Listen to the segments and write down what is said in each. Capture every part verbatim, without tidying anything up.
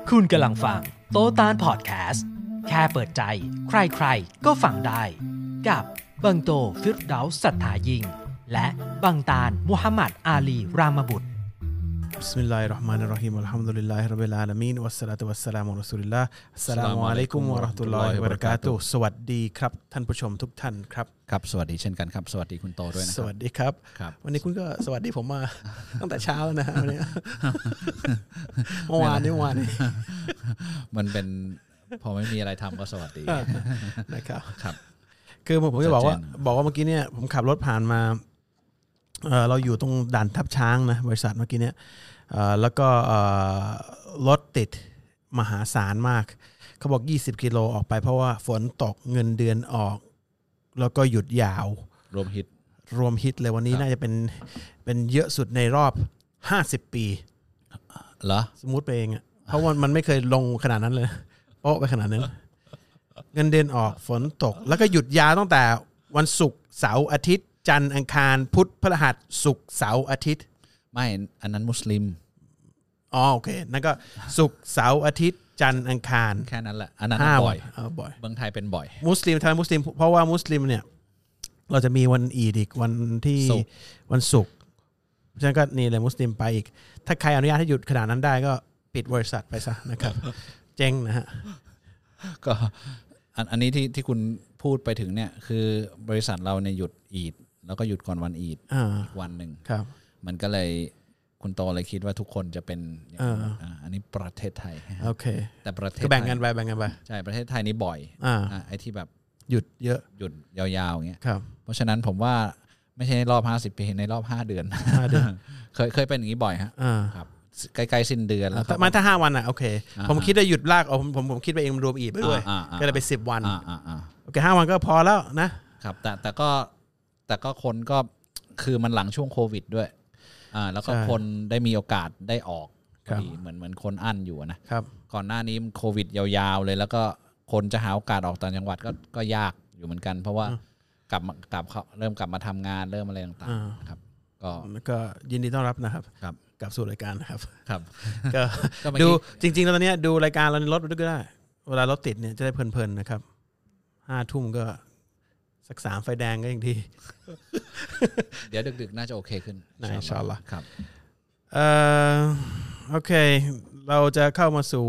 คุณกำลังฟังโตตานพอดแคสต์แค่เปิดใจใครๆก็ฟังได้กับบังโตฟิรเดาส์ศรัทธายิ่งและบังตาลมุฮัมมัดอาลีรามบุตรบิสมิลลาฮิรเราะห์มานิรเราะฮีมอัลฮัมดุลิลลาฮิร็อบบิลอาลามีนวัสสลาตุวัสสลามุอะลารอซูลิลลาฮ์อัสสลามุอะลัยกุมวะเราะห์มะตุลลอฮิวะบะเราะกาตุฮ์สวัสดีครับท่านผู้ชมทุกท่านครับครับสวัสดีเช่นกันครับสวัสดีคุณโตด้วยนะครับสวัสดีครับวันนี้คุณก็สวัสดีผมมาตั้งแต่เช้าแล้วนะวันนี้เมื่อวานนี้เมื่อวานนี้มันเป็นพอไม่มีอะไรทำก็สวัสดีนะครับครับคือผมจะบอกว่าบอกว่าเมื่อกี้เนี่ยผมขับรถผ่านมาเอ่อเราอยู่ตรงด่านทับช้างนะบริษัทเมื่อกี้เนี่ยเอ่อแล้วก็เอ่อรถติดมหาศาลมากเขาบอกยี่สิบกิโลออกไปเพราะว่าฝนตกเงินเดือนออกแล้วก็หยุดยาวรวมฮิตรวมฮิตเลยวันนี้น่าจะเป็นเป็นเยอะสุดในรอบห้าสิบปีเหรอสมมุติไปเองอ่ะเพราะว่ามันไม่เคยลงขนาดนั้นเลยโป๊ะไปขนาดนั้นเงินเดือนออกฝนตกแล้วก็หยุดยาวตั้งแต่วันศุกร์เสาร์อาทิตย์จันทร์อังคารพุธพฤหัสศุกร์เสาร์อาทิตย์ไม่อันนั้นมุสลิมอ๋อโอเคนั่นก็ศุกร์เสาร์อาทิตย์จันทร์อังคารแค่นั้นแหละอันนั้นบ่อยเออบ่อยเมืองไทยเป็นบ่อยมุสลิมทางมุสลิมเพราะว่ามุสลิมเนี่ยเราจะมีวันอีดอีกวันที่วันศุกร์ฉะนั้นก็นี่เลยมุสลิมไปอีกถ้าใครอนุญาตให้หยุดขนาดนั้นได้ก็ปิดบริษัทไปซะนะครับเจ๊งนะฮะก็อันนี้ที่ที่คุณพูดไปถึงเนี่ยคือบริษัทเราเนี่ยหยุดอีดแล้วก็หยุดก่อนวันอีดอีกวันหนึ่งมันก็เลยคุณโตเลยคิดว่าทุกคนจะเป็นอย่างนี้อันนี้ประเทศไทยโอเคแต่ประเทศแบ่งกันไปแบ่งกันไปใช่ประเทศไทยนี่บ่อยไอ้ที่แบบหยุดเยอะหยุดยาวๆอย่างเงี้ยเพราะฉะนั้นผมว่าไม่ใช่ในรอบห้าสิบปีในรอบห้าเดือนเคยเคยเป็นอย่างนี้บ่อยฮะครับใกล้ๆสิ้นเดือนแล้วมาถ้าห้าวันอ่ะโอเคผมคิดว่าหยุดลากเอาผมผมผมคิดไปเองรวมอีกไปด้วยก็เลยไปสิบวันโอเคห้าวันก็พอแล้วนะครับแต่แต่ก็แต่ก็คนก็คือมันหลังช่วงโควิดด้วยอ่าแล้วก็คนได้มีโอกาสได้ออกดีเหมือนเหมือนคนอั้นอยู่นะครับก่อนหน้านี้โควิดยาวๆเลยแล้วก็คนจะหาโอกาสออกต่างจังหวัดก็ก็ยากอยู่เหมือนกันเพราะว่ากลับมากลับเริ่มกลับมาทำงานเริ่มอะไรต่างๆครับก็ก็ยินดีต้อนรับนะครับกลับสู่รายการนะครับครับก็ดูจริงๆแล้วตอนนี้ดูรายการเราในรถด้วยก็ได้เวลารถติดเนี่ยจะได้เพลินๆนะครับห้าทุ่มก็สักสามไฟแดงก็ยังดีเดี๋ยวดึกๆน่าจะโอเคขึ้นอินชาอัลลอฮ์ครับเอ่อโอเคเราจะเข้ามาสู่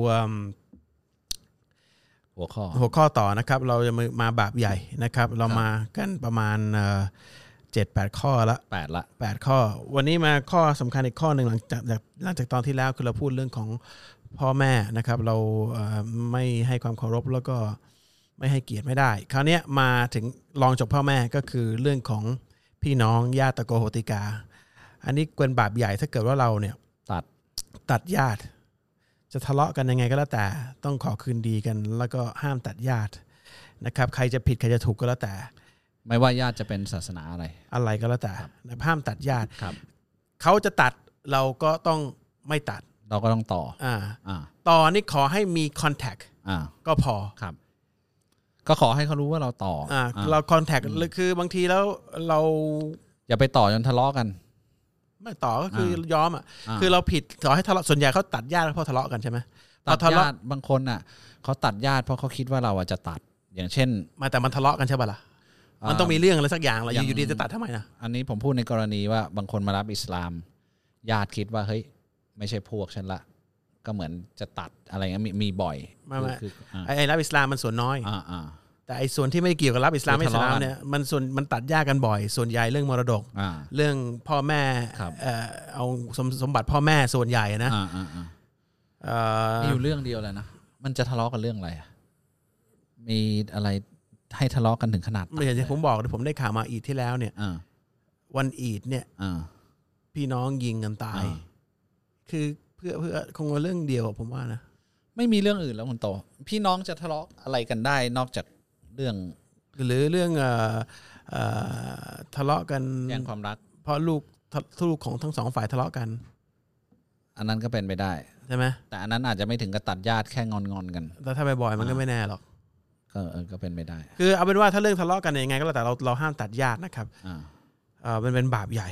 หัวข้อหัวข้อต่อนะครับเราจะมาบาปใหญ่นะครับเรามากันประมาณเจ็ดแปดข้อละแปดละแปดข้อวันนี้มาข้อสำคัญอีกข้อหนึ่งหลังจากหลังจากตอนที่แล้วคือเราพูดเรื่องของพ่อแม่นะครับเราไม่ให้ความเคารพแล้วก็ไม่ให้เกียรติไม่ได้คราวนี้มาถึงรองจากพ่อแม่ก็คือเรื่องของพี่น้องญาติโกโหติกาอันนี้เป็นบาปใหญ่ถ้าเกิดว่าเราเนี่ยตัดตัดญาติจะทะเลาะกันยังไงก็แล้วแต่ต้องขอคืนดีกันแล้วก็ห้ามตัดญาตินะครับใครจะผิดใครจะถูกก็แล้วแต่ไม่ว่าญาติจะเป็นศาสนาอะไรอะไรก็แล้วแต่ห้ามตัดญาติเขาจะตัดเราก็ต้องไม่ตัดเราก็ต้องต่ออ่าต่อนี่ขอให้มี contact อ่าก็พอครับก็ขอให้เขารู้ว่าเราต่ออ่าเราคอนแทคคือบางทีแล้วเราอย่าไปต่อจนทะเลาะกันไม่ต่อก็คือยอมอ่ะคือเราผิดต่อให้ทะเลาะส่วนใหญ่เขาตัดญาติเพราะทะเลาะกันใช่ไหมตัดญาติบางคนอ่ะเขาตัดญาติเพราะเขาคิดว่าเราจะตัดอย่างเช่นมาแต่มันทะเลาะกันใช่ป่ะล่ะมันต้องมีเรื่องอะไรสักอย่างเราอยู่ดีจะตัดทำไมนะอันนี้ผมพูดในกรณีว่าบางคนมารับอิสลามญาติคิดว่าเฮ้ยไม่ใช่พวกฉันละก็เหมือนจะตัดอะไรเงี้ยมีมีบ่อยคือไอ้รับอิสลามมันส่วนน้อยอ่าแต่ไอ้ส่วนที่ไม่เกี่ยวกับรับอิสลามไม่อิสลามเนี่ยมันส่วนมันตัดยากกันบ่อยส่วนใหญ่เรื่องมรดกเรื่องพ่อแม่เอาสมบัติพ่อแม่ส่วนใหญ่นะมีอยู่เรื่องเดียวเลยนะมันจะทะเลาะกันเรื่องอะไรมีอะไรให้ทะเลาะกันถึงขนาดไม่ใช่ผมบอกผมได้ข่าวมาอีดที่แล้วเนี่ยวันอีดเนี่ยพี่น้องยิงกันตายคือเพื่อเพื่อคงเป็นเรื่องเดียวผมว่านะไม่มีเรื่องอื่นแล้วคุณโตพี่น้องจะทะเลาะอะไรกันได้นอกจากเรื่องหรือเรื่องเอ่อเอ่อทะเลาะกันแย่งความรักเพราะลูกลูกของทั้งสองฝ่ายทะเลาะกันอันนั้นก็เป็นไปได้ใช่ไหมแต่อันนั้นอาจจะไม่ถึงกับตัดญาติแค่งอนๆกันแต่ถ้าบ่อยๆมันก็ไม่แน่หรอกก็เออก็เป็นไปได้คือเอาเป็นว่าถ้าเรื่องทะเลาะกันยังไงก็แล้วแต่เราเราห้ามตัดญาตินะครับอ่ามันเป็นบาปใหญ่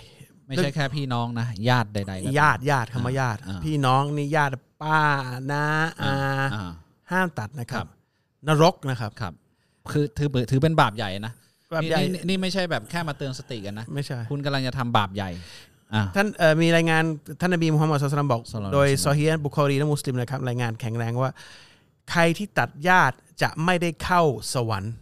ไม่ใช่แค่พี่น้องนะญาติใดๆญาติญาติคำว่าญาติพี่น้องนี่ญาติป้าน้าอาห้ามตัดนะครับนรกนะครับครับคือถือถือเป็นบาปใหญ่นะบาปใหญ่นี่ไม่ใช่แบบแค่มาเตือนสติกันนะไม่ใช่คุณกำลังจะทำบาปใหญ่ท่านมีรายงานท่านนบีมุฮัมมัดศ็อลลัลลอฮุอะลัยฮิวะซัลลัมบอกโดยซอฮีฮ์บุคอรีและมุสลิมนะครับรายงานแข็งแรงว่าใครที่ตัดญาติจะไม่ได้เข้าสวรรค์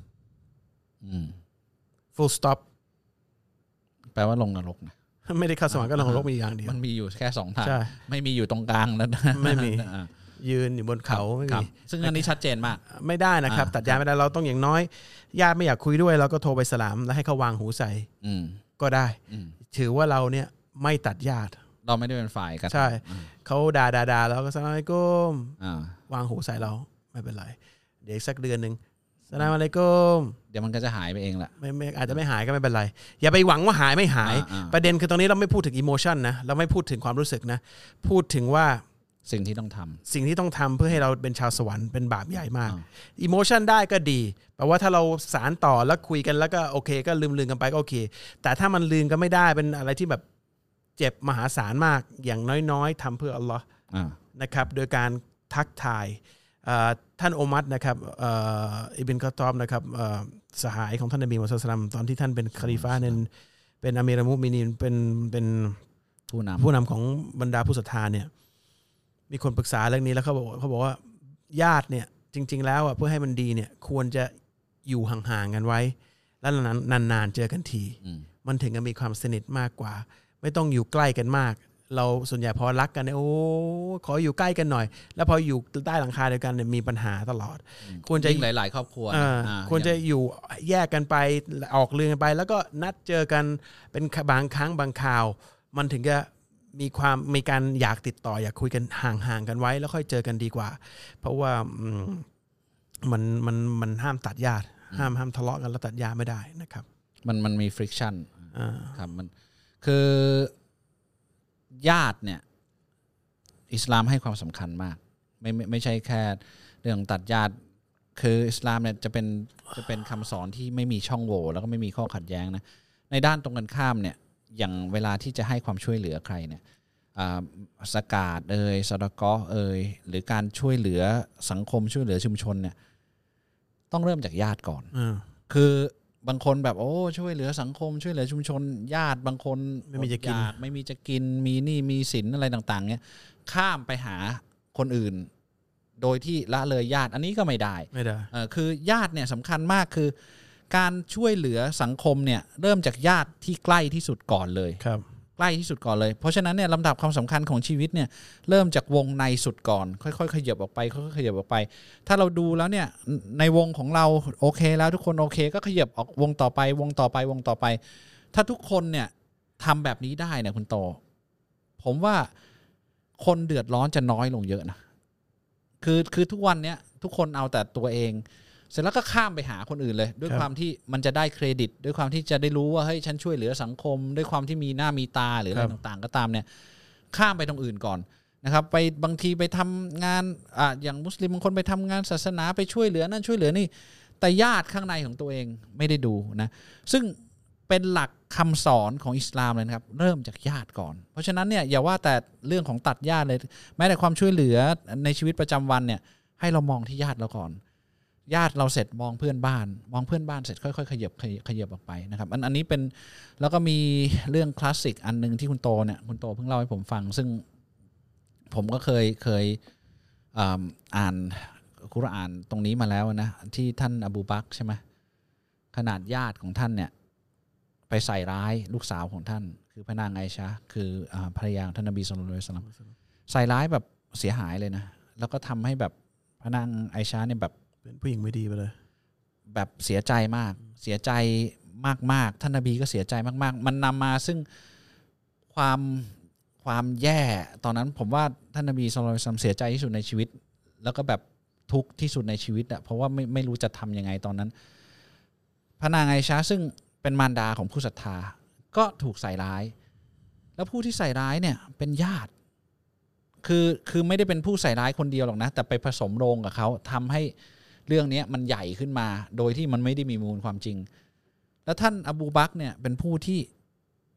full stop แปลว่าลงนรกนะไม่ได้เข้าสวรรค์ก็ลงนรกมีอย่างเดียวมันมีอยู่แค่สองทางไม่มีอยู่ตรงกลางแล้วไม่มียืนอยู่บนเขาไม่มีซึ่งอันนี้ชัดเจนมากไม่ได้นะครับตัดญาติไม่ได้เราต้องอย่างน้อยญาติไม่อยากคุยด้วยเราก็โทรไปสลามแล้วให้เขาวางหูใส่ก็ได้ถือว่าเราเนี่ยไม่ตัดญาติเราไม่ได้เป็นฝ่ายกันใช่เขาด่าด่าด่าแล้วก็สลามอะลัยกุมวางหูใส่เราไม่เป็นไรเดี๋ยวสักเดือนนึงสลามอะลัยกุมเดี๋ยวมันก็จะหายไปเองแหละไม่ไม่อาจจะไม่หายก็ไม่เป็นไรอย่าไปหวังว่าหายไม่หายประเด็นคือตรงนี้เราไม่พูดถึงอิโมชันนะเราไม่พูดถึงความรู้สึกนะพูดถึงว่าสิ่งที่ต้องทำสิ่งที่ต้องทำเพื่อให้เราเป็นชาวสวรรค์เป็นบาปใหญ่มากอิโมชันได้ก็ดีแปลว่าถ้าเราสารต่อแล้วคุยกันแล้วก็โอเคก็ลืมลืมกันไปก็โอเคแต่ถ้ามันลืมก็ไม่ได้เป็นอะไรที่แบบเจ็บมหาศาลมากอย่างน้อยๆทำเพื่ออัลลอฮ์นะครับโดยการทักทายท่านโอมัรนะครับอิบินกอตอบนะครับสหายของท่านนบีมุฮัมมัดศ็อลลัลลอฮุอะลัยฮิวะซัลลัมตอนที่ท่านเป็นคอลิฟะห์เป็นเป็นอามีรุลมุมินีนเป็นเป็นผู้นำผู้นำของบรรดาผู้ศรัทธาเนี่ยมีคนปรึกษาเรื่องนี้แล้วเขาบอกเขาบอกว่าญาติเนี่ยจริงๆแล้วอ่ะเพื่อให้มันดีเนี่ยควรจะอยู่ห่างๆกันไว้แล้วนานๆเจอกันทีมันถึงจะมีความสนิทมากกว่าไม่ต้องอยู่ใกล้กันมากเราส่วนใหญ่พอรักกันเนี่ยโอ้ขออยู่ใกล้กันหน่อยแล้วพออยู่ใต้หลังคาเดียวกันเนี่ยมีปัญหาตลอดควรจะหลายๆครอบครัวควรจะอยู่แยกกันไปออกเรือนกันไปแล้วก็นัดเจอกันเป็นบางครั้งบางคราวมันถึงจะมีความมีการอยากติดต่ออยากคุยกันห่างๆกันไว้แล้วค่อยเจอกันดีกว่าเพราะว่ามันมันมันห้ามตัดญาติห้ามห้ามทะเลาะกันแล้วตัดญาติไม่ได้นะครับมันมันมี friction ครับมันคือญาติเนี่ยอิสลามให้ความสำคัญมากไม่ไม่ไม่ใช่แค่เรื่องตัดญาติคืออิสลามเนี่ยจะเป็นจะเป็นคำสอนที่ไม่มีช่องโหว่แล้วก็ไม่มีข้อขัดแย้งนะในด้านตรงกันข้ามเนี่ยอย่างเวลาที่จะให้ความช่วยเหลือใครเนี่ยสกาดเอ่ยซอดะกอฮ์เอ่ยหรือการช่วยเหลือสังคมช่วยเหลือชุมชนเนี่ยต้องเริ่มจากญาติก่อนคือบางคนแบบโอ้ช่วยเหลือสังคมช่วยเหลือชุมชนญาติบางคนไม่มีจะกินไม่มีจะกินมีหนี้มีสินอะไรต่างๆเนี่ยข้ามไปหาคนอื่นโดยที่ละเลยญาติอันนี้ก็ไม่ได้ไม่ได้คือญาติเนี่ยสำคัญมากคือการช่วยเหลือสังคมเนี่ยเริ่มจากญาติที่ใกล้ที่สุดก่อนเลยครับใกล้ที่สุดก่อนเลยเพราะฉะนั้นเนี่ยลำดับความสำคัญของชีวิตเนี่ยเริ่มจากวงในสุดก่อนค่อยๆขยับออกไปค่อยๆขยับออกไปถ้าเราดูแล้วเนี่ยในวงของเราโอเคแล้วทุกคนโอเคก็ขยับออกวงต่อไปวงต่อไปวงต่อไปถ้าทุกคนเนี่ยทำแบบนี้ได้เนี่ยคุณโตผมว่าคนเดือดร้อนจะน้อยลงเยอะนะคือคือทุกวันเนี้ยทุกคนเอาแต่ตัวเองเสร็จแล้วก็ข้ามไปหาคนอื่นเลยด้วยความที่มันจะได้เครดิตด้วยความที่จะได้รู้ว่าเฮ้ยฉันช่วยเหลือสังคมด้วยความที่มีหน้ามีตาหรืออะไรต่างๆก็ตามเนี่ยข้ามไปตรงอื่นก่อนนะครับไปบางทีไปทำงานอ่ะอย่างมุสลิมบางคนไปทำงานศาสนาไปช่วยเหลือนั่นช่วยเหลือนี่แต่ญาติข้างในของตัวเองไม่ได้ดูนะซึ่งเป็นหลักคำสอนของอิสลามเลยนะครับเริ่มจากญาติก่อนเพราะฉะนั้นเนี่ยอย่าว่าแต่เรื่องของตัดญาติเลยแม้แต่ความช่วยเหลือในชีวิตประจำวันเนี่ยให้เรามองที่ญาติเราก่อนญาติเราเสร็จมองเพื่อนบ้านมองเพื่อนบ้านเสร็จค่อยๆขยับขยับออกไปนะครับอันอันนี้เป็นแล้วก็มีเรื่องคลาสสิกอันนึงที่คุณโตเนี่ยคุณโตเพิ่งเล่าให้ผมฟังซึ่งผมก็เคยเคยอ่านกุรอานตรงนี้มาแล้วนะที่ท่านอบูบักรใช่ไหมขนาดญาติของท่านเนี่ยไปใส่ร้ายลูกสาวของท่านคือพระนางไอชะคือภรรยาท่านนบีศ็อลลัลลอฮุอะลัยฮิวะซัลลัมใส่ร้ายแบบเสียหายเลยนะแล้วก็ทำให้แบบพระนางไอชะเนี่ยแบบเป็นผู้หญิงไม่ดีไปเลยแบบเสียใจมากเสียใจมากๆท่านนบีก็เสียใจมากๆมันนำมาซึ่งความความแย่ตอนนั้นผมว่าท่านนบีศ็อลลัลลอฮุอะลัยฮิวะซัลลัมเสียใจที่สุดในชีวิตแล้วก็แบบทุกข์ที่สุดในชีวิตอ่ะเพราะว่าไม่ไม่รู้จะทำยังไงตอนนั้นพระนางไอชะซึ่งเป็นมารดาของผู้ศรัทธาก็ถูกใส่ร้ายแล้วผู้ที่ใส่ร้ายเนี่ยเป็นญาติคือคือไม่ได้เป็นผู้ใส่ร้ายคนเดียวหรอกนะแต่ไปผสมโรงกับเขาทำให้เรื่องนี้มันใหญ่ขึ้นมาโดยที่มันไม่ได้มีมูลความจริงแล้วท่านอบูบักรเนี่ยเป็นผู้ที่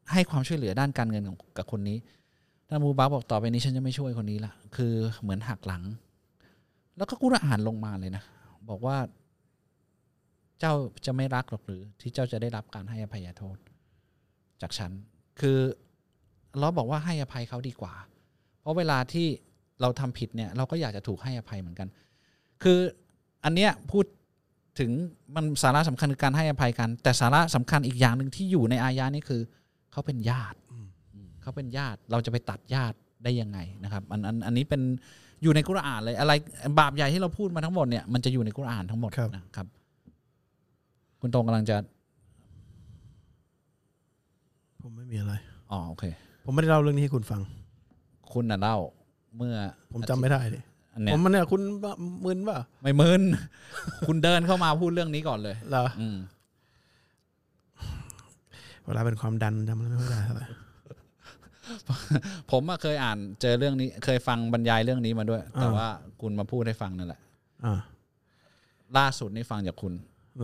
ให้ความช่วยเหลือด้านการเงินกับคนนี้ท่านมูบักบอกต่อไปนี้ฉันจะไม่ช่วยคนนี้ละคือเหมือนหักหลังแล้วก็กุรอานลงมาเลยนะบอกว่าเจ้าจะไม่รักหรอกหรือที่เจ้าจะได้รับการให้อภัยโทษจากฉันคือเราบอกว่าให้อภัยเขาดีกว่าเพราะเวลาที่เราทำผิดเนี่ยเราก็อยากจะถูกให้อภัยเหมือนกันคืออันเนี้ยพูดถึงมันสาระสำคัญคือการให้อภัยกันแต่สาระสำคัญอีกอย่างหนึ่งที่อยู่ในอายะนี้คือเขาเป็นญาติเขาเป็นญาติเราจะไปตัดญาติได้ยังไงนะครับอันอันอันนี้เป็นอยู่ในกุรอานเลยอะไรบาปใหญ่ที่เราพูดมาทั้งหมดเนี่ยมันจะอยู่ในกุรอานทั้งหมดนะครับคุณตรงกำลังจะผมไม่มีอะไรอ๋อโอเคผมไม่ได้เล่าเรื่องนี้ให้คุณฟังคุณน่ะเล่าเมื่อผมจำไม่ได้ดิผมมันเนี่ยคุณมึนป่ะไม่มึน คุณเดินเข้ามาพูดเรื่องนี้ก่อนเลยเหรอเวลาเป็นความดันจำไม่ค่อยได้เท่าไหร่ผมเคยอ่านเจอเรื่องนี้เคยฟังบรรยายเรื่องนี้มาด้วยแต่ว่าคุณมาพูดให้ฟังนั่นแหละล่าสุดนี่ฟังจากคุณ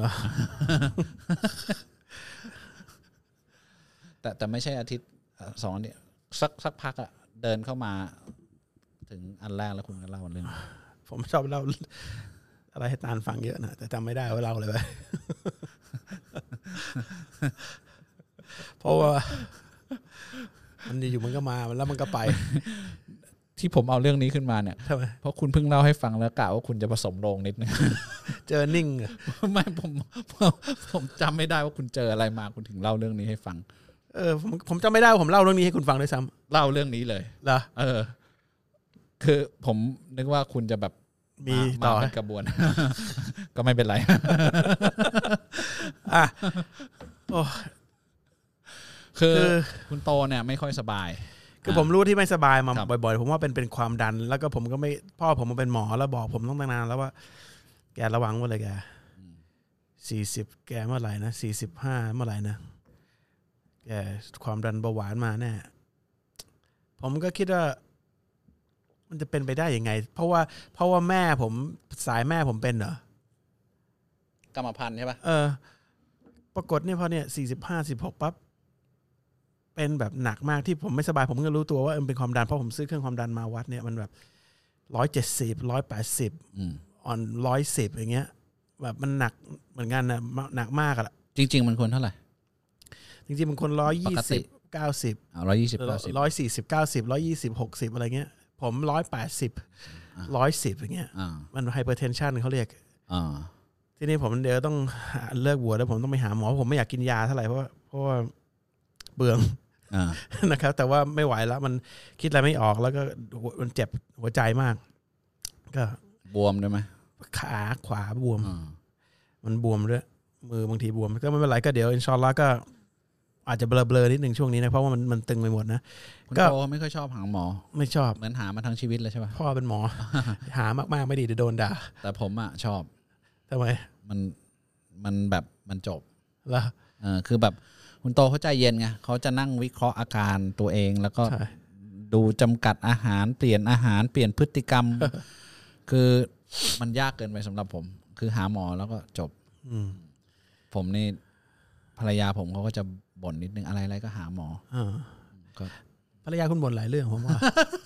แต่แต่ไม่ใช่อาทิตย์สองอาทิตย์สักสักพักอะเดินเข้ามาถึงอันแรกแล้วคุณก็เล่าเรื่องผมชอบเล่าอะไรให้ตาลฟังเยอะนะแต่จำไม่ได้ว่าเล่าอะไรไปเพราะว่ามันอยู่มันก็มาแล้วมันก็ไปที่ผมเอาเรื่องนี้ขึ้นมาเนี่ยเพราะคุณเพิ่งเล่าให้ฟังแล้วกะว่าคุณจะผสมโรงนิดนึงเจอนิ่งไม่ผมผมจำไม่ได้ว่าคุณเจออะไรมาคุณถึงเล่าเรื่องนี้ให้ฟังเออผมผมจำไม่ได้ผมเล่าเรื่องนี้ให้คุณฟังด้วยซ้ำเล่าเรื่องนี้เลยเหรอเออคือผมนึกว่าคุณจะแบบมีต่อกระบวนก็ไม่เป็นไรอ่ะโอ้คือคุณโตเนี่ยไม่ค่อยสบายคือผมรู้ที่ไม่สบายมาบ่อยๆผมว่าเป็นเป็นความดันแล้วก็ผมก็ไม่พ่อผมมาเป็นหมอแล้วบอกผมต้องตั้งนานแล้วว่าแกระวังว่าอะไรแกสี่สิบแกเมื่อไหร่นะสี่สิบห้าเมื่อไหร่นะแกความดันเบาหวานมาแน่ผมก็คิดว่ามันจะเป็นไปได้ยังไงเพราะว่าเพราะว่าแม่ผมสายแม่ผมเป็นเหรอกรรมพันธุ์ใช่ป่ะเออปรากฏเนี่ยพอเนี่ยสี่สิบห้าสิบหกปั๊บเป็นแบบหนักมากที่ผมไม่สบายผมก็รู้ตัวว่ามันเป็นความดันเพราะผมซื้อเครื่องความดันมาวัดเนี่ยมันแบบร้อยเจ็ดสิบร้อยแปดสิบอ่อนร้อยสิบอย่างเงี้ยแบบมันหนักเหมือนกันนะหนักมากอะจริงๆมันควรเท่าไหร่จริงๆมันควรร้อยยี่สิบเก้าสิบร้อยยี่สิบเก้าสิบร้อยสี่สิบเก้าสิบร้อยยี่สิบหกสิบอะไรเงี้ยผมร้อยแปดสิบร้อยสิบอย่างเงี้ยมันไฮเปอร์เทนชันเขาเรียกทีนี้ผมเดี๋ยวต้องเลิกบวชแล้วผมต้องไปหาหมอผมไม่อยากกินยาเท่าไหร่เพราะเพราะว่าเบื่อนะครับแต่ว่าไม่ไหวแล้วมันคิดอะไรไม่ออกแล้วก็มันเจ็บหัวใจมากก็บวมได้ไหมขาขวาบวมมันบวมด้วยมือบางทีบวมก็ไม่เป็นไรก็เดี๋ยวอินชาอัลลอฮ์ก็อาจจะเบลอๆนิดนึงช่วงนี้นะเพราะว่ามันมันตึงไปหมดนะก็ไม่ค่อยชอบหาหมอไม่ชอบเหมือนหามาทั้งชีวิตเลยใช่ป่ะพ่อเป็นหมอหามากๆไม่ดีเดี๋ยวโดนด่าแต่ผมอ่ะชอบทำไมมันมันแบบมันจบแล้วเออคือแบบคุณโตเขาใจเย็นไงเขาจะนั่งวิเคราะห์อาการตัวเองแล้วก็ดูจำกัดอาหารเปลี่ยนอาหารเปลี่ยนพฤติกรรม คือมันยากเกินไปสำหรับผมคือหาหมอแล้วก็จบผมนี่ภรรยาผมเขาก็จะบ่นนิดนึงอะไรๆก็หาหมอก็ภรรยาคุณบ่นหลายเรื่องผมว่า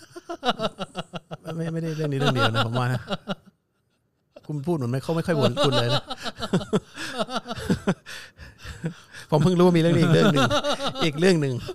ไม่ไม่ได้เรื่องนี้เรื่องเดียวนะผมว่านะคุณพูดเหมือนไม่เขาไม่ค่อยบ่นคุณเลยนะผมเพิ่งรู้ว่ามีเรื่องนี้อีกเรื่องหนึ่งอีกเรื่องหนึ่ง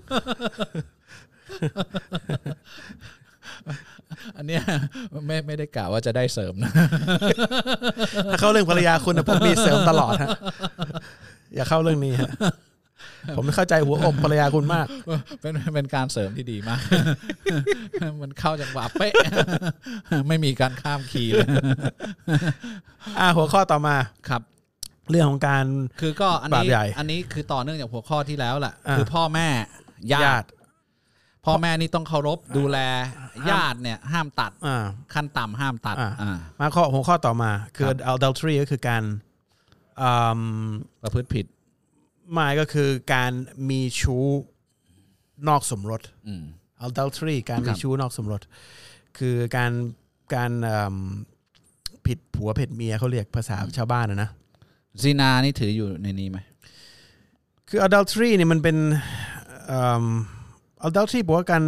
อันเนี้ยไม่ไม่ได้กล่าวว่าจะได้เสริมนะถ้าเข้าเรื่องภรรยาคุณนะผมมีเสริมตลอดฮะอย่าเข้าเรื่องนี้ฮะผมไม่เข้าใจหัวอกภรรยาคุณมากเป็นเป็นการเสริมที่ดีมากมันเข้าจังหวะเป๊ะไม่มีการข้ามคีย์เลยอ่าหัวข้อต่อมาครับเรื่องของการคือก็อันนี้อันนี้คือต่อเนื่องจากหัวข้อที่แล้วแหละคือพ่อแม่ญาติพ่อแม่นี่ต้องเคารพดูแลญาติเนี่ยห้ามตัดขั้นต่ำห้ามตัดมาข้อหัวข้อต่อมาคือ adultery ก็คือการประพฤติผิดหมายก็คือการมีชู้นอกสมรส adultery การมีชู้นอกสมรสคือการการผิดผัวผิดเมียเขาเรียกภาษาชาวบ้านนะนะซินานี่ถืออยู่ในนี้ไหมคือ adultery เนี่ยมันเป็น adultery บอกว่าการ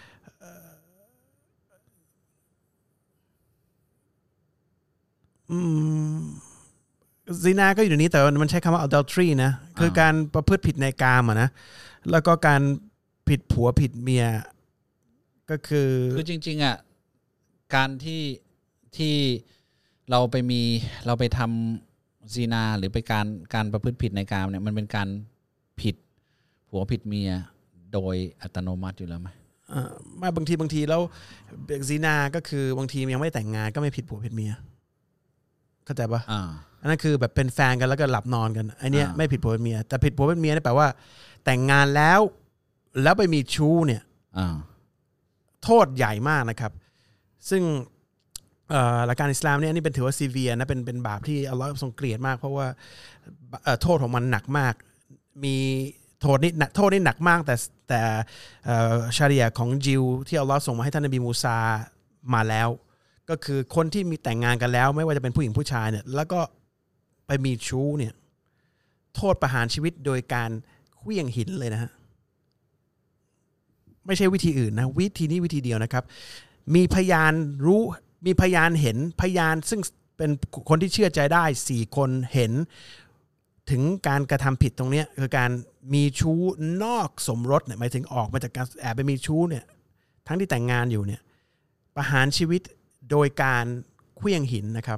ซินาก็อยู่ในนี้แต่มันใช้คำว่า adultery นะคือการประพฤติผิดในกามอ่ะนะแล้วก็การผิดผัวผิดเมียก็คือคือจริงๆอ่ะการที่ที่เราไปมีเราไปทำซินาหรือไปการการประพฤติผิดในกามเนี่ยมันเป็นการผิดผัวผิดเมียโดยอัตโนมัติอยู่แล้วไหมอ่าไม่บางทีบางทีแล้วซินาก็คือบางทียังไม่แต่งงานก็ไม่ผิดผัวผิดเมียเข้าใจปะอ่าอันนั้นคือแบบเป็นแฟนกันแล้วก็หลับนอนกันไอเนี้ยไม่ผิดผัวผิดเมียแต่ผิดผัวผิดเมียนี่แปลว่าแต่งงานแล้วแล้วไปมีชู้เนี่ยโทษใหญ่มากนะครับซึ่งหลักการอิสลามเนี่ยนี่เป็นถือว่าซีเวียนะเป็นเป็นบาปที่อัลลอฮ์ทรงเกลียดมากเพราะว่าโทษของมันหนักมากมีโทษนี่โทษนี่หนักมากแต่แต่ชารีอะห์ของยิวที่อัลลอฮ์ส่งมาให้ท่านนบีมูซามาแล้วก็คือคนที่มีแต่งงานกันแล้วไม่ว่าจะเป็นผู้หญิงผู้ชายเนี่ยแล้วก็ไปมีชู้เนี่ยโทษประหารชีวิตโดยการเคลื่องหินเลยนะฮะไม่ใช่วิธีอื่นนะวิธีนี้วิธีเดียวนะครับมีพยานรู้มีพยานเห็นพยานซึ่งเป็นคนที่เชื่อใจได้สี่คนเห็นถึงการกระทำผิดตรงนี้คือการมีชู้นอกสมรสเนี่ยหมายถึงออกมาจากการแอบไปมีชู้เนี่ยทั้งที่แต่งงานอยู่เนี่ยประหารชีวิตโดยการเคลื่องหินนะครับ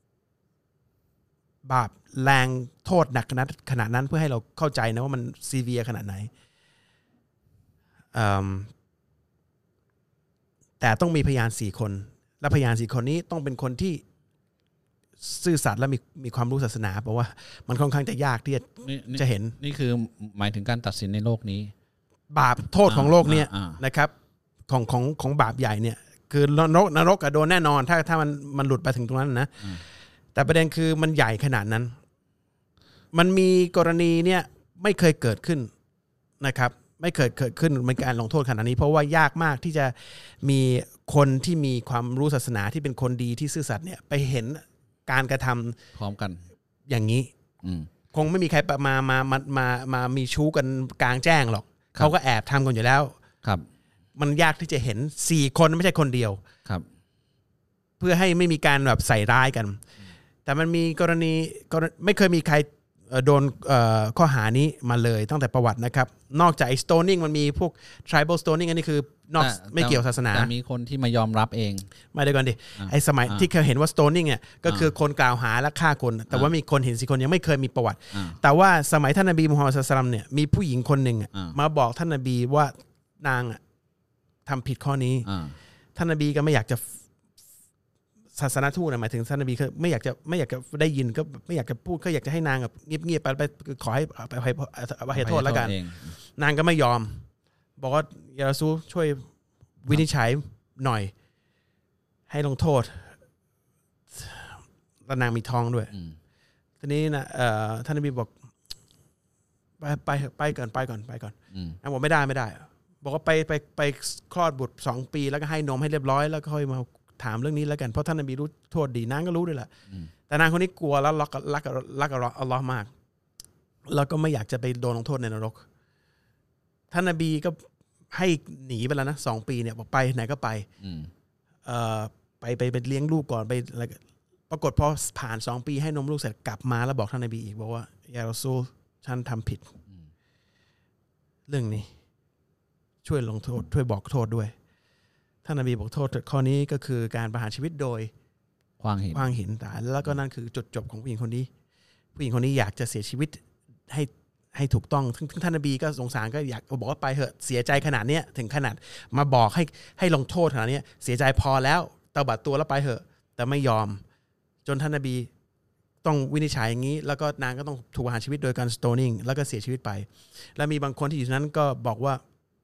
บาปแรงโทษหนักขนาดขนาดนั้นเพื่อให้เราเข้าใจนะว่ามันซีเวียขนาดไหนแต่ต้องมีพยานสี่คนและพยานสี่คนนี้ต้องเป็นคนที่ซื่อสัตย์และมีมีความรู้ศาสนาเพราะว่ามันค่อนข้างจะยากที่จะจะเห็นนี่คือหมายถึงการตัดสินในโลกนี้บาปโทษของโลกนี้นะครับของของของบาปใหญ่เนี่ยคือนรกนรกโดนแน่นอนถ้าถ้ามันมันหลุดไปถึงตรงนั้นนะแต่ประเด็นคือมันใหญ่ขนาดนั้นมันมีกรณีเนี่ยไม่เคยเกิดขึ้นนะครับไม่เคยเกิดขึ้นในการลงโทษขนาดนี้เพราะว่ายากมากที่จะมีคนที่มีความรู้ศาสนาที่เป็นคนดีที่ซื่อสัตย์เนี่ยไปเห็นการกระทำพร้อมกันอย่างนี้คงไม่มีใครมามามามามามีชู้กันกลางแจ้งหรอกเขาก็แอบทำกันอยู่แล้วครับมันยากที่จะเห็นสี่คนไม่ใช่คนเดียวครับเพื่อให้ไม่มีการแบบใส่ร้ายกันแต่มันมีกรณีก็ไม่เคยมีใครโดนข้อหานี้มาเลยตั้งแต่ประวัตินะครับนอกจากไอ้ stoning มันมีพวก tribal stoning อันนี้คือนอกไม่เกี่ยวศาสนาแต่มีคนที่มายอมรับเองมาได้ก่อนดิไอ้สมัยที่เคยเห็นว่า stoning เนี่ยก็คือคนกล่าวหาและฆ่าคนแต่ว่ามีคนเห็นสี่คนยังไม่เคยมีประวัติแต่ว่าสมัยท่านนบีมุฮัมมัดศ็อลลัลลอฮุอะลัยฮิวะซัลลัมเนี่ยมีผู้หญิงคนหนึ่งมาบอกท่านนบีว่านางทำผิดข้อนี้ท่านนบีก็ไม่อยากจะศาสนาทูตหมายถึงท่านนบีไม่อยากจะไม่อยากจะได้ยินก็ไม่อยากจะพูดก็อยากจะให้นางแบบเงียบๆไปไปขอให้ไปไปอภัยโทษแล้วกันนางก็ไม่ยอมบอกว่ายารอซูลช่วยวินิจฉัยหน่อยให้ลงโทษแล้วนางมีท้องด้วยทีนี้นะท่านนบีบอกไปไปไปก่อนไปก่อนไปก่อนนางบอกไม่ได้ไม่ได้บอกว่าไปไปไปคลอดบุตรสองปีแล้วก็ให้นมให้เรียบร้อยแล้วก็ค่อยมาถามเรื่องนี้แล้วกันเพราะท่านนบีรู้โทษดีนางก็รู้ด้วยแหละแต่นางคนนี้กลัวแล้วรักรักรักอัลลอฮ์มากแล้วก็ไม่อยากจะไปโดนลงโทษในนรกท่านนบีก็ให้หนีไปแล้วนะสองปีเนี่ยบอกไปไหนก็ไปเอ่อไปไปไปเลี้ยงลูกก่อนไปอะไรปรากฏพอผ่านสองปีให้นมลูกเสร็จกลับมาแล้วบอกท่านนบีอีกบอกว่ายารอซูลฉันทำผิดเรื่องนี้ช่วยลงโทษช่วยบอกโทษด้วยท่านนบีบอกโทษข้อนี้ก็คือการประหารชีวิตโดยขว้างหินขว้างหินตายแล้วก็นั่นคือจุดจบของผู้หญิงคนนี้ผู้หญิงคนนี้อยากจะเสียชีวิตให้ให้ถูกต้องซึ่งท่านนบีก็สงสารก็อยากบอกว่าไปเถอะเสียใจขนาดเนี้ยถึงขนาดมาบอกให้ให้ลงโทษขนาดนี้เสียใจพอแล้วเตาบัดตัวแล้วไปเถอะแต่ไม่ยอมจนท่านนบีต้องวินิจฉัยอย่างนี้แล้วก็นางก็ต้องถูกประหารชีวิตโดยการสโตนิ่งแล้วก็เสียชีวิตไปแล้วมีบางคนที่อยู่นั้นก็บอกว่า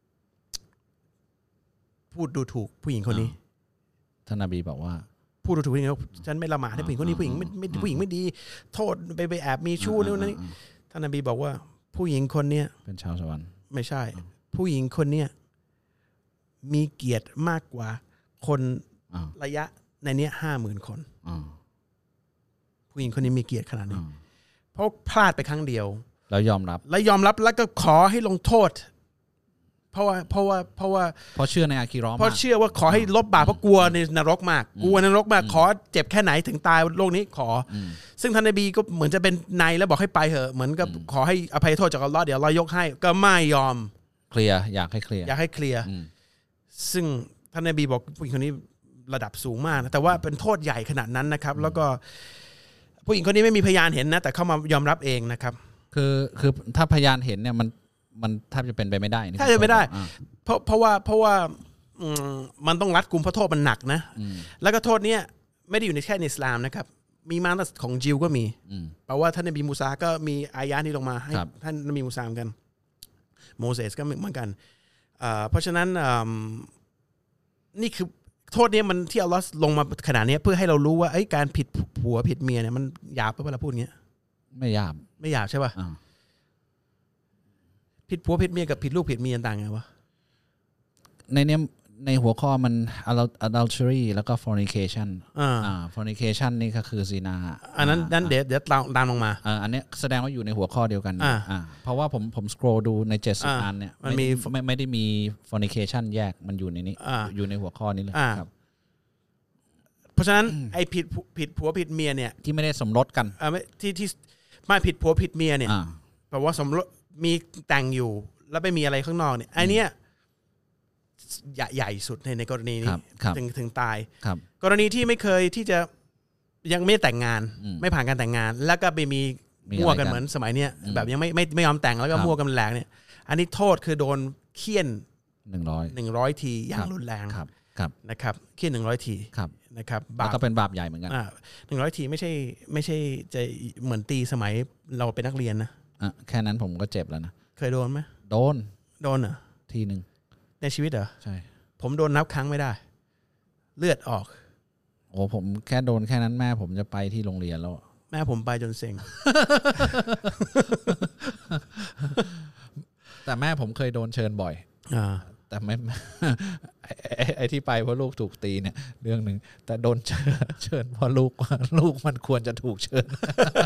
พูดดูถูกผู้หญิงคนนี้ท่านนบีบอกว่าพูดดูถูกผู้หญิงฉันไม่ละหมาดให้ผู้หญิงคนนี้ผู้หญิงไม่ผู้หญิงไม่ดีโทษไปไปแอบมีชู้นู่นนี่ท่านนบีบอกว่าผู้หญิงคนเนี้ยเป็นชาวสวรรค์ไม่ใช่ผู้หญิงคนเนี้ยมีเกียรติมากกว่าคนระยะในเนี้ยห้าหมื่นคนผู้หญิงคนนี้มีเกียรติขนาดนี้เพราะพลาดไปครั้งเดียวแล้วยอมรับแล้วยอมรับแล้วก็ขอให้ลงโทษราะว่าเพราะว่าเพราะว่าเพราะเชื่อในอาคิเราะห์เพราะเชื่อว่าขอให้ลบบาปเพราะกลัวในนรกมากกลัวนรกมากขอเจ็บแค่ไหนถึงตายโลกนี้ขอซึ่งท่านนบีก็เหมือนจะเป็นนายแล้วบอกให้ไปเถอะเหมือนกับขอให้อภัยโทษจากอัลเลาะห์เดี๋ยวเรายกให้ก็ไม่ยอมเคลียร์อยากให้เคลียร์อยากให้เคลียร์ซึ่งท่านนบีบอกผู้หญิงคนนี้ระดับสูงมากนะแต่ว่าเป็นโทษใหญ่ขนาดนั้นนะครับแล้วก็ผู้หญิงคนนี้ไม่มีพยานเห็นนะแต่เข้ามายอมรับเองนะครับคือคือถ้าพยานเห็นเนี่ยมันมันแทบจะเป็นไปไม่ได้ถ้าจะไม่ได้เพราะเพราะว่าเพราะว่ามันต้องรัดกุมเพราะโทษมันหนักนะแล้วก็โทษเนี้ยไม่ได้อยู่ในแค่ในอิสลามนะครับมีมาของยิวก็มีเพราะว่าท่านนบีมูซาก็มีอายะนี้ลงมาให้ท่านนบีมูซาเหมือนกันโมเสสก็เหมือนกันเพราะฉะนั้นนี่คือโทษนี้มันที่อัลลอฮ์ลงมาขนาดนี้เพื่อให้เรารู้ว่าไอ้การผิดผัวผิดเมียเนี่ยมันหยาบป่ะเวลาพูดอย่างเงี้ยไม่หยาบไม่หยาบใช่ป่ะผิดผัวผิดเมียกับผิดลูกผิดเมียต่างไงวะในเนี้ยในหัวข้อมัน adultery แล้วก็ fornication อ่า fornication นี่ก็คือซินาอันนั้นนั้นเดี๋ยวเดี๋ยวตามลงมาอ่าอันนี้แสดงว่าอยู่ในหัวข้อเดียวกันอ่าเพราะว่าผมผม scroll ดูในเจ็ดสิบอันเนี่ยมันมีไม่ไม่ได้มี fornication แยกมันอยู่ในนี้อยู่ในหัวข้อนี้เลยครับเพราะฉะนั้นไอ้ผิดผิดผัวผิดเมียเนี่ยที่ไม่ได้สมรสกันอ่าที่ที่ไม่ผิดผัวผิดเมียเนี่ยแปลว่าสมรสมีแต่งอยู่แล้วไปมีอะไรข้างนอกเนี่ยไอเนี้ยใหญ่สุดในในกรณีนี้ถึงถึงตายกรณีที่ไม่เคยที่จะยังไม่แต่งงานไม่ผ่านการแต่งงานแล้วก็ไปมีมั่วกันเหมือนสมัยเนี้ยแบบยังไม่ไม่ไม่ยอมแต่งแล้วก็มั่วกันแหลกเนี่ยอันนี้โทษคือโดนเคี่ยนหนึ่งร้อยหนึ่งร้อยทีอย่างรุนแรงนะครับเคี่ยนหนึ่งร้อยทีนะครับแล้วก็เป็นบาปใหญ่เหมือนกันหนึ่งร้อยทีไม่ใช่ไม่ใช่จะเหมือนตีสมัยเราเป็นนักเรียนนะแค่นั้นผมก็เจ็บแล้วนะเคยโดนไหมโดนโดนเหรอทีหนึ่งในชีวิตเหรอใช่ผมโดนนับครั้งไม่ได้เลือดออกโอ้ผมแค่โดนแค่นั้นแม่ผมจะไปที่โรงเรียนแล้วแม่ผมไปจนเซ็งแต่แม่ผมเคยโดนเชิญบ่อยอ่าแต่ไม่ไอ้ที่ไปเพราะลูกถูกตีเนี่ยเรื่องหนึ่งแต่โดนเชิญเชิญเพราะลูกลูกมันควรจะถูกเชิญ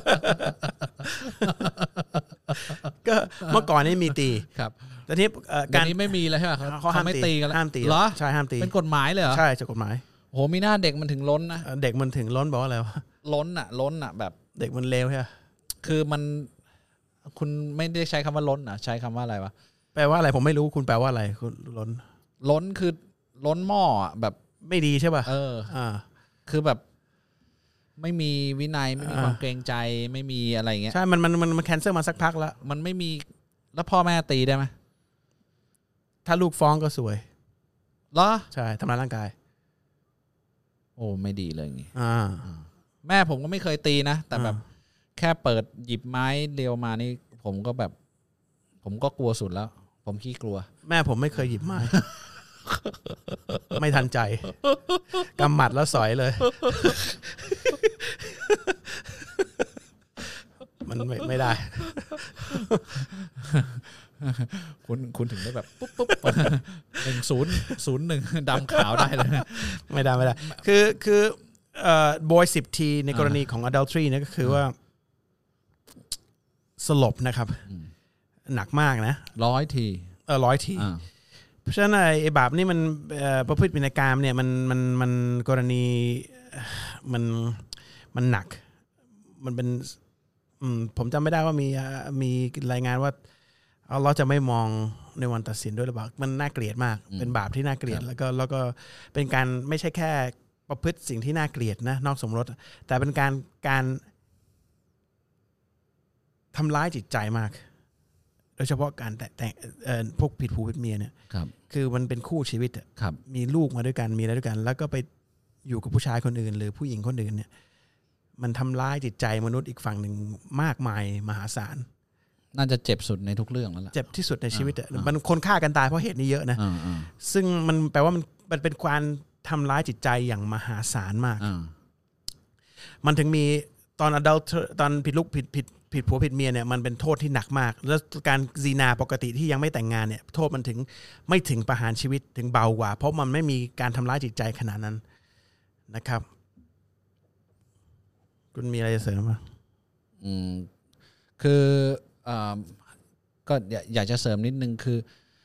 ก็เมื่อก่อนนี่มีตีครับแต่นี้การนี้ไม่มีแล้วใช่ไหมเขาห้ามไม่ตีกันแล้วห้ามตีเหรอใช่ห้ามตีเป็นกฎหมายเลยเหรอใช่จะกฎหมายโหมีหน้าเด็กมันถึงล้นนะเด็กมันถึงล้นบอกว่าอะไรวะล้นอ่ะล้นอ่ะแบบเด็กมันเลวใช่ไหมคือมันคุณไม่ได้ใช้คำว่าล้นอ่ะใช้คำว่าอะไรวะแปลว่าอะไรผมไม่รู้คุณแปลว่าอะไรคุณล้นล้นคือล้นหม้ออ่ะแบบไม่ดีใช่ป่ะเอออ่าคือแบบไม่มีวินัยไม่มีความเกรงใจไม่มีอะไรเงี้ยใช่มันมันมันมันแคนเซิลมาสักพักแล้วมันไม่มีแล้วพ่อแม่ตีได้ไหมถ้าลูกฟ้องก็สวยเหรอใช่ทำร้ายร่างกายโอ้ไม่ดีเลยอย่างงี้อ่าแม่ผมก็ไม่เคยตีนะแต่แบบแค่เปิดหยิบไม้เรียวมานี่ผมก็แบบผมก็กลัวสุดแล้วผมขี้กลัวแม่ผมไม่เคยหยิบไม้ ไม่ทันใจกำหมัดแล้วสอยเลยมันไม่ไม่ได้คุณคุณถึงได้แบบปุ๊บปุ๊บหนึ่งศูนย์ศูนย์หนึ่งดำขาวได้เลยไม่ได้ไม่ได้คือคือเอ่อโบยสิบทีในกรณีของ adultery เนี่ยก็คือว่าสลบนะครับหนักมากนะร้อยทีเออร้อยทีเพราะฉะนั้นไอ้บาปนี่มันประพฤติผิดในกามเนี่ยมันมันมันกรณีมันมันหนักมันเป็นผมจำไม่ได้ว่ามีมีรายงานว่าเราจะไม่มองในวันตัดสินด้วยหรือเปล่ามันน่าเกลียดมากเป็นบาปที่น่าเกลียดแล้วก็แล้วก็เป็นการไม่ใช่แค่ประพฤติสิ่งที่น่าเกลียดนะนอกสมรสแต่เป็นการการทำร้ายจิตใจมากโดยเฉพาะการแต่แต่พวกผิดผัวผิดเมียเนี่ยคือมันเป็นคู่ชีวิตมีลูกมาด้วยกันมีอะไรด้วยกันแล้วก็ไปอยู่กับผู้ชายคนอื่นหรือผู้หญิงคนอื่นเนี่ยมันทำร้ายจิตใจมนุษย์อีกฝั่งหนึ่งมากมายมหาศาลน่าจะเจ็บสุดในทุกเรื่องแล้วล่ะเจ็บที่สุดในชีวิตมันคนฆ่ากันตายเพราะเหตุนี้เยอะนะซึ่งมันแปลว่ามันมันเป็นการทำร้ายจิตใจอย่างมหาศาลมากมันถึงมีตอน adult ตอนผิดลูกผิดผิดผิดผัวผิดเมียเนี่ยมันเป็นโทษที่หนักมากแล้วการซีนาปกติที่ยังไม่แต่งงานเนี่ยโทษมันถึงไม่ถึงประหารชีวิตถึงเบากว่าเพราะมันไม่มีการทำร้ายจิตใจขนาดนั้นนะครับคุณมีอะไรจะเสริมมั้ยอืมคืออ่าก็อยากจะเสริมนิดนึงคือ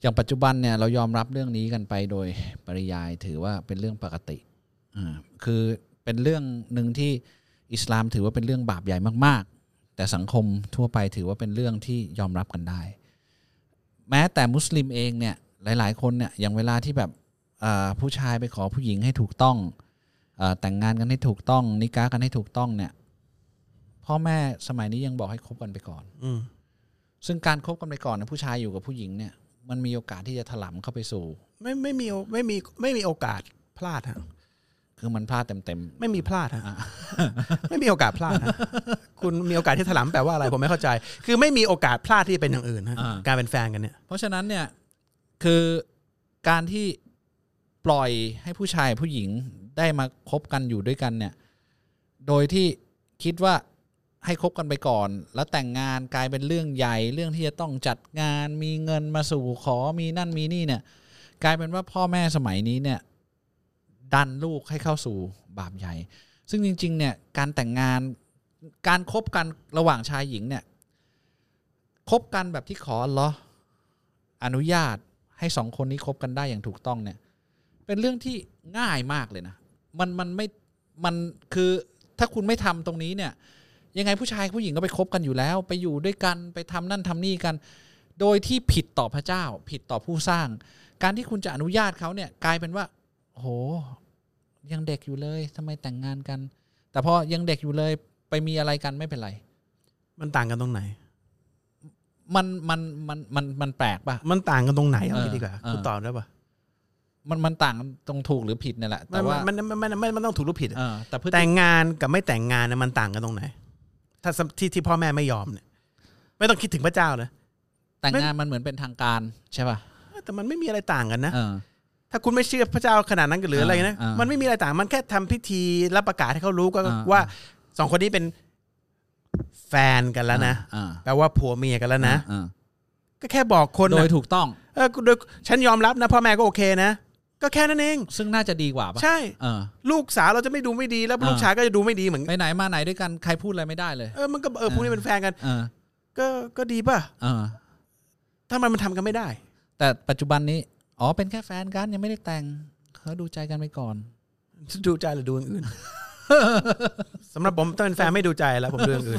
อย่างปัจจุบันเนี่ยเรายอมรับเรื่องนี้กันไปโดยปริยายถือว่าเป็นเรื่องปกติอ่าคือเป็นเรื่องหนึ่งที่อิสลามถือว่าเป็นเรื่องบาปใหญ่มากๆแต่สังคมทั่วไปถือว่าเป็นเรื่องที่ยอมรับกันได้แม้แต่มุสลิมเองเนี่ยหลายๆคนเนี่ยอย่างเวลาที่แบบผู้ชายไปขอผู้หญิงให้ถูกต้องแต่งงานกันให้ถูกต้องนิกากันให้ถูกต้องเนี่ยพ่อแม่สมัยนี้ยังบอกให้คบกันไปก่อนอืซึ่งการคบกันไปก่อนนะผู้ชายอยู่กับผู้หญิงเนี่ยมันมีโอกาสที่จะถลำเข้าไปสู่ไม่ไม่มีไม่มีไม่มีโอกาสพลาดฮะคือมันพลาดเต็มๆไม่มีพลาดฮะไม่มีโอกาสพลาดฮะคุณมีโอกาสที่ถลำแปลว่าอะไรผมไม่เข้าใจคือไม่มีโอกาสพลาดที่เป็นอย่างอื่นฮะการเป็นแฟนกันเนี่ยเพราะฉะนั้นเนี่ยคือการที่ปล่อยให้ผู้ชายผู้หญิงได้มาคบกันอยู่ด้วยกันเนี่ยโดยที่คิดว่าให้คบกันไปก่อนแล้วแต่งงานกลายเป็นเรื่องใหญ่เรื่องที่จะต้องจัดงานมีเงินมาสู่ขอมีนั่นมีนี่เนี่ยกลายเป็นว่าพ่อแม่สมัยนี้เนี่ยดันลูกให้เข้าสู่บาปใหญ่ซึ่งจริงๆเนี่ยการแต่งงานการคบกันระหว่างชายหญิงเนี่ยคบกันแบบที่ขออัลเลาะห์อนุญาตให้สองคนนี้คบกันได้อย่างถูกต้องเนี่ยเป็นเรื่องที่ง่ายมากเลยนะมันมันไม่มันคือถ้าคุณไม่ทำตรงนี้เนี่ยยังไงผู้ชายผู้หญิงก็ไปคบกันอยู่แล้วไปอยู่ด้วยกันไปทำนั่นทำนี่กันโดยที่ผิดต่อพระเจ้าผิดต่อผู้สร้างการที่คุณจะอนุญาตเขาเนี่ยกลายเป็นว่าโหยังเด็กอยู่เลยทำไมแต่งงานกันแต่พอยังเด็กอยู่เลยไปมีอะไรกันไม่เป็นไรมันต่างกันตรงไหนมันมันมันมันมันแปลกป่ะมันต่างกันตรงไหนเอาดีกว่าคุณตอบได้ป่ะมันมันต่างตรงถูกหรือผิดนี่แหละแต่ว่ามันมันมันมันต้องถูกหรือผิดแต่แต่งงานกับไม่แต่งงานเนี่ยมันต่างกันตรงไหนถ้าที่ที่พ่อแม่ไม่ยอมเนี่ยไม่ต้องคิดถึงพระเจ้าเลยแต่งงานมันเหมือนเป็นทางการใช่ป่ะแต่มันไม่มีอะไรต่างกันนะถ้าคุณไม่เชื่อพระเจ้าขนาดนั้นหรืออะไรนะมันไม่มีอะไรต่างมันแค่ทำพิธีแล้วประกาศให้เขารู้ก็ว่าสองคนนี้เป็นแฟนกันแล้วนะแปลว่าผัวเมียกันแล้วนะก็แค่บอกคนโดยถูกต้องเออโดยฉันยอมรับนะพ่อแม่ก็โอเคนะก็แค่นั้นเองซึ่งน่าจะดีกว่าป่ะใช่ลูกสาวเราจะไม่ดูไม่ดีแล้วลูกชายก็จะดูไม่ดีเหมือนไปไหนมาไหนด้วยกันใครพูดอะไรไม่ได้เลยเออมันก็เออพวกนี้เป็นแฟนกันก็ก็ดีป่ะถ้ามันมันทำกันไม่ได้แต่ปัจจุบันนี้อ๋อเป็นแค่แฟนกันยังไม่ได้แต่งเขาดูใจกันไปก่อนดูใจหรือดูอย่างอื่นสำหรับผมถ้าเป็นแฟนไม่ดูใจแล้วผมดูอย่างอื่น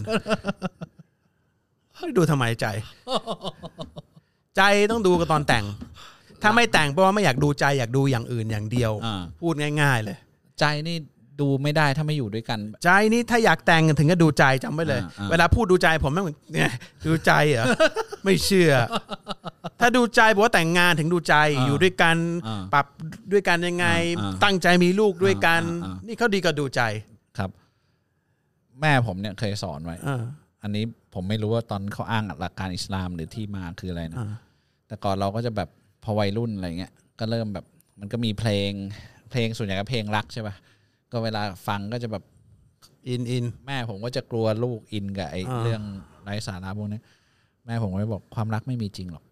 ดูทำไมใจใจต้องดูกันตอนแต่งถ้าไม่แต่งเพราะว่าไม่อยากดูใจอยากดูอย่างอื่นอย่างเดียวพูดง่ายๆเลยใจนี่ดูไม่ได้ถ้าไม่อยู่ด้วยกันใจนี่ถ้าอยากแต่งถึงจะดูใจจำไว้เลยเวลาพูดดูใจผมไม่เหมือนเนี่ยดูใจเหรอไม่เชื่อถ้าดูใจบอกว่าแต่งงานถึงดูใจอยู่ด้วยกันปรับด้วยกันยังไงตั้งใจมีลูกด้วยกันนี่เขาดีกว่าดูใจครับแม่ผมเนี่ยเคยสอนไว้อันนี้ผมไม่รู้ว่าตอนเขาอ้างหลักการอิสลามหรือที่มาคืออะไรนะแต่ก่อนเราก็จะแบบพอวัยรุ่นอะไรเงี้ยก็เริ่มแบบมันก็มีเพลงเพลงส่วนใหญ่ก็เพลงรักใช่ป่ะก็เวลาฟังก็จะแบบอินอินแม่ผมก็จะกลัวลูกอินกับไอ้เรื่องไร้สาระพวกนี้แม่ผมก็บอกความรักไม่มีจริงหรอก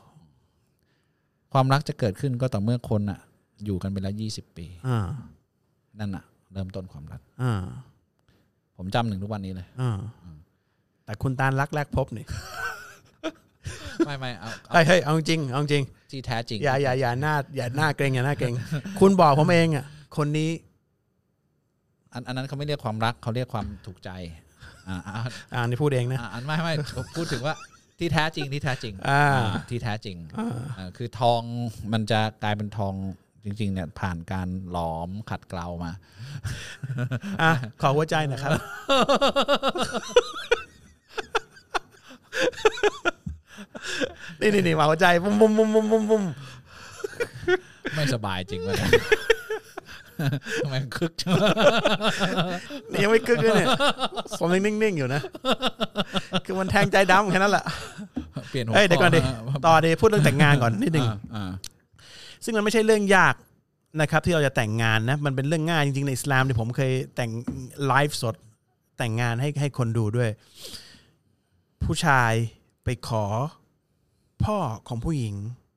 ความรักจะเกิดขึ้นก็ต่อเมื่อคนอ่ะอยู่กันไปแล้วยี่สิบปีนั่นอ่ะเริ่มต้นความรักผมจำถึงทุกวันนี้เลยแต่คุณตาลรักแรกพบนี่ไม่ไม่เอาเฮ้ยเอาจริงเอาจริงที่แท้จริงอย่าอย่าอย่าหน้าอย่าหน้าเกรงอย่าหน้าเกรงคุณบอกผมเองอ่ะคนนี้อันอันนั้นเขาไม่เรียกความรักเขาเรียกความถูกใจอ่าอ่านี่พูดเองนะอันไม่ไม่พูดถึงว่าที่แท้จริงที่แท้จริงที่แท้จริงคือทองมันจะกลายเป็นทองจริงๆเนี่ยผ่านการหลอมขัดเกลามาอ่ะขอหัวใจหน่อยครับนี่นี่นี่มาหัวใจบุ้มบุ้มบุ้มบุ้มบุ้มบุ้มไม่สบายจริงวะเนี่ยทำไมคึกนี่ยังไม่คึกเลยเนี่ยผมยังนิ่งๆอยู่นะคือมันแทงใจดำแค่นั้นแหละเปลี่ยนหัวเฮ้ยเดี๋ยวก่อนดิต่อดิพูดเรื่องแต่งงานก่อนนิดนึงซึ่งมันไม่ใช่เรื่องยากนะครับที่เราจะแต่งงานนะมันเป็นเรื่องง่ายจริงๆในอิสลามที่ผมเคยแต่งไลฟ์สดแต่งงานให้ให้คนดูด้วยผู้ชายไปขอพ่อของผู้หญิง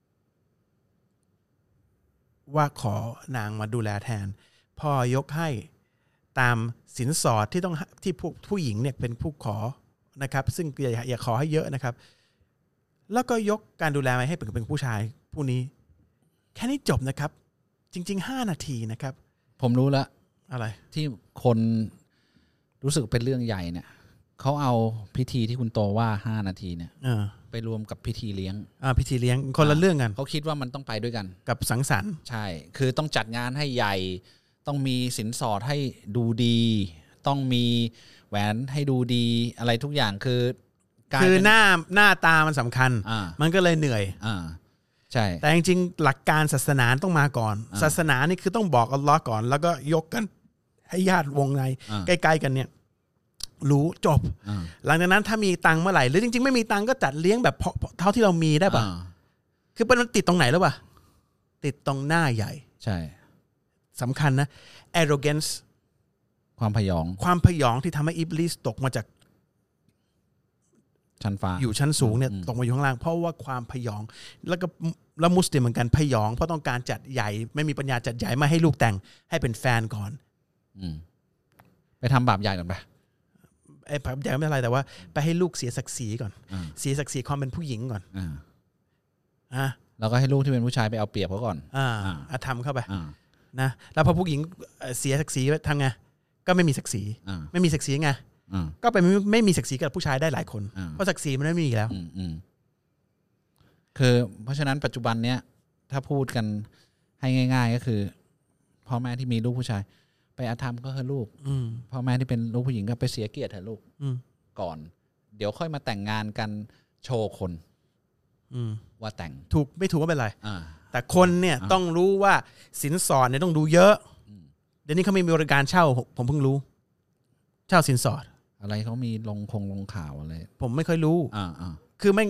ว่าขอนางมาดูแลแทนพ่อยกให้ตามสินสอดที่ต้องที่ผู้ผู้หญิงเนี่ยเป็นผู้ขอนะครับซึ่งอย่าอย่าขอให้เยอะนะครับแล้วก็ยกการดูแลมาให้เป็นเป็นผู้ชายผู้นี้แค่นี้จบนะครับจริงๆห้านาทีนะครับผมรู้แล้วอะไรที่คนรู้สึกเป็นเรื่องใหญ่เนี่ยเขาเอาพิธีที่คุณโตว่าห้านาทีเนี่ยไปรวมกับพิธีเลี้ยงอ่าพิธีเลี้ยงคนละเรื่องกันเขาคิดว่ามันต้องไปด้วยกันกับสังสรรค์ใช่คือต้องจัดงานให้ใหญ่ต้องมีสินสอดให้ดูดีต้องมีแหวนให้ดูดีอะไรทุกอย่างคือคือหน้าหน้าตามันสำคัญมันก็เลยเหนื่อยใช่แต่จริงๆหลักการศาสนาต้องมาก่อนศาสนานี่คือต้องบอกอัลลอฮ์ก่อนแล้วก็ยกกันให้ญาติวงในใกล้ๆกันเนี่ยรู้จบหลังจากนั้นถ้ามีตังค์เมื่อไหร่หรือจริงๆไม่มีตังค์ก็จัดเลี้ยงแบบเท่าที่เรามีได้ป่ะคือมันติดตรงไหนแล้วป่ะติดตรงหน้าใหญ่ใช่สำคัญนะ arrogance ความพยองความพยองที่ทำให้อิบลิสตกมาจากชั้นฟ้าอยู่ชั้นสูงเนี่ยตกมาอยู่ข้างล่างเพราะว่าความพยองแล้วก็แล้วมุสลิมเหมือนกันพยองเพราะต้องการจัดใหญ่ไม่มีปัญญาจัดใหญ่มาให้ลูกแต่งให้เป็นแฟนก่อนไปทำบาปใหญ่ก่อนไปไอ้บาปใหญ่ไม่อะไรแต่ว่าไปให้ลูกเสียศักดิ์ศรีก่อนเสียศักดิ์ศรีความเป็นผู้หญิงก่อนอ่าแล้วก็ให้ลูกที่เป็นผู้ชายไปเอาเปรียบเขาก่อนอ่าทำเข้าไปนะแล้วพอผู้หญิงเสียศักดิ์ศรีทำไงก็ไม่มีศักดิ์ศรีไม่มีศักดิ์ศรีไงก็ไปไม่มีศักดิ์ศรีกับผู้ชายได้หลายคนเพราะศักดิ์ศรีมันไม่มีแล้วคือเพราะฉะนั้นปัจจุบันเนี้ยถ้าพูดกันให้ง่ายๆก็คือพ่อแม่ที่มีลูกผู้ชายไปอาธรรมก็คือลูกพ่อแม่ที่เป็นลูกผู้หญิงก็ไปเสียเกียรติเถอะลูกก่อนเดี๋ยวค่อยมาแต่งงานกันโชว์คนว่าแต่งถูกไม่ถูกก็เป็นไรแต่คนเนี่ยต้องรู้ว่าสินสอดเนี่ยต้องดูเยอะเดี๋ยวนี้เขามีบริการเช่าผมเพิ่งรู้เช่าสินสอดอะไรเขามีลงคงลงข่าวอะไรผมไม่ค่อยรู้อ่าอ่าคือแม่ง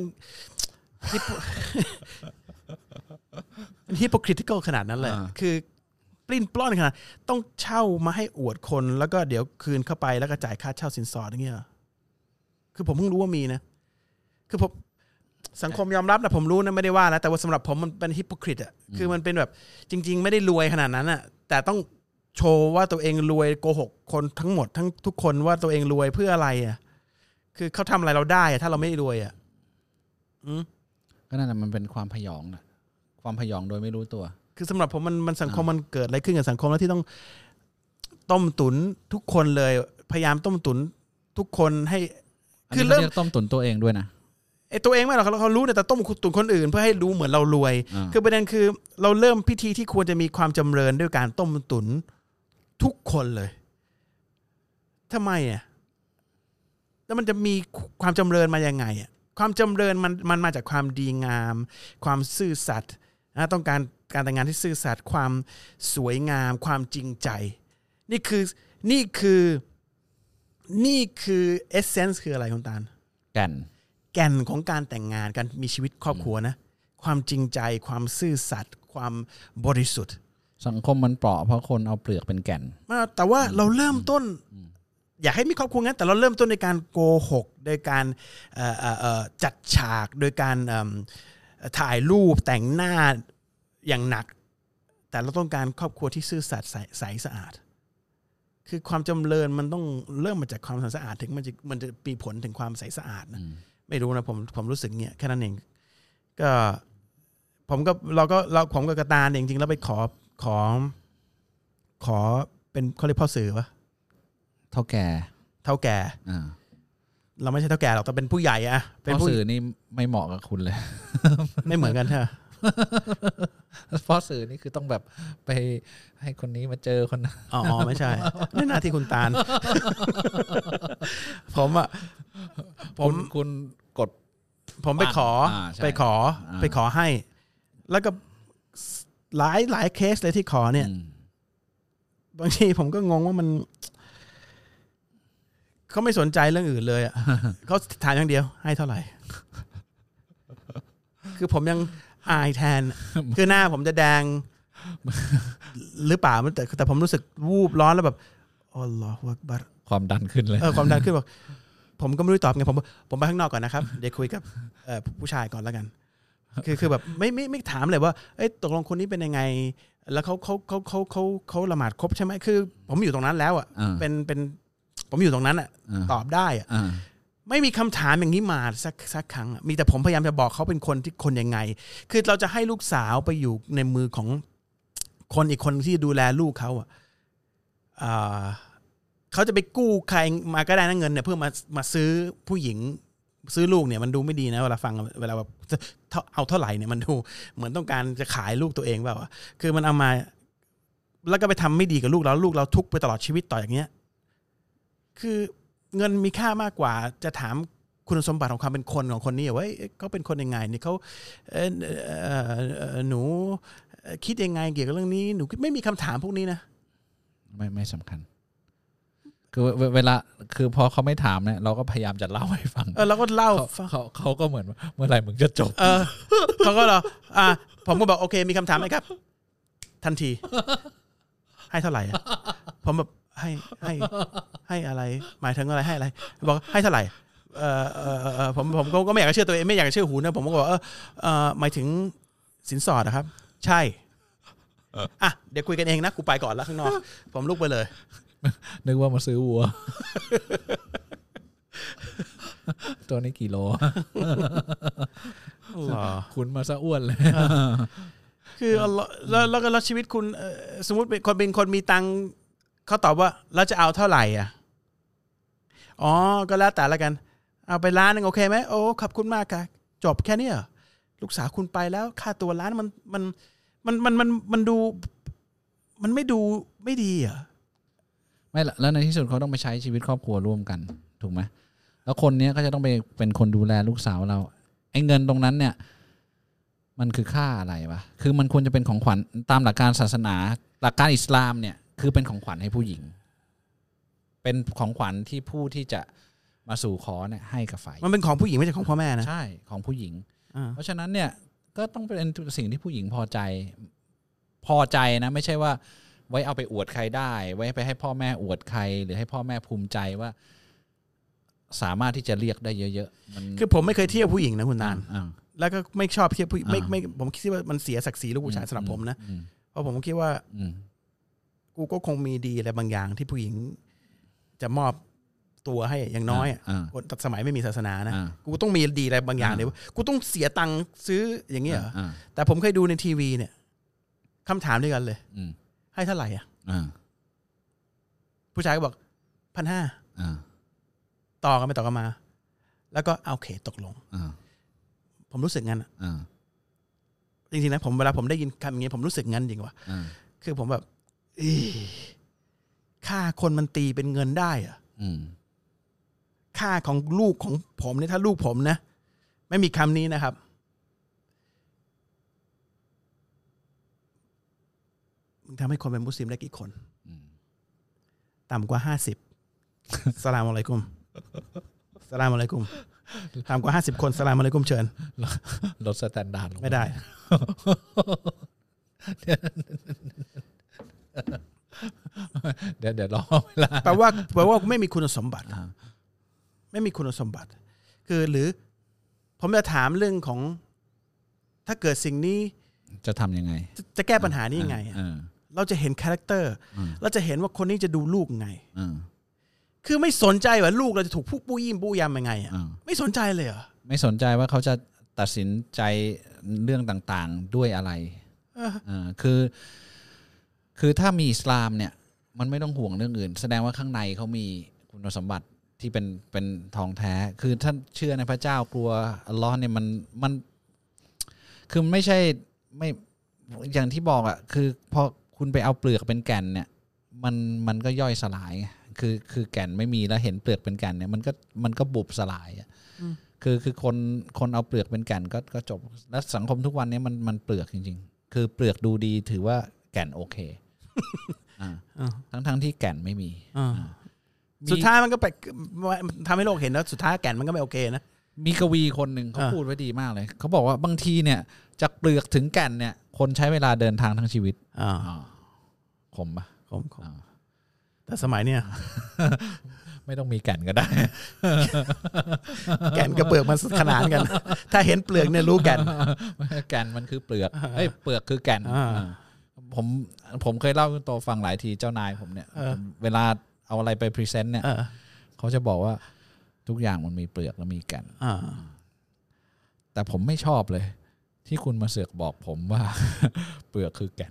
มันฮิปโปคริติคอลขนาดนั้นเลยคือปลิ้นปล้อนขนาดต้องเช่ามาให้อวดคนแล้วก็เดี๋ยวคืนเข้าไปแล้วก็จ่ายค่าเช่าสินสอดอย่างเงี้ยคือผมเพิ่งรู้ว่ามีนะคือผมสังคมยอมรับนะผมรู้นะไม่ได้ว่านะแต่ว่าสำหรับผมมันเป็นฮิปโปคริตอ่ะคือมันเป็นแบบจริงๆไม่ได้รวยขนาดนั้นอ่ะแต่ต้องโชว์ว่าตัวเองรวยโกหกคนทั้งหมดทั้งทุกคนว่าตัวเองรวยเพื่ออะไรอ่ะคือเขาทำอะไรเราได้อ่ะถ้าเราไม่รวยอ่ะอืมก็นั่นแหละมันเป็นความพยองนะความพยองโดยไม่รู้ตัวคือสำหรับผมมันมันสังคมมันเกิดอะไรขึ้นกับสังคมแล้วที่ต้องต้มตุ๋นทุกคนเลยพยายามต้มตุ๋นทุกคนให้คือเริ่มต้มตุ๋นตัวเองด้วยนะไอ้ตัวเองไม่หรอกเขารู้แต่ต้มตุ๋นคนอื่นเพื่อให้รู้เหมือนเรารวยคือประเด็นคือเราเริ่มพิธีที่ควรจะมีความจำเริญด้วยการต้มตุ๋นทุกคนเลยทำไมอ่ะแล้วมันจะมีความจำเริญมายังไงอ่ะความจำเริญมันมันมาจากความดีงามความซื่อสัตย์นะต้องการการแต่งงานที่ซื่อสัตย์ความสวยงามความจริงใจนี่คือนี่คือนี่คือเอเซนส์คืออะไรคุณตาลแก่นแก่นของการแต่งงานการมีชีวิตครอบครัวนะความจริงใจความซื่อสัตย์ความบริสุทธิ์สังคมมันเปราะเพราะคนเอาเปลือกเป็นแก่นแต่ว่าเราเริ่มต้นอยากให้มีครอบครัวงั้นแต่เราเริ่มต้นในการโกหกโดยการจัดฉากโดยการถ่ายรูปแต่งหน้าอย่างหนักแต่เราต้องการครอบครัวที่ซื่อสัตย์ใสสะอาดคือความจำเริญมันต้องเริ่มมาจากความสะอาดถึงมันจะมันจะมีผลถึงความใสสะอาดนะไม่รู้นะผมผมรู้สึกเงี้ยแค่นั้นเองก็ผมก็เราก็เราผมกับกระตาจริงๆแล้วไปขอขอขอเป็นเขาเรียกพ่อสื่อปะเท่าแก่เท่าแก่เราไม่ใช่เท่าแก่หรอกแต่เป็นผู้ใหญ่อะเป็นพ่อสื่อนี่ไม่เหมาะกับคุณเลยไม่เหมือนกันใช่ไหมพ่อสื่อนี่คือต้องแบบไปให้คนนี้มาเจอคนนั้นอ๋อไม่ใช่นี่หน้าที่คุณตาลผมอะผมคุณกดผมไปขอไปขอไปขอให้แล้วก็หลายหลายเคสเลยที่ขอเนี่ยบางทีผมก็งงว่ามันเขาไม่สนใจเรื่องอื่นเลยอ่ะเขาถามอย่างเดียวให้เท่าไหร่คือผมยังอายแทนคือหน้าผมจะแดงหรือเปล่าแต่แต่ผมรู้สึกวูบร้อนแล้วแบบอัลลอฮฺอักบัรความดันขึ้นเลยเออความดันขึ้นบอกผมก็ไม่รู้ตอบไงผมผมไปข้างนอกก่อนนะครับเดี๋ยวคุยกับผู้ชายก่อนแล้วกันคือคือแบบไม่ไม่ไม่ถามเลยว่าเอ้ยตกลงคนนี้เป็นยังไงแล้วเขาเขาเขาเขาเขาเขาละหมาดครบใช่ไหมคือผมอยู่ตรงนั้นแล้วอ่ะเป็นเป็นผมอยู่ตรงนั้นอ่ะตอบได้อ่ะไม่มีคำถามอย่างนี้มาสักสักครั้งมีแต่ผมพยายามจะบอกเขาเป็นคนที่คนยังไงคือเราจะให้ลูกสาวไปอยู่ในมือของคนอีกคนที่ดูแลลูกเขาอ่ะเขาจะไปกู้ใครมาก็ได้นะเงินเนี่ยเพื่อมามาซื้อผู้หญิงซื้อลูกเนี่ยมันดูไม่ดีนะเวลาฟังเวลาแบบเอาเท่าไหร่เนี่ยมันดูเหมือนต้องการจะขายลูกตัวเองแบบว่าคือมันเอามาแล้วก็ไปทำไม่ดีกับลูกเราลูกเราทุกข์ไปตลอดชีวิตต่ออย่างเงี้ยคือเงินมีค่ามากกว่าจะถามคุณสมบัติของความเป็นคนของคนนี้ว่าเขาเป็นคนยังไงเนี่ยเขาหนูคิดยังไงเกี่ยวกับเรื่องนี้หนูไม่มีคำถามพวกนี้นะไม่ไม่สำคัญคือเวลาคือพอเขาไม่ถามเนี่ยเราก็พยายามจะเล่าให้ฟังเออเราก็เล่าเขาเขาก็เหมือนเมื่อไหร่มึงจะจบเออเขาก็รออ่าผมก็บอกโอเคมีคำถามไหมครับทันทีให้เท่าไหร่อ่ะผมแบบให้ให้ให้อะไรหมายถึงอะไรให้อะไรบอกให้เท่าไหร่เออเออเออผมผมก็ไม่อยากจะเชื่อตัวเองไม่อยากจะเชื่อหูนะผมก็บอกเออเออหมายถึงสินสอดนะครับใช่อ่ะเดี๋ยวคุยกันเองนะกูไปก่อนแล้วข้างนอกผมลุกไปเลยนึกว่ามาซื้อวัวตัวนี้กี่โลคุณมาซะอ้วนเลยคือแล้วแล้วก็แล้วชีวิตคุณสมมุติเป็นคนเป็นคนมีตังเขาตอบว่าแล้วจะเอาเท่าไหร่อ่ะอ๋อก็แล้วแต่ละกันเอาไปล้านนึงโอเคไหมโอ้ขอบคุณมากค่ะจบแค่นี้เหรอลูกสาวคุณไปแล้วค่าตัวล้านมันมันมันมันมันมันดูมันไม่ดูไม่ดีอ่ะไม่แล้วในที่สุดเขาต้องไปใช้ชีวิตครอบครัวร่วมกันถูกไหมแล้วคนนี้ก็จะต้องไปเป็นคนดูแลลูกสาวเราไอ้เงินตรงนั้นเนี่ยมันคือค่าอะไรวะคือมันควรจะเป็นของขวัญตามหลักการศาสนาหลักการอิสลามเนี่ยคือเป็นของขวัญให้ผู้หญิงเป็นของขวัญที่ผู้ที่จะมาสู่ขอเนี่ยให้กับฝ่ายมันเป็นของผู้หญิงไม่ใช่ของพ่อแม่นะใช่ของผู้หญิงเพราะฉะนั้นเนี่ยก็ต้องเป็นสิ่งที่ผู้หญิงพอใจพอใจนะไม่ใช่ว่าไว้เอาไปอวดใครได้ไว้ไปให้พ่อแม่อวดใครหรือให้พ่อแม่ภูมิใจว่าสามารถที่จะเรียกได้เยอะๆมันคือผมไม่เคยเทียบผู้หญิงนะคุณนานแล้วก็ไม่ชอบเทียบผู้ไม่ไม่ผมคิดว่ามันเสียศักดิ์ศรีลูกผู้ชายสำหรับผมนะเพราะผมคิดว่ากูก็คงมีดีอะไรบางอย่างที่ผู้หญิงจะมอบตัวให้อย่างน้อยคนสมัยไม่มีศาสนานะกูต้องมีดีอะไรบางอย่างเดี๋ยวกูต้องเสียตังค์ซื้ออย่างเงี้ยแต่ผมเคยดูในทีวีเนี่ยคำถามด้วยกันเลยให้เท่าไหร่อ่ะผู้ชายก็บอกพันห้าต่อกันไปต่อกันมาแล้วก็โอเคตกลงผมรู้สึกงั้นจริงๆนะผมเวลาผมได้ยินคำอย่างนี้ผมรู้สึกงั้นจริงว่ะคือผมแบบค่าคนมันตีเป็นเงินได้อ่ะค่าของลูกของผมเนี่ยถ้าลูกผมนะไม่มีคำนี้นะครับมึงทำให้คนเป็นมุสลิมได้กี่คนต่ำกว่าห้าสิบสลามอะลัยกุมสลามอะลัยกุมต่ำกว่าห้าสิบคนสลามอะลัยกุมเชิญลดสแตนดาร์ดลงไม่ได้เดี๋ยวเดี๋ยวรอเวลาแปลว่าแปลว่าไม่มีคุณสมบัติไม่มีคุณสมบัติคือหรือผมจะถามเรื่องของถ้าเกิดสิ่งนี้จะทำยังไงจะแก้ปัญหานี้ยังไงเราจะเห็นคาแรคเตอร์เราจะเห็นว่าคนนี้จะดูลูกไงคือไม่สนใจว่าลูกเราจะถูกผู้ปู้ยิ้มปู้ยำยังไงอ่ะไม่สนใจเลยเหรอไม่สนใจว่าเขาจะตัดสินใจเรื่องต่างๆด้วยอะไรอ่าคือคือถ้ามีอิสลามเนี่ยมันไม่ต้องห่วงเรื่องอื่นแสดงว่าข้างในเขามีคุณสมบัติที่เป็นเป็นทองแท้คือท่านเชื่อในพระเจ้ากลัวอัลลอฮ์เนี่ยมันมันคือไม่ใช่ไม่อย่างที่บอกอ่ะคือพอคุณไปเอาเปลือกเป็นแก่นเนี่ยมันมันก็ย่อยสลายคือคือแก่นไม่มีแล้วเห็นเปลือกเป็นแก่นเนี่ยมันก็มันก็บุบสลายอ่ะคือคือคนคนเอาเปลือกเป็นแก่นก็ก็จบแล้วสังคมทุกวันนี้มันมันเปลือกจริงๆคือเปลือกดูดีถือว่าแก่นโอเคทั้งทั้งที่แก่นไม่มีสุดท้ายมันก็ไปทำให้โลกเห็นแล้วสุดท้ายแก่นมันก็ไม่โอเคนะมีกวีคนหนึ่งเขาพูดไว้ดีมากเลยเขาบอกว่าบางทีเนี่ยจากเปลือกถึงแก่นเนี่ยคนใช้เวลาเดินทางทั้งชีวิตคมปะคมคมแต่สมัยเนี้ยไม่ต้องมีแก่นก็ได้แก่นกับเปลือกมันขนานกันถ้าเห็นเปลือกเนี่ยรู้แก่นแก่นมันคือเปลือกเอ้ยเปลือกคือแก่นผมผมเคยเล่าให้โตฟังหลายทีเจ้านายผมเนี่ยเวลาเอาอะไรไปพรีเซนต์เนี่ยเขาจะบอกว่าทุกอย่างมันมีเปลือกและมีแก่นอ่าแต่ผมไม่ชอบเลยที่คุณมาเสือกบอกผมว่า เปลือกคือแก่น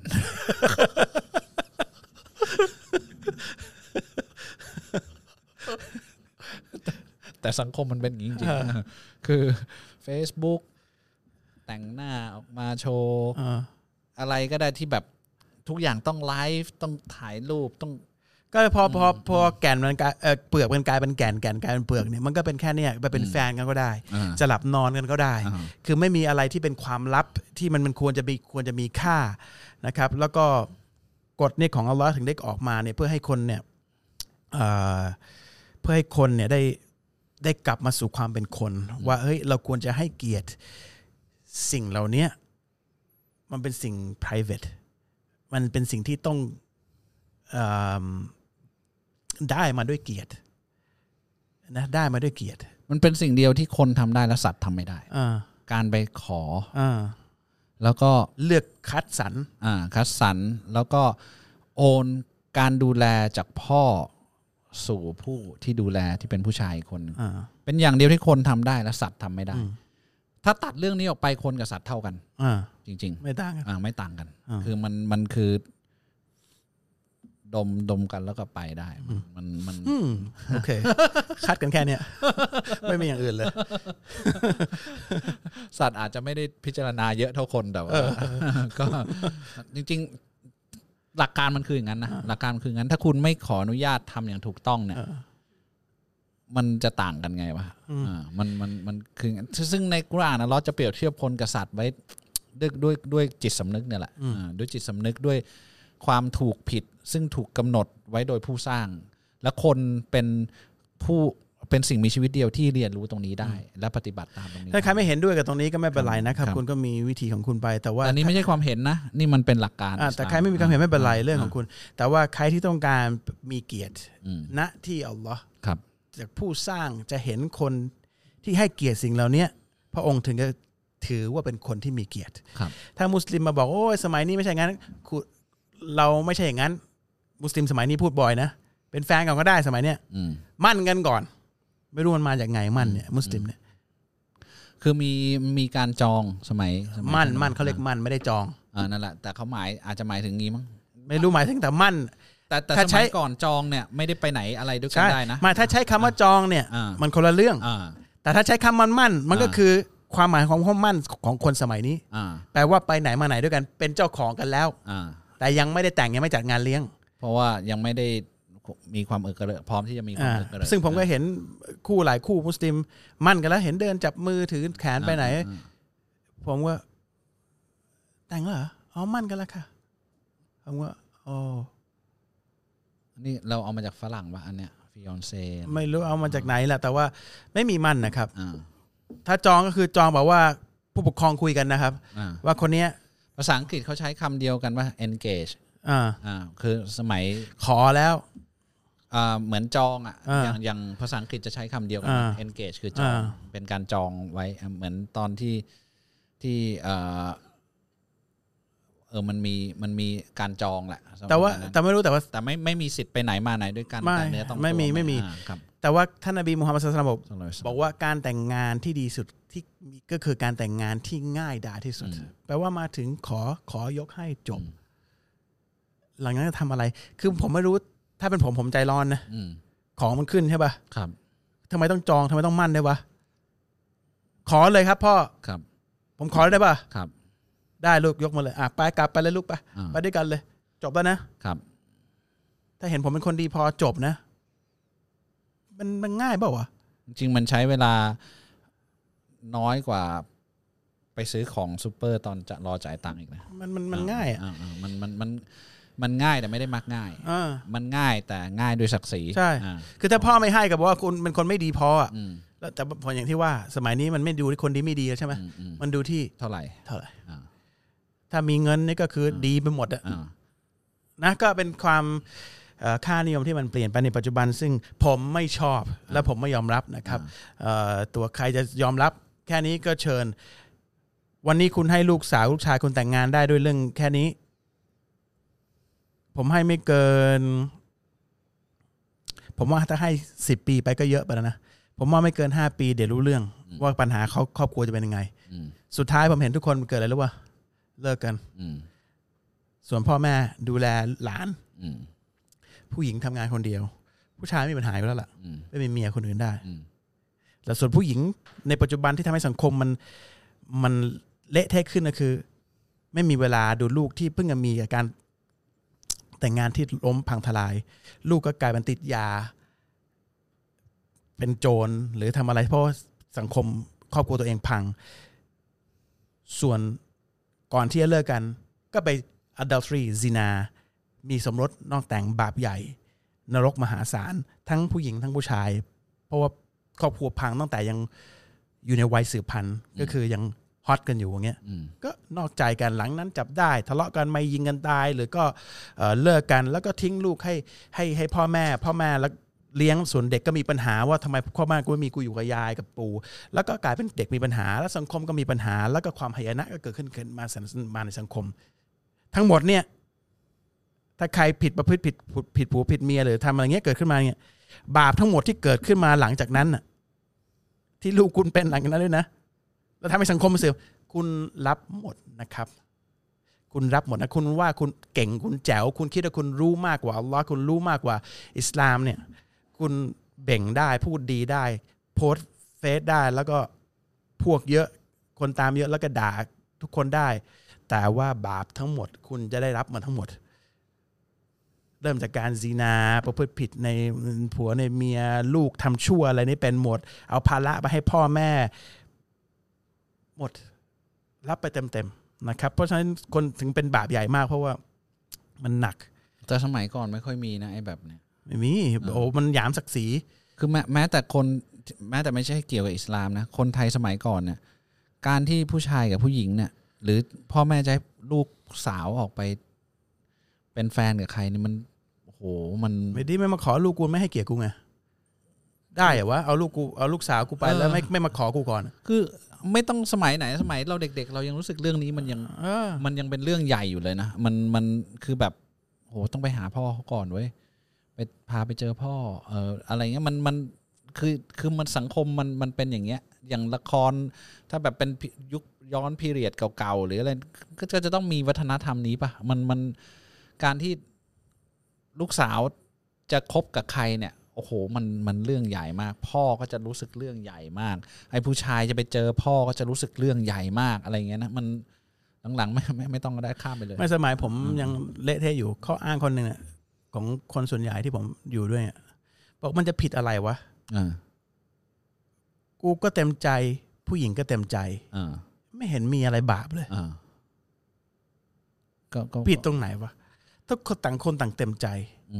แต่สังคมมันเป็นอย่างนี้จริงๆคือ Facebook แต่งหน้าออกมาโชว์อะไรก็ได้ที่แบบทุกอย่างต้องไลฟ์ต้องถ่ายรูปต้องก็พอพอพอแก่นมันกลายเปลือกมันกลายเป็นแก่นแก่นกลายเป็นเปลือกเนี่ยมันก็เป็นแค่เนี้ยไปเป็นแฟนกันก็ได้จะหลับนอนกันก็ได้คือไม่มีอะไรที่เป็นความลับที่มันมันควรจะมีควรจะมีค่านะครับแล้วก็กฎเนี่ยของอัลเลาะห์ถึงได้ออกมาเนี่ยเพื่อให้คนเนี่ยเอ่อเพื่อให้คนเนี่ยได้ได้กลับมาสู่ความเป็นคนว่าเฮ้ยเราควรจะให้เกียรติสิ่งเหล่านี้มันเป็นสิ่ง private มันเป็นสิ่งที่ต้องได้มาด้วยเกียรตินะได้มาด้วยเกียรติมันเป็นสิ่งเดียวที่คนทำได้และสัตว์ทำไม่ได้การไปขอแล้วก็เลือกคัดสรรคัดสรรแล้วก็โอนการดูแลจากพ่อสู่ผู้ที่ดูแลที่เป็นผู้ชายคนเป็นอย่างเดียวที่คนทำได้และสัตว์ทำไม่ได้ถ้าตัดเรื่องนี้ออกไปคนกับสัตว์เท่ากันจริงๆไม่ต่างกันไม่ต่างกันคือมันมันคือดมดมกันแล้วก็ไปได้มันมันโอเคคัดกันแค่เนี้ยไม่มีอย่างอื่นเลยสัตว์อาจจะไม่ได้พิจารณาเยอะเท่าคนแต่ว่าก็จริงๆหลักการมันคืออย่างนั้นนะหลักการคืออย่างนั้นถ้าคุณไม่ขออนุญาตทำอย่างถูกต้องเนี่ยมันจะต่างกันไงวะอ่ามันมันมันคือซึ่งในกุรอานนะเราจะเปรียบเทียบคนกับสัตว์ไว้ด้วยด้วยด้วยจิตสำนึกเนี่ยแหละด้วยจิตสำนึกด้วยความถูกผิดซึ่งถูกกำหนดไว้โดยผู้สร้างและคนเป็นผู้เป็นสิ่งมีชีวิตเดียวที่เรียนรู้ตรงนี้ได้และปฏิบัติตามตรงนี้ถ้าใครไม่เห็นด้วยกับตรงนี้ก็ไม่เป็นไรนะครับคุณก็มีวิธีของคุณไปแต่ว่าอันนี้ไม่ใช่ความเห็นนะนี่มันเป็นหลักการแต่ใครไม่มีความเห็นไม่เป็นไรเรื่องของคุณแต่ว่าใครที่ต้องการมีเกียรติณที่อัลลอฮ์จากผู้สร้างจะเห็นคนที่ให้เกียรติสิ่งเหล่านี้พระองค์ถึงจะถือว่าเป็นคนที่มีเกียรติถ้ามุสลิมมาบอกโอ้ยสมัยนี้ไม่ใช่งั้นเราไม่ใช่อย่างนั้นมุสลิมสมัยนี้พูดบ่อยนะเป็นแฟนกันก็ได้สมัยเนี้ยมั่นกันก่อนไม่รู้มันมาจากไงมั่นเนี่ยมุสลิมเนี่ยคือมีมีการจองสมัยมั่นมั่นเขาเรียกมั่นไม่ได้จองอ่านั่นแหละแต่เขาหมายอาจจะหมายถึงงี้มั้งไม่รู้หมายถึงแต่มั่นแต่แต่สมัยก่อนจองเนี่ยไม่ได้ไปไหนอะไรด้วยกันได้นะมาถ้าใช้คำว่าจองเนี่ยมันคนละเรื่องแต่ถ้าใช้คำมันมั่นมันก็คือความหมายของความมั่นของคนสมัยนี้แปลว่าไปไหนมาไหนด้วยกันเป็นเจ้าของกันแล้วแต่ยังไม่ได้แต่งยังไม่จัดงานเลี้ยงเพราะว่ายังไม่ได้มีความเอิกกระเริกพร้อมที่จะมีความเอิกกระเริกซึ่งผมก็เห็นคู่หลายคู่มุสลิมมั่นกันแล้วเห็นเดินจับมือถือแขนไปไหนผมว่าแต่งแล้วเหรออ๋อมั่นกันแล้วค่ะผมว่าโอ้นี่เราเอามาจากฝรั่งป่ะอันเนี้ยฟิยอนเซ่ไม่รู้เอามาจากไหนแหละแต่ว่าไม่มีมั่นนะครับถ้าจองก็คือจองบอกว่าผู้ปกครองคุยกันนะครับว่าคนนี้ภาษาอังกฤษเขาใช้คำเดียวกันว่า engage อ่าอ่าคือสมัยขอแล้วอ่าเหมือนจองอ่ะอย่างอย่างภาษาอังกฤษจะใช้คำเดียวกัน engage คือจองเป็นการจองไว้เหมือนตอนที่ที่เออเออมันมีมันมีการจองแหละแต่ว่าแต่ไม่รู้แต่ว่าแต่ไม่ไม่มีสิทธิ์ไปไหนมาไหนด้วยกันแต่เนื้อต้องไม่มีไม่มีแต่ว่าท่านนบีมูฮัมมัดศ็อลลัลลอฮุอะลัยฮิวะซัลลัมบอกว่าการแต่งงานที่ดีสุดที่ก็คือการแต่งงานที่ง่ายดายที่สุดแปลว่ามาถึงขอขอยกให้จบหลังจากนั้นจะทำอะไรคือผมไม่รู้ถ้าเป็นผมผมใจร้อนนะของมันขึ้นใช่ป่ะครับทำไมต้องจองทำไมต้องมั่นด้วยวะขอเลยครับพ่อครับผมขอได้ป่ะครับได้ลูกยกมาเลยอ่ะไปกลับไปเลยลูกไปไปด้วยกันเลยจบแล้วนะครับถ้าเห็นผมเป็นคนดีพอจบนะมันมันง่ายเปล่าวะจริงมันใช้เวลาน้อยกว่าไปซื้อของซูเปอร์ตอนจะรอจ่ายตังค์อีกนะมันมันมันง่ายอ่ะมันมันมันมันง่ายแต่ไม่ได้มักง่ายมันง่ายแต่ง่ายด้วยศักดิ์ศรีใช่คือถ้าพ่อไม่ให้กับว่าคุณเป็นคนไม่ดีพออ่ะแล้วแต่พออย่างที่ว่าสมัยนี้มันไม่ดูที่คนดีไม่ดีใช่ไหมมันดูที่เท่าไหร่เท่าไหร่ถ้ามีเงินนี่ก็คือดีไปหมดอ่ะนะก็เป็นความค่านิยมที่มันเปลี่ยนไปในปัจจุบันซึ่งผมไม่ชอบและผมไม่ยอมรับนะครับตัวใครจะยอมรับแค่นี้ก็เชิญวันนี้คุณให้ลูกสาวลูกชายคุณแต่งงานได้ด้วยเรื่องแค่นี้ผมให้ไม่เกินผมว่าถ้าให้สิบปีไปก็เยอะไปแล้วนะผมว่าไม่เกินห้าปีเดี๋ยวรู้เรื่องว่าปัญหาเขาครอบครัวจะเป็นยังไงสุดท้ายผมเห็นทุกคนเกิดอะไรรู้ป่ะเลิกกันส่วนพ่อแม่ดูแลหลานผู้หญิงทำงานคนเดียวผู้ชายไม่มีปัญหาอยู่แล้วล่ะไม่มีเมียคนอื่นได้แต่ส่วนผู้หญิงในปัจจุบันที่ทำให้สังคมมันมันเละเทะขึ้นก็คือไม่มีเวลาดูลูกที่เพิ่งจะมีอาการแต่งงานที่ล้มพังทลายลูกก็กลายเป็นติดยาเป็นโจรหรือทำอะไรเพราะสังคมครอบครัวตัวเองพังส่วนก่อนที่จะเลิกกันก็ไป adultery ซินามีสมรสนอกแต่งบาปใหญ่นรกมหาศาลทั้งผู้หญิงทั้งผู้ชายเพราะว่าครอบครัวพังตั้งแต่ยังอยู่ในวัยสืบพันธุ์ก็คือยังฮอตกันอยู่อย่างเงี้ยก็นอกใจกันหลังนั้นจับได้ทะเลาะกันไม่ยิงกันตายหรือก็เลิกกันแล้วก็ทิ้งลูกให้ให้ให้พ่อแม่พ่อแม่แล้วเลี้ยงส่วนเด็กก็มีปัญหาว่าทำไมพ่อแม่กูไม่มีกูอยู่กับยายกับปู่แล้วก็กลายเป็นเด็กมีปัญหาแล้วสังคมก็มีปัญหาแล้วก็ความหายนะก็เกิดขึ้นขึ้นมามาในสังคมทั้งหมดเนี่ยถ้าใครผิดประพฤติผิดผิดผัวผิดเมียหรือทำอะไรเงี้ยเกิดขึ้นมาเนี่ยบาปทั้งหมดที่เกิดขึ้นมาหลังจากนั้นน่ะที่ลูกคุณเป็นหลังจากนั้นด้วยนะแล้วทำให้สังคมเสื่อมคุณรับหมดนะครับคุณรับหมดนะคุณว่าคุณเก่งคุณแจ๋วคุณคิดว่าคุณรู้มากกว่าอัลลอฮ์คุณรู้มากกว่าอิสลามเนี่ยคุณเบ่งได้พูดดีได้โพสเฟซได้แล้วก็พวกเยอะคนตามเยอะแล้วก็ด่าทุกคนได้แต่ว่าบาปทั้งหมดคุณจะได้รับมันทั้งหมดเริ่มจากการซีนาประพฤติผิดในผัวในเมียลูกทำชั่วอะไรนี่เป็นหมดเอาภาระไปให้พ่อแม่หมดรับไปเต็มๆนะครับเพราะฉะนั้นคนถึงเป็นบาปใหญ่มากเพราะว่ามันหนักแต่สมัยก่อนไม่ค่อยมีนะไอ้แบบเนี้ยไม่มีโอ้มันหยามศักดิ์ศรีคือแม้แม้แต่คนแม้แต่ไม่ใช่เกี่ยวกับอิสลามนะคนไทยสมัยก่อนเนี่ยการที่ผู้ชายกับผู้หญิงเนี่ยหรือพ่อแม่จะให้ลูกสาวออกไปเป็นแฟนกับใครนี่มันโอ้โหมันไม่ดีไม่มาขอลูกกูไม่ให้เกียรติกูไงได้เหรอวะเอาลูกกูเอาลูกสาวกูไปแล้วไม่ไม่มาขอกูก่อนคือไม่ต้องสมัยไหนสมัยเราเด็กๆเรายังรู้สึกเรื่องนี้มันยังมันยังเป็นเรื่องใหญ่อยู่เลยนะมันมันคือแบบโหต้องไปหาพ่อเขาก่อนเว้ยไปพาไปเจอพ่อเอ่ออะไรเงี้ยมันมันคือคือมันสังคมมันมันเป็นอย่างเงี้ยอย่างละครถ้าแบบเป็นยุคย้อนพีเรียดเก่าๆหรืออะไรก็จะต้องมีวัฒนธรรมนี้ป่ะมันมันการที่ลูกสาวจะคบกับใครเนี่ยโอ้โหมันมันเรื่องใหญ่มากพ่อก็จะรู้สึกเรื่องใหญ่มากไอ้ผู้ชายจะไปเจอพ่อก็จะรู้สึกเรื่องใหญ่มากอะไรเงี้ยนะมันหลังๆไม่ไม่ไม่ต้องก็ได้ข้ามไปเลยไม่สมัยผมยังเละเทะอยู่ข้ออ้างคนหนึ่งของคนส่วนใหญ่ที่ผมอยู่ด้วยบอกมันจะผิดอะไรวะกูก็เต็มใจผู้หญิงก็เต็มใจไม่เห็นมีอะไรบาปเลยผิดตรงไหนวะทุกคนต่างคนต่างเต็มใจ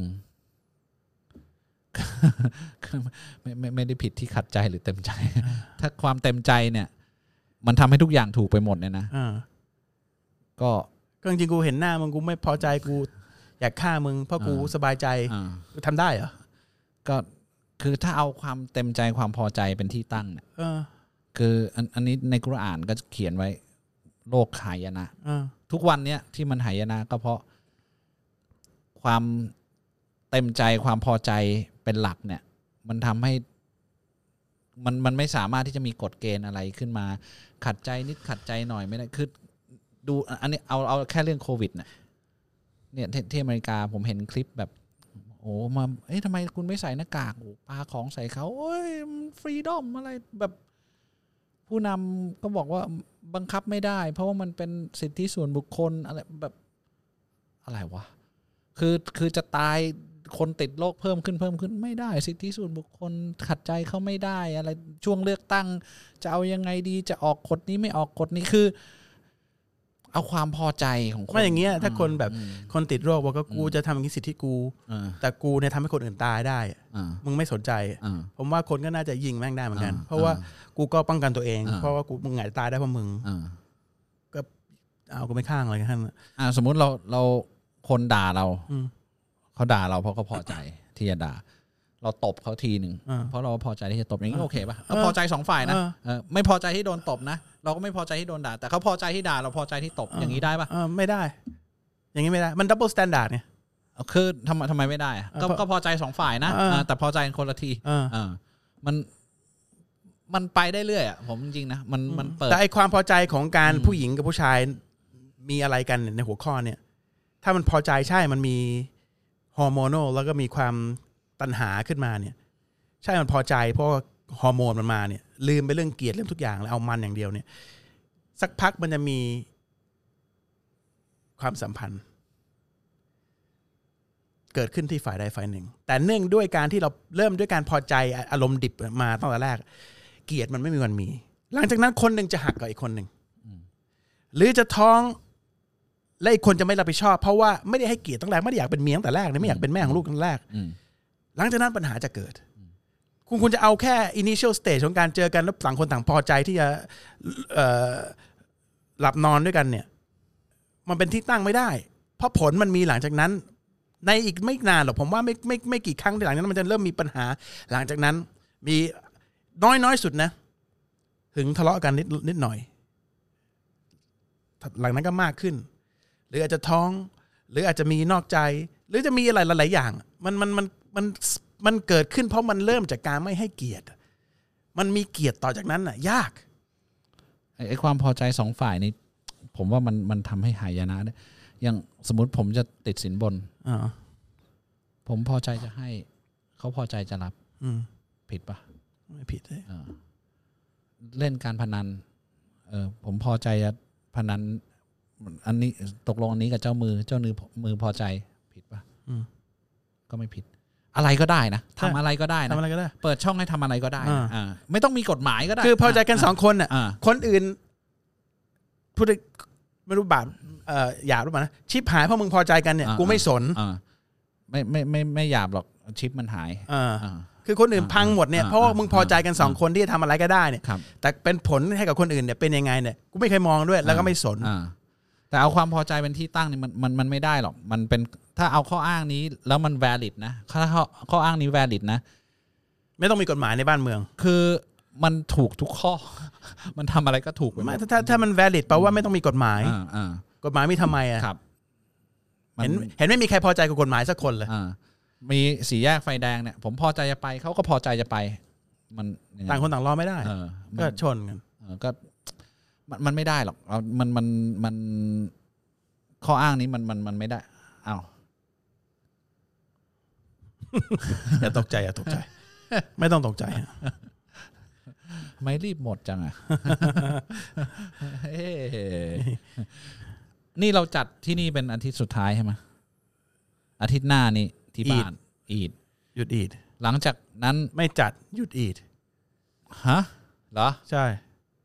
ไม่ไม่ไม่ได้ผิดที่ขัดใจหรือเต็มใจถ้าความเต็มใจเนี่ยมันทำให้ทุกอย่างถูกไปหมดเนี่ยนะก็ก็จริงๆกูเห็นหน้ามึงกูไม่พอใจกูอยากฆ่ามึงเพราะกูสบายใจกูทำได้เหรอก็คือถ้าเอาความเต็มใจความพอใจเป็นที่ตั้งเนี่ยคืออันอันนี้ในกุรอานก็เขียนไว้โลกหายนะทุกวันเนี้ยที่มันหายนะก็เพราะความเต็มใจความพอใจเป็นหลักเนี่ยมันทำให้มันมันไม่สามารถที่จะมีกฎเกณฑ์อะไรขึ้นมาขัดใจนิดขัดใจหน่อยไม่ได้คือดูอันนี้เอาเอาแค่เรื่องโควิดเนี่ยเนี่ยที่อเมริกาผมเห็นคลิปแบบโอ้มาเอ๊ะทำไมคุณไม่ใส่หน้ากากโอ้ปาของใส่เขาโอ้ยฟรีดอมอะไรแบบผู้นำก็บอกว่าบังคับไม่ได้เพราะว่ามันเป็นสิทธิส่วนบุคคลอะไรแบบอะไรวะคือคือจะตายคนติดโรคเพิ่มขึ้นเพิ่มขึ้นไม่ได้สิทธิส่วนบุคคลขัดใจเขาไม่ได้อะไรช่วงเลือกตั้งจะเอายังไงดีจะออกกฎนี้ไม่ออกกฎนี้คือเอาความพอใจของคนไม่อย่างเงี้ยถ้าคนแบบคนติดโรคบอกว่ากูจะทำอย่างนี้สิทธิกูแต่กูเนี่ยทำให้คนอื่นตายได้มึงไม่สนใจผมว่าคนก็น่าจะยิงแม่งได้เหมือนกันเพราะว่ากูก็ป้องกันตัวเองเพราะว่ากูมึงอาจจะตายได้เพราะมึงก็เอากูไม่ข้างอะไรกันอ่าสมมุติเราเราคนด่าเราเขาด่าเราเพราะเขาพอใจที่จะด่าเราตบเขาทีหนึ่งเพราะเราพอใจที่จะตบอย่างนี้โอเคป่ะเราพอใจสองฝ่ายนะไม่พอใจที่โดนตบนะเราก็ไม่พอใจที่โดนด่าแต่เขาพอใจที่ด่าเราพอใจที่ตบอย่างนี้ได้ป่ะไม่ได้อย่างนี้ไม่ได้มันดับเบิลสแตนดาร์ดไงคือทำไมทำไมไม่ได้ก็ก็พอใจสองฝ่ายนะแต่พอใจคนละทีมันมันไปได้เรื่อยอ่ะผมจริงๆนะมันมันเปิดแต่ไอความพอใจของการผู้หญิงกับผู้ชายมีอะไรกันในหัวข้อเนี่ยถ้ามันพอใจใช่มันมีฮอร์โมนแล้วก็มีความตัณหาขึ้นมาเนี่ยใช่มันพอใจเพราะฮอร์โมนมันมาเนี่ยลืมไปเรื่องเกลียดเรื่องทุกอย่างแล้วเอามันอย่างเดียวเนี่ยสักพักมันจะมีความสัมพันธ์เกิดขึ้นที่ฝ่ายใดฝ่ายหนึ่งแต่เนื่องด้วยการที่เราเริ่มด้วยการพอใจอารมณ์ดิบมาตั้งแต่แรกเกลียดมันไม่มีวันมีหลังจากนั้นคนหนึ่งจะหักกับอีกคนหนึ่งหรือจะท้องและอีกคนจะไม่รับผิดชอบเพราะว่าไม่ได้ให้เกียรติตั้งแต่แรกไม่ได้อยากเป็นเมียตั้งแต่แรกไม่อยากเป็นแม่ของลูกตั้งแต่แรกหลังจากนั้นปัญหาจะเกิดคุณคุณจะเอาแค่ initial stage ของการเจอกันแล้วต่างคนต่างพอใจที่จะหลับนอนด้วยกันเนี่ยมันเป็นที่ตั้งไม่ได้เพราะผลมันมีหลังจากนั้นในอีกไม่นานหรอกผมว่าไม่ไม่ไม่กี่ครั้งหลังจากนั้นมันจะเริ่มมีปัญหาหลังจากนั้นมีน้อยน้อยสุดนะถึงทะเลาะกันนิดนิดหน่อยหลังนั้นก็มากขึ้นหรืออาจจะท้องหรืออาจจะมีนอกใจหรือจะมีอะไรหลายๆอย่างมันมันมันมันมันเกิดขึ้นเพราะมันเริ่มจากการไม่ให้เกียรติมันมีเกียรติต่อจากนั้นน่ะยากไอ้ความพอใจสองฝ่ายนี้ผมว่ามันมันทำให้หายนะได้อย่างสมมติผมจะติดสินบนผมพอใจจะให้เขาพอใจจะรับผิดปะไม่ผิดเลยเล่นการพนันเออผมพอใจจะพนันอันนี้ตกลงอันนี้กับเจ้ามือเจ้ามือมือพอใจผิดปะก็ไม่ผิดอะไรก็ได้นะทำอะไรก็ได้นะเปิดช่องให้ทำอะไรก็ได้อ่าไม่ต้องมีกฎหมายก็ได้คือพอใจกันสองคนอ่ะคนอื่นพูดไม่รู้บาปเอ่อหยาบหรือเปล่านะชิปหายเพราะมึงพอใจกันเนี่ยกูไม่สนไม่ไม่ไม่ไม่หยาบหรอกชิปมันหายคือคนอื่นพังหมดเนี่ยเพราะว่ามึงพอใจกันสองคนที่จะทำอะไรก็ได้เนี่ยแต่เป็นผลให้กับคนอื่นเนี่ยเป็นยังไงเนี่ยกูไม่เคยมองด้วยแล้วก็ไม่สนแต่เอาความพอใจเป็นที่ตั้งนี่มันมันมันไม่ได้หรอกมันเป็นถ้าเอาข้ออ้างนี้แล้วมัน valid นะถ้าข้อข้ออ้างนี้ valid นะไม่ต้องมีกฎหมายในบ้านเมืองคือมันถูกทุกข้อมันทำอะไรก็ถูกไปหมดถ้าถ้ามัน valid แปลว่าไม่ต้องมีกฎหมายกฎหมายมีทำไมอ่ะเห็นเห็นไม่มีใครพอใจกับกฎหมายสักคนเลยมีสี่แยกไฟแดงเนี่ยผมพอใจจะไปเขาก็พอใจจะไปมันต่างคนต่างรอไม่ได้ก็ชนกันก็มันมันไม่ได้หรอกมันมันมันข้ออ้างนี้มันมันมันไม่ได้อ้าวอย่าตกใจอย่าตกใจไม่ต้องตกใจไม่รีบหมดจังอ่ะนี่เราจัดที่นี่เป็นอาทิตย์สุดท้ายใช่ไหมอาทิตย์หน้านี่ที่บ้านอีดหยุดอีดหลังจากนั้นไม่จัดหยุดอีดฮะเหรอใช่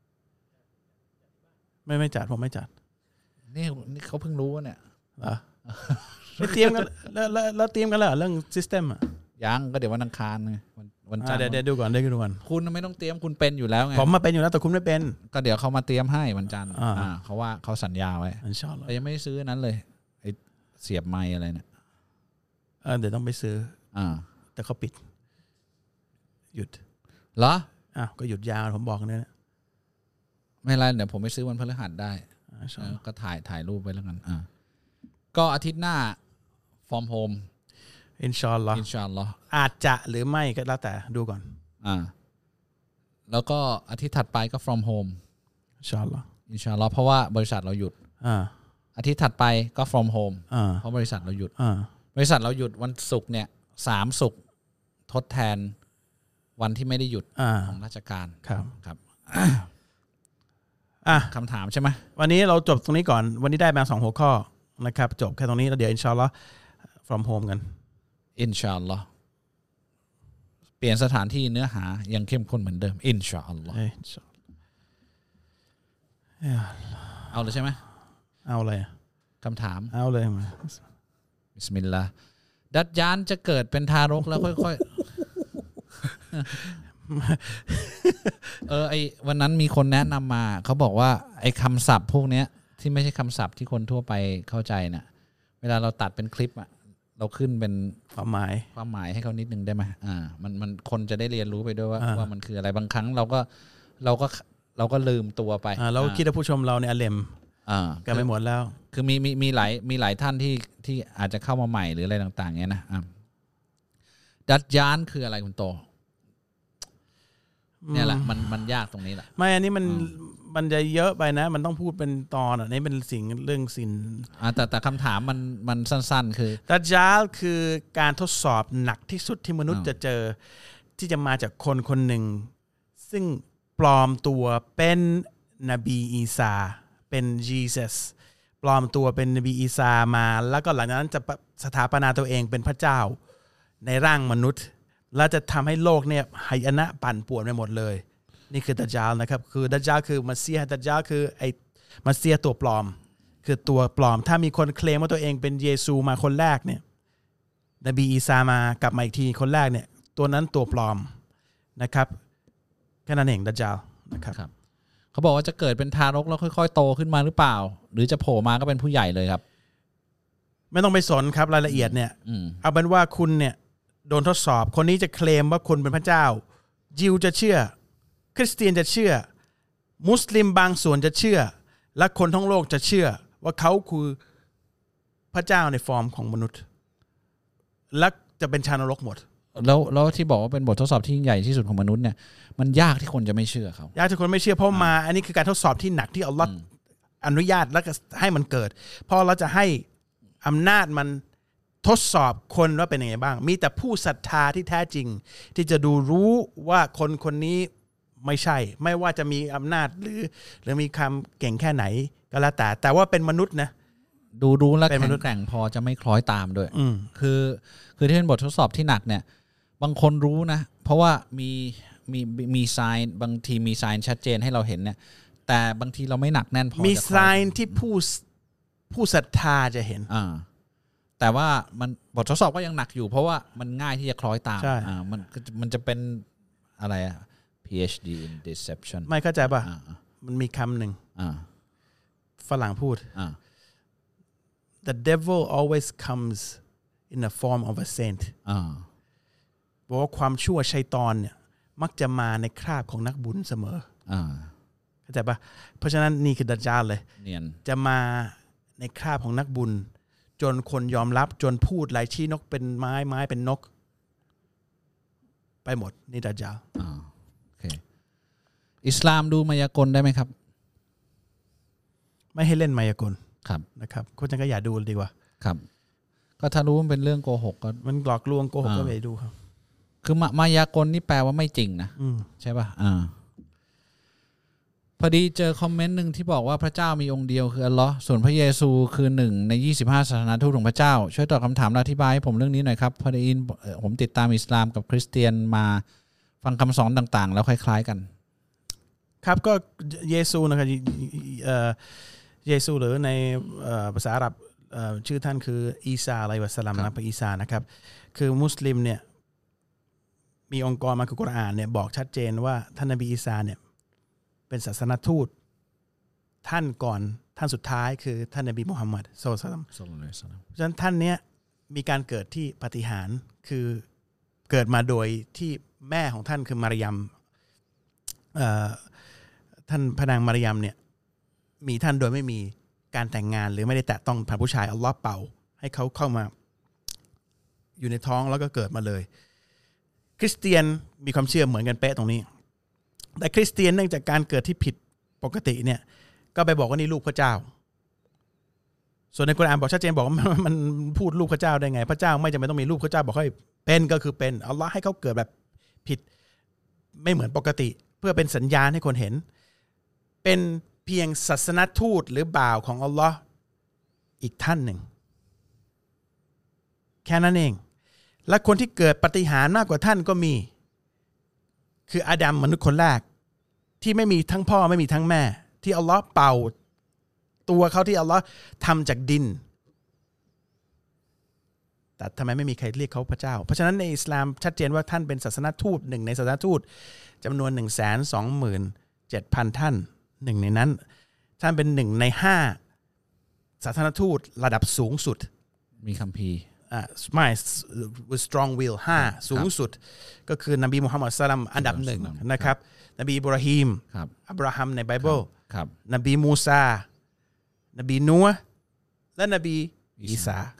ไม่ไม่จัดผมไม่จัดนี่นี่เขาเพิ่งรู้เนี่ยเหรอไม่เตรียมกันแล้วแล้วเตรียมกันแล้วเรื่องซิสเต็มอ่ะยังก็เดี๋ยววันอังคารไงวันวันจันทร์เดี๋ยวดูก่อนได้ดูก่อนคุณไม่ต้องเตรียมคุณเป็นอยู่แล้วไงผมมาเป็นอยู่แล้วแต่คุณไม่เป็นก็เดี๋ยวเขามาเตรียมให้วันจันทร์อ่าเขาว่าเขาสัญญาไว้อินชาอัลลอฮ์แต่ยังไม่ซื้อนั้นเลยไอ้เสียบไม้อะไรเนี่ยเออเดี๋ยวต้องไปซื้ออ่าแต่เขาปิดหยุดเหรออ้าวก็หยุดยาวผมบอกเนี่ยไม่ไรเดี๋ยวผมไปซื้อวันพฤหัสได้ก็ถ่ายถ่ายรูปไว้แล้วกันอ่าก็อาทิตย์หน้า from home อินชาอัลลอฮ์อินชาอัลลอฮ์อาจจะหรือไม่ก็แล้วแต่ดูก่อนอ่าแล้วก็อาทิตย์ถัดไปก็ from home อินชาอัลลอฮ์อินชาอัลลอฮ์เพราะว่าบริษัทเราหยุดอ่าอาทิตย์ถัดไปก็ from home อ่าเพราะบริษัทเราหยุดอ่าบริษัทเราหยุดวันศุกร์เนี่ยสามศุกร์ทดแทนวันที่ไม่ได้หยุดของราชการครับครับอ่ะคำถามใช่ไหมวันนี้เราจบตรงนี้ก่อนวันนี้ได้มาสองหัวข้อนะครับจบแค่ตรงนี้แล้วเดี๋ยวอินชาอัลลอฮ์ from home กันอินชาอัลลอฮ์เปลี่ยนสถานที่เนื้อหายังเข้มข้นเหมือนเดิมอินชาอัลลอฮ์เอาเลยใช่ไหมเอาเลยคำถามเอาเลยมาบิสมิลลาห์ดัจญาลจะเกิดเป็นทารกแล้วค่อยๆเออไอวันนั้นมีคนแนะนำมาเขาบอกว่าไอคำศัพท์พวกเนี้ยที่ไม่ใช่คำศัพท์ที่คนทั่วไปเข้าใจเนี่ยเวลาเราตัดเป็นคลิปอะเราขึ้นเป็นความหมายความหมายให้เขานิดนึงได้ไหมอ่ามันมันคนจะได้เรียนรู้ไปด้วยว่าว่ามันคืออะไรบางครั้งเราก็เราก็เราก็ลืมตัวไปอ่าเราคิดว่าผู้ชมเราเนี่ยอเลมอ่ากันไปหมดแล้วคือมีมีมีหลายมีหลายท่านที่ที่อาจจะเข้ามาใหม่หรืออะไรต่างๆเงี้ยนะอ่าดัจญาลคืออะไรคุณโตเนี่ยแหละมันมันยากตรงนี้แหละไม่อันนี้มันมันจะเยอะไปนะมันต้องพูดเป็นตอนอ่ะนี่เป็นสิ่งเรื่องสินอ่าแต่แต่คำถามมันมันสั้นๆคือดัจญาลคือการทดสอบหนักที่สุดที่มนุษย์จะเจอที่จะมาจากคนคนหนึ่งซึ่งปลอมตัวเป็นนบีอีสาเป็นยีซัสปลอมตัวเป็นนบีอีสามาแล้วก็หลังจากนั้นจะสถาปนาตัวเองเป็นพระเจ้าในร่างมนุษย์แล้วจะทำให้โลกเนี่ยหายนะปั่นป่วนไปหมดเลยนี่คือดัจญาลนะครับคือดัจญาลคือมัสซีฮ์ดัจญาลคือไอ้มัสซีฮ์ตัวปลอมคือตัวปลอมถ้ามีคนเคลมว่าตัวเองเป็นเยซูมาคนแรกเนี่ยนบีอีสามากลับมาอีกทีคนแรกเนี่ยตัวนั้นตัวปลอมนะครับแค่นั้นเองดัจญาลนะครับเขาบอกว่าจะเกิดเป็นทารกแล้วค่อยๆโตขึ้นมาหรือเปล่าหรือจะโผล่มาก็เป็นผู้ใหญ่เลยครับไม่ต้องไปสนครับรายละเอียดเนี่ยเอาเป็นว่าคุณเนี่ยโดนทดสอบคนนี้จะเคลมว่าคุณเป็นพระเจ้ายิวจะเชื่อคริสเตียนจะเชื่อมุสลิมบางส่วนจะเชื่อและคนทั้งโลกจะเชื่อว่าเขาคือพระเจ้าในฟอร์มของมนุษย์และจะเป็นชาวนรกหมดแล้วแล้วที่บอกว่าเป็นบททดสอบที่ยิ่งใหญ่ที่สุดของมนุษย์เนี่ยมันยากที่คนจะไม่เชื่อเขายากที่คนไม่เชื่อเพราะมาอันนี้คือการทดสอบที่หนักที่อัลลอฮ์อนุญาตแล้วก็ให้มันเกิดเพราะเราจะให้อำนาจมันทดสอบคนว่าเป็นยังไงบ้างมีแต่ผู้ศรัทธาที่แท้จริงที่จะดูรู้ว่าคนคนนี้ไม่ใช่ไม่ว่าจะมีอำนาจหรือหรือมีความเก่งแค่ไหนก็แล้วแต่แต่ว่าเป็นมนุษย์นะดูรู้และแข็งแกร่งพอจะไม่คล้อยตามด้วยคือคือที่เป็นบททดสอบที่หนักเนี่ยบางคนรู้นะเพราะว่ามีมีมีไซน์บางทีมีไซน์ชัดเจนให้เราเห็นเนี่ยแต่บางทีเราไม่หนักแน่นพอมีไซน์ที่ผู้ผู้ศรัทธาจะเห็นอ่าแต่ว่ามันบททดสอบก็ยังหนักอยู่เพราะว่ามันง่ายที่จะคล้อยตามอ่ามันมันจะเป็นอะไรอะ พี เอช ดี in deception ไม่เข้าใจป่ะมันมีคำหนึ่งฝรั่งพูด the devil always comes in the form of a saint บอกว่าความชั่วชัยฏอนเนี่ยมักจะมาในคราบของนักบุญเสมอเข้าใจป่ะเพราะฉะนั้นนี่คือดัจญาลเลยจะมาในคราบของนักบุญจนคนยอมรับจนพูดหลายชี้นกเป็นไม้ไม้เป็นนกไปหมดนี่ดัจญาลโอเคอิสลามดูมายากลได้ไหมครับไม่ให้เล่นมายากลครับนะครับคนจะก็อย่าดูดีกว่าครับก็ถ้ารู้มันเป็นเรื่องโกหกก็มันหลอกลวงโกหกก็ไม่ดูครับคือมายากลนี่แปลว่าไม่จริงนะใช่ป่ะอ่าพอดีเจอคอมเมนต์หนึ่งที่บอกว่าพระเจ้ามีองค์เดียวคืออัลเลาะห์ส่วนพระเยซูคือหนึ่งในยี่สิบห้าศาสนาทูตของพระเจ้าช่วยตอบคำถามและอธิบายให้ผมเรื่องนี้หน่อยครับพอดีผมติดตามอิสลามกับคริสเตียนมาฟังคำสอนต่างๆแล้วคล้ายๆกันครับก็เยซูนะครับเยซูหรือในภาษาอาหรับชื่อท่านคืออีซาอะลัยฮิวะซัลลัมนะพระอีซานะครับคือมุสลิมเนี่ยมีองค์กรมาคือกุรอานเนี่ยบอกชัดเจนว่าท่านนบีอีซาเนี่ยเป็นศาสนทูตท่านก่อนท่านสุดท้ายคือท่านนบีมุฮัมมัดศ็อลลัลลอฮุอะลัยฮิวะซัลลัมเพราะฉะนั้นท่านเนี้ยมีการเกิดที่ปาฏิหาริย์คือเกิดมาโดยที่แม่ของท่านคือมารยมท่านพระนางมารยมเนี่ยมีท่านโดยไม่มีการแต่งงานหรือไม่ได้แตะต้องผ่านผู้ชายอัลลอฮ์เป่าให้เขาเข้ามาอยู่ในท้องแล้วก็เกิดมาเลยคริสเตียนมีความเชื่อเหมือนกันเป๊ะตรงนี้แต่คริสเตียนเนื่องจากการเกิดที่ผิดปกติเนี่ยก็ไปบอกว่านี่ลูกพระเจ้าส่วนในกุรอานบอกชัดเจนบอกว่ามันพูดลูกพระเจ้าได้ไงพระเจ้าไม่จำเป็นต้องมีลูกพระเจ้าบอกให้เป็นก็คือเป็นอัลลอฮ์ให้เขาเกิดแบบผิดไม่เหมือนปกติเพื่อเป็นสัญญาณให้คนเห็นเป็นเพียงศาสนทูตหรือบ่าวของอัลลอฮ์อีกท่านหนึ่งแค่นั้นเองและคนที่เกิดปาฏิหาริย์มากกว่าท่านก็มีคืออาดัมมนุษย์คนแรกที่ไม่มีทั้งพ่อไม่มีทั้งแม่ที่อัลลอฮ์เป่าตัวเขาที่อัลลอฮ์ทำจากดินแต่ทำไมไม่มีใครเรียกเขาพระเจ้าเพราะฉะนั้นในอิสลามชัดเจนว่าท่านเป็นศาสนทูตหนึ่งในศาสนทูตจำนวนหนึ่งแสนสองหมื่นเจ็ดพันท่านหนึ่งในนั้นท่านเป็นหนึ่งในห้าศาสนทูตระดับสูงสุดมีคัมภีร์อ่าไม่ with strong will ห้าสูงสุดก็คือนบีมุฮัมมัดศ็อลลัลลอฮุอะลัยฮิวะซัลลัมอันดับหนึ่งนะครับนบีอิบราฮิมอับราฮัมในไบเบิลนบีมูซานบีนัวและนบีอีสา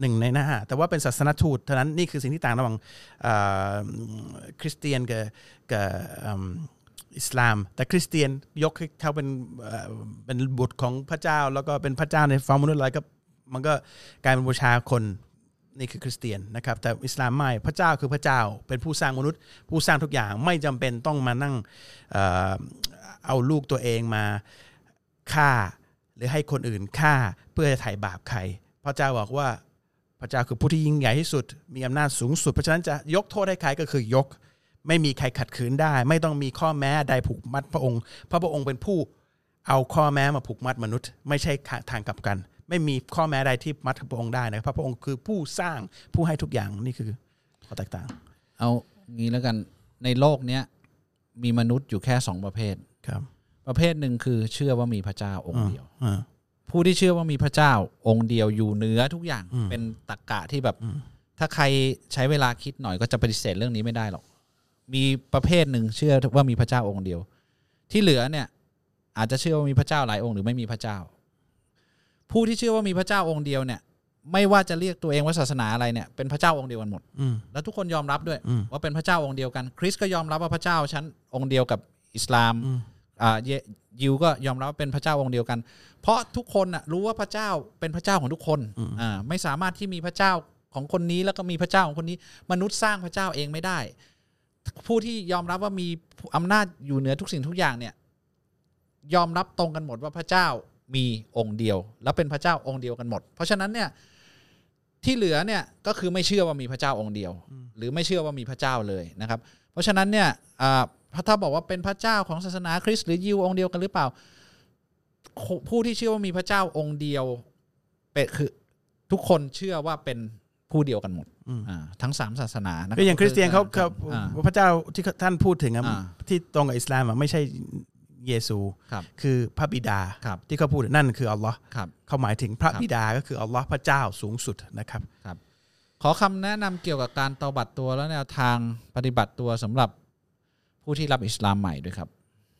หนึ่งในหน้าแต่ว่าเป็นศาสนทูตเท่านั้นนี่คือสิ่งที่ต่างระหว่างคริสเตียนกับกับอิสลามแต่คริสเตียนยกให้เขาเป็นเป็นบุตรของพระเจ้าแล้วก็เป็นพระเจ้าในฟอร์มมนุษย์อะไรก็มันก็กลายเป็นบูชาคนนี่คือคริสเตียนนะครับแต่อิสลามไม่พระเจ้าคือพระเจ้าเป็นผู้สร้างมนุษย์ผู้สร้างทุกอย่างไม่จำเป็นต้องมานั่ง เอ่อ เอาลูกตัวเองมาฆ่าหรือให้คนอื่นฆ่าเพื่อจะไถ่บาปใครพระเจ้าบอกว่าพระเจ้าคือผู้ที่ยิ่งใหญ่ที่สุดมีอำนาจสูงสุดเพราะฉะนั้นจะยกโทษให้ใครก็คือยกไม่มีใครขัดขืนได้ไม่ต้องมีข้อแม้ใดผูกมัดพระองค์เพราะพระองค์เป็นผู้เอาข้อแม้มาผูกมัดมนุษย์ไม่ใช่ทางกลับกันไม่มีข้อแม้ใดที่มัดพระองค์ได้นะครับเพราะพระองค์คือผู้สร้างผู้ให้ทุกอย่างนี่คือข้อแตกต่างเอางี้แล้วกันในโลกเนี้ยมีมนุษย์อยู่แค่สองประเภทครับประเภทหนึ่งคือเชื่อว่ามีพระเจ้าองค์เดียวผู้ที่เชื่อว่ามีพระเจ้าองค์เดียวอยู่เหนือทุกอย่างเป็นตรรกะที่แบบถ้าใครใช้เวลาคิดหน่อยก็จะปฏิเสธเรื่องนี้ไม่ได้หรอกมีประเภทหนึ่งเชื่อว่ามีพระเจ้าองค์เดียวที่เหลือเนี่ยอาจจะเชื่อว่ามีพระเจ้าหลายองค์หรือไม่มีพระเจ้าผู้ที่เชื่อว่ามีพระเจ้าองค์เดียวเนี่ยไม่ว่าจะเรียกตัวเองว่าศาสนาอะไรเนี่ยเป็นพระเจ้าองค์เดียวกันหมดแล้วทุกคนยอมรับด้วยว่าเป็นพระเจ้าองค์เดียวกันคริสต์ก็ยอมรับว่าพระเจ้าชั้นองค์เดียวกับอิสลามอ่ายิวก็ยอมรับว่าเป็นพระเจ้าองค์เดียวกันเพราะทุกคนน่ะรู้ว่าพระเจ้าเป็นพระเจ้าของทุกคนอ่าไม่สามารถที่มีพระเจ้าของคนนี้แล้วก็มีพระเจ้าของคนนี้มนุษย์สร้างพระเจ้าเองไม่ได้ผู้ที่ยอมรับว่ามีอำนาจอยู่เหนือทุกสิ่งทุกอย่างเนี่ยยอมรับตรงกันหมดว่าพระเจ้ามีองค์เดียวแล้วเป็นพระเจ้าองค์เดียวกันหมดเพราะฉะนั้นเนี่ยที่เหลือเนี่ยก็คือไม่เชื่อว่ามีพระเจ้าองค์เดียวหรือไม่เชื่อว่ามีพระเจ้าเลยนะครับเพราะฉะนั้นเนี่ยถ้าบอกว่าเป็นพระเจ้าของศาสนาคริสต์หรือยิวองค์เดียวกันหรือเปล่าผู้ที่เชื่อว่ามีพระเจ้าองค์เดียวเป็นคือทุกคนเชื่อว่าเป็นผู้เดียวกันหมดทั้งสามศาสนาก็อย่างคริสเตียนเขาพระเจ้าที่ท่านพูดถึงที่ตรงกับอิสลามไม่ใช่เยซูคือพระบิดาที่เขาพูดนั่นคืออัลลอฮ์เขาหมายถึงพระบิดาก็คืออัลลอฮ์พระเจ้าสูงสุดนะครับขอคำแนะนำเกี่ยวกับการเตาบัตตัวและแนวทางปฏิบัติตัวสำหรับผู้ที่รับอิสลามใหม่ด้วยครับ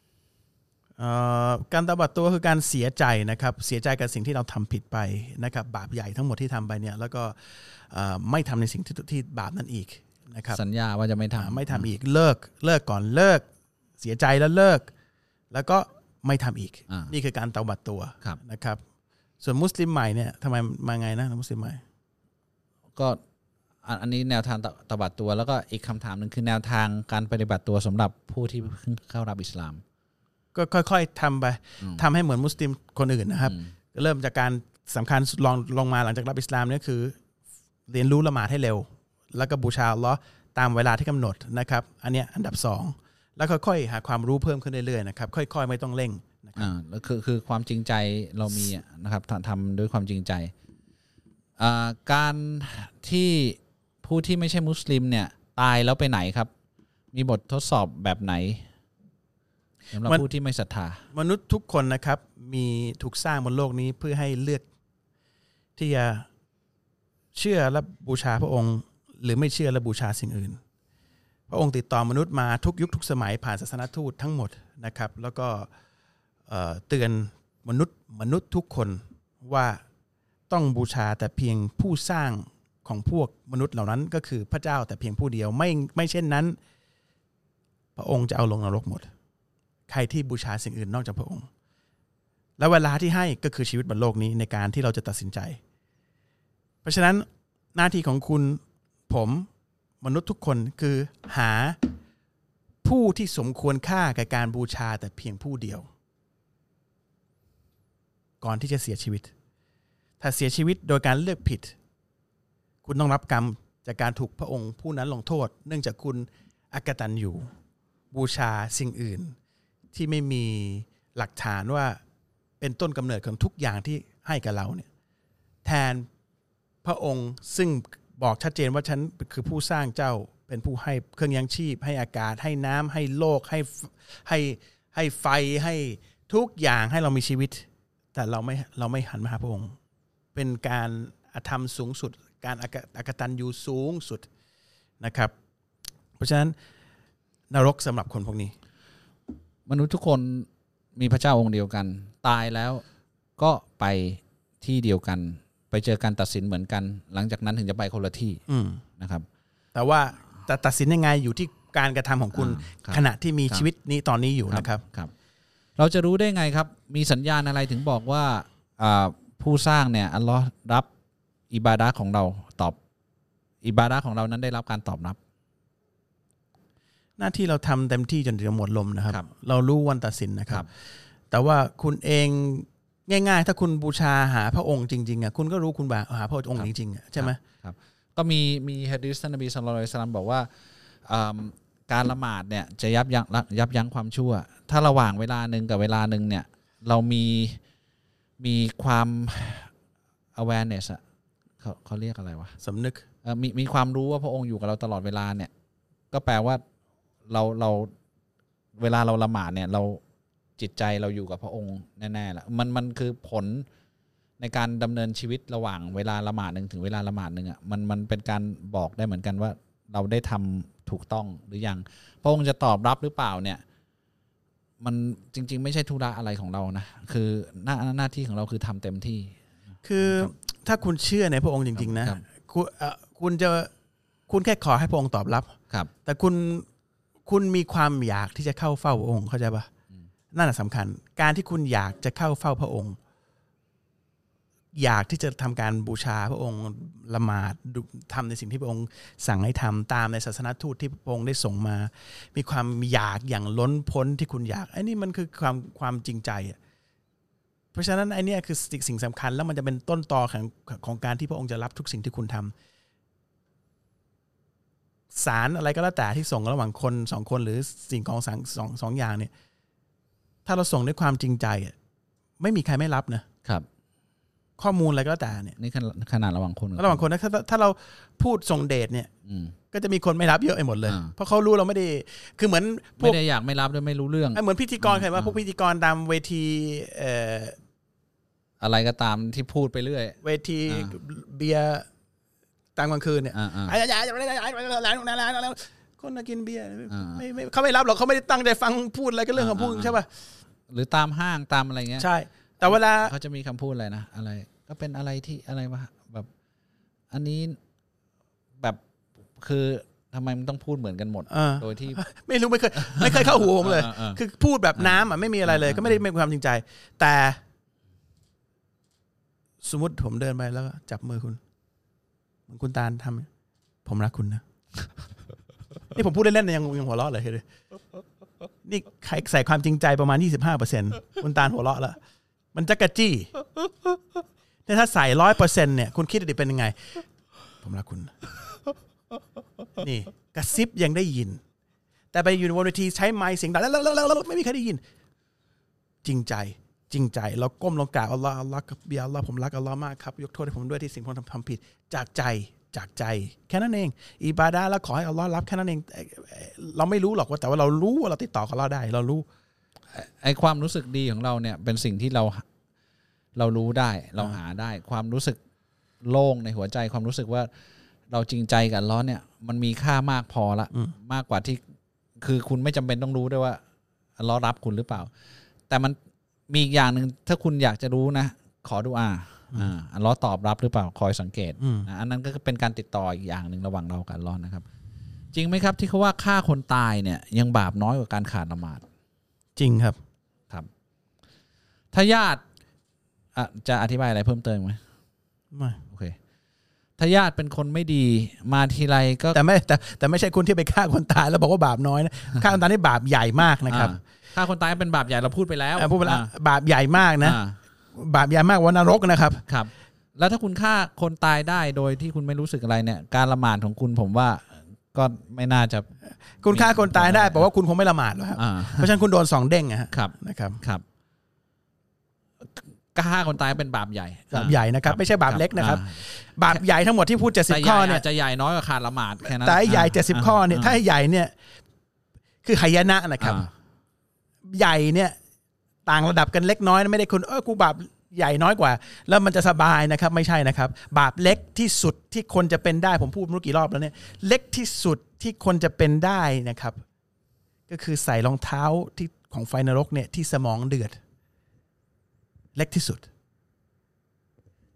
การเตาบัตตัวคือการเสียใจนะครับเสียใจกับสิ่งที่เราทำผิดไปนะครับบาปใหญ่ทั้งหมดที่ทำไปเนี่ยแล้วก็ไม่ทำในสิ่งที่ที่บาปนั้นอีกนะครับสัญญาว่าจะไม่ทำไม่ทำอีกเลิกเลิกก่อนเลิกเสียใจแล้วเลิกแล้วก็ไม่ทำอีกนี่คือการเตาบัตตัวนะครับส่วนมุสลิมใหม่เนี่ยทำไมมาไงนะมุสลิมใหม่ก็อันนี้แนวทางเตาบัตตัวแล้วก็อีกคำถามหนึ่งคือแนวทางการปฏิบัติตัวสำหรับผู้ที่เพิ่งเข้ารับอิสลามก็ค่อยๆทำไปทำให้เหมือนมุสลิมคนอื่นนะครับเริ่มจากการสำคัญลองลงมาหลังจากรับอิสลามนี่คือเรียนรู้ละหมาดให้เร็วแล้วก็บูชาอัลเลาะห์ตามเวลาที่กำหนดนะครับอันนี้อันดับสองแล้วค่อยๆหาความรู้เพิ่มขึ้นเรื่อยๆนะครับค่อยๆไม่ต้องเร่งอ่าแล้วคือคือความจริงใจเรามีนะครับทำด้วยความจริงใจการที่ผู้ที่ไม่ใช่มุสลิมเนี่ยตายแล้วไปไหนครับมีบททดสอบแบบไหนสำหรับผู้ที่ไม่ศรัทธามนุษย์ทุกคนนะครับมีถูกสร้างบนโลกนี้เพื่อให้เลือกที่จะเชื่อและบูชาพระองค์หรือไม่เชื่อและบูชาสิ่งอื่นพระองค์ติดต่อมนุษย์มาทุกยุคทุกสมัยผ่านศาสนทูตทั้งหมดนะครับแล้วก็เตือนมนุษย์มนุษย์ทุกคนว่าต้องบูชาแต่เพียงผู้สร้างของพวกมนุษย์เหล่านั้นก็คือพระเจ้าแต่เพียงผู้เดียวไม่ไม่เช่นนั้นพระองค์จะเอาลงนรกหมดใครที่บูชาสิ่งอื่นนอกจากพระองค์และเวลาที่ให้ก็คือชีวิตบนโลกนี้ในการที่เราจะตัดสินใจเพราะฉะนั้นหน้าที่ของคุณผมมนุษย์ทุกคนคือหาผู้ที่สมควรค่ากับการบูชาแต่เพียงผู้เดียวก่อนที่จะเสียชีวิตถ้าเสียชีวิตโดยการเลือกผิดคุณต้องรับกรรมจากการถูกพระองค์ผู้นั้นลงโทษเนื่องจากคุณอกตัญญูบูชาสิ่งอื่นที่ไม่มีหลักฐานว่าเป็นต้นกำเนิดของทุกอย่างที่ให้กับเราเนี่ยแทนพระองค์ซึ่งบอกชัดเจนว่าฉันคือผู้สร้างเจ้าเป็นผู้ให้เครื่องยังชีพให้อากาศให้น้ำให้โลกให้ให้ให้ไฟให้ทุกอย่างให้เรามีชีวิตแต่เราไม่เราไม่หันมาหาพระองค์เป็นการอธรรมสูงสุดการอกตัญญูสูงสุดนะครับเพราะฉะนั้นนรกสำหรับคนพวกนี้มนุษย์ทุกคนมีพระเจ้าองค์เดียวกันตายแล้วก็ไปที่เดียวกันไปเจอการตัดสินเหมือนกันหลังจากนั้นถึงจะไปคนละที่นะครับแต่ว่าจะตัดสินยังไงอยู่ที่การกระทำของคุณขณะที่มีชีวิตนี้ตอนนี้อยู่นะครับครับเราจะรู้ได้ไงครับมีสัญญาณอะไรถึงบอกว่าผู้สร้างเนี่ยอัลลอฮ์รับอิบาดะห์ของเราตอบอิบาดะห์ของเรานั้นได้รับการตอบรับหน้าที่เราทำเต็มที่จนถึงหมดลมนะครับเรารู้วันตัดสินนะครับแต่ว่าคุณเองง่ายๆถ้าคุณบูชาหาพระองค์จริงๆอ่ะคุณก็รู้คุณบาหาพระองค์จริงๆอ่ะใช่ไหมครับก็มีมีหะดีษท่านนบีศ็อลลัลลอฮุอะลัยฮิวะซัลลัมบอกว่าการละหมาดเนี่ยจะยับยั้งยับยั้งความชั่วถ้าระหว่างเวลาหนึ่งกับเวลาหนึ่งเนี่ยเรามีมีความ awareness อ่ะเขาเขาเรียกอะไรวะสำนึกมีมีความรู้ว่าพระองค์อยู่กับเราตลอดเวลาเนี่ยก็แปลว่าเราเราเวลาเราละหมาดเนี่ยเราจิตใจเราอยู่กับพระองค์แน่ๆแหละมันมันคือผลในการดำเนินชีวิตระหว่างเวลาละหมาดหนึ่งถึงเวลาละหมาดหนึ่งอ่ะมันมันเป็นการบอกได้เหมือนกันว่าเราได้ทำถูกต้องหรือยังพระองค์จะตอบรับหรือเปล่าเนี่ยมันจริงๆไม่ใช่ธุระอะไรของเรานะคือหน้าหน้าที่ของเราคือทำเต็มที่คือถ้าคุณเชื่อในพระองค์จริงๆนะคุณคุณจะคุณแค่ขอให้พระองค์ตอบรับครับแต่คุณคุณมีความอยากที่จะเข้าเฝ้าพระองค์เข้าใจปะนั่นแหละสำคัญการที่คุณอยากจะเข้าเฝ้าพระองค์อยากที่จะทำการบูชาพระองค์ละหมาดทำในสิ่งที่พระองค์สั่งให้ทำตามในศาสนทูตที่พระองค์ได้ส่งมามีความอยากอย่างล้นพ้นที่คุณอยากไอ้นี่มันคือความความจริงใจอ่ะเพราะฉะนั้นไอ้นี่คือสิ่งสำคัญแล้วมันจะเป็นต้นตอของของการที่พระองค์จะรับทุกสิ่งที่คุณทำสารอะไรก็แล้วแต่ที่ส่งระหว่างคนสองคนหรือสิ่งของสองสองสองอย่างเนี่ยถ้าเราส่งด้วยความจริงใจอ่ะไม่มีใครไม่รับนะครับข้อมูลอะไรก็แล้วแต่เนี่ยนี่ขนาดระหว่างคนระหว่างคนนะถ้าถ้าเราพูดส่งเดชเนี่ยก็จะมีคนไม่รับเยอะไปหมดเลยเพราะเขารู้เราไม่ได้คือเหมือนไม่ได้อยากไม่รับด้วยไม่รู้เรื่องเหมือนพิธีกรใครว่าพวกพิธีกรตามเวทีเอ่ออะไรก็ตามที่พูดไปเรื่อยเวทีเบียร์ตามกลางคืนเนี่ยไอ้ยายคนกินเบียร์ไม่ไม่เขาไม่รับหรอกเขาไม่ได้ตั้งใจฟังพูดอะไรก็เรื่องของพูดใช่ป่ะหรือตามห้างตามอะไรเงี้ยใช่แต่เวลาเขาจะมีคำพูดอะไรนะอะไรก็เป็นอะไรที่อะไรวะแบบอันนี้แบบคือทำไมมันต้องพูดเหมือนกันหมดโดยที่ไม่รู้ไม่เคยไม่เคยเข้าหูผมเลยคือพูดแบบน้ำอ่ะไม่มีอะไรเลยก็ไม่ได้มีความจริงใจแต่สมมติผมเดินไปแล้วจับมือคุณเหมือนคุณตาลทำผมรักคุณนะนี่ผมพูดเล่นๆยังยังหัวเราะเลยเลยนี่ใครใส่ความจริงใจประมาณ ยี่สิบห้าเปอร์เซ็นต์ คุณตาลหัวเราะแล้วมันจักกะจี้แต่ถ้าใส่ ร้อยเปอร์เซ็นต์ เนี่ยคุณคิดดิเป็นยังไงผมรักคุณนี่กระซิบยังได้ยินแต่ไปอยู่บนเวทีใช้ไมค์เสียงดังแล้วไม่มีใครได้ยินจริงใจจริงใจเราก้มลงกราบอัลลอฮ์อัลลอฮ์กับเบียอัลลอฮ์ผมรักอัลลอฮ์มากครับยกโทษให้ผมด้วยที่สิ่งที่ผมทำผิดจากใจจากใจแค่นั้นเองอิบาดะห์แล้วขอให้อัลลอฮ์รับแค่นั้นเองเราไม่รู้หรอกว่าแต่ว่าเรารู้ว่าเราติดต่อกับอัลลอฮ์ได้เรารู้ไอความรู้สึกดีของเราเนี่ยเป็นสิ่งที่เราเรารู้ได้เราหาได้ความรู้สึกโล่งในหัวใจความรู้สึกว่าเราจริงใจกับอัลลอฮ์เนี่ยมันมีค่ามากพอละมากกว่าที่คือคุณไม่จำเป็นต้องรู้ด้วยว่าอัลลอฮ์รับคุณหรือเปล่าแต่มันมีอีกอย่างหนึ่งถ้าคุณอยากจะรู้นะขอดุอาอ่าอัลลอฮ์ตอบรับหรือเปล่าคอยสังเกตนะอันนั้นก็เป็นการติดต่ออีกอย่างหนึ่งระหว่างเรากับอัลลอฮ์นะครับจริงไหมครับที่เขาว่าฆ่าคนตายเนี่ยยังบาปน้อยกว่าการขาดละหมาดจริงครับครับถ้าญาติจะอธิบายอะไรเพิ่มเติมไหมไม่โอเคถ้าญาติเป็นคนไม่ดีมาทีไรก็แต่ไม่แต่แต่ไม่ใช่คนที่ไปฆ่าคนตายแล้วบอกว่าบาปน้อยนะฆ่าคนตายนี่บาปใหญ่มากนะครับฆ่าคนตายเป็นบาปใหญ่เราพูดไปแล้วพูดไปแล้วบาปใหญ่มากนะบาปใหญ่มากว่านรกนะครับครับแล้วถ้าคุณฆ่าคนตายได้โดยที่คุณไม่รู้สึกอะไรเนี่ยการละหมาดของคุณผมว่าก็ไม่น่าจะคุณฆ่าคนตายได้แปลว่าคุณคงไม่ละหมาดหรอกครับเพราะฉะนั้นคุณโดนสองเด้งนะครับนะครับครับฆ่าคนตายเป็นบาปใหญ่บาปใหญ่นะครับไม่ใช่บาปเล็กนะครับบาปใหญ่ทั้งหมดที่พูดเจ็ดสิบข้อเนี่ยจะใหญ่น้อยกว่าขาดละหมาดแค่นั้นแต่ใหญ่เจ็ดสิบข้อเนี่ยถ้าใหญ่เนี่ยคือหายนะนะครับใหญ่เนี่ยต่างระดับกันเล็กน้อยไม่ได้คุณเออกูบาปใหญ่น้อยกว่าแล้วมันจะสบายนะครับไม่ใช่นะครับบาปเล็กที่สุดที่คนจะเป็นได้ผมพูดไม่รู้กี่รอบแล้วเนี่ยเล็กที่สุดที่คนจะเป็นได้นะครับก็คือใส่รองเท้าที่ของไฟนรกเนี่ยที่สมองเดือดเล็กที่สุด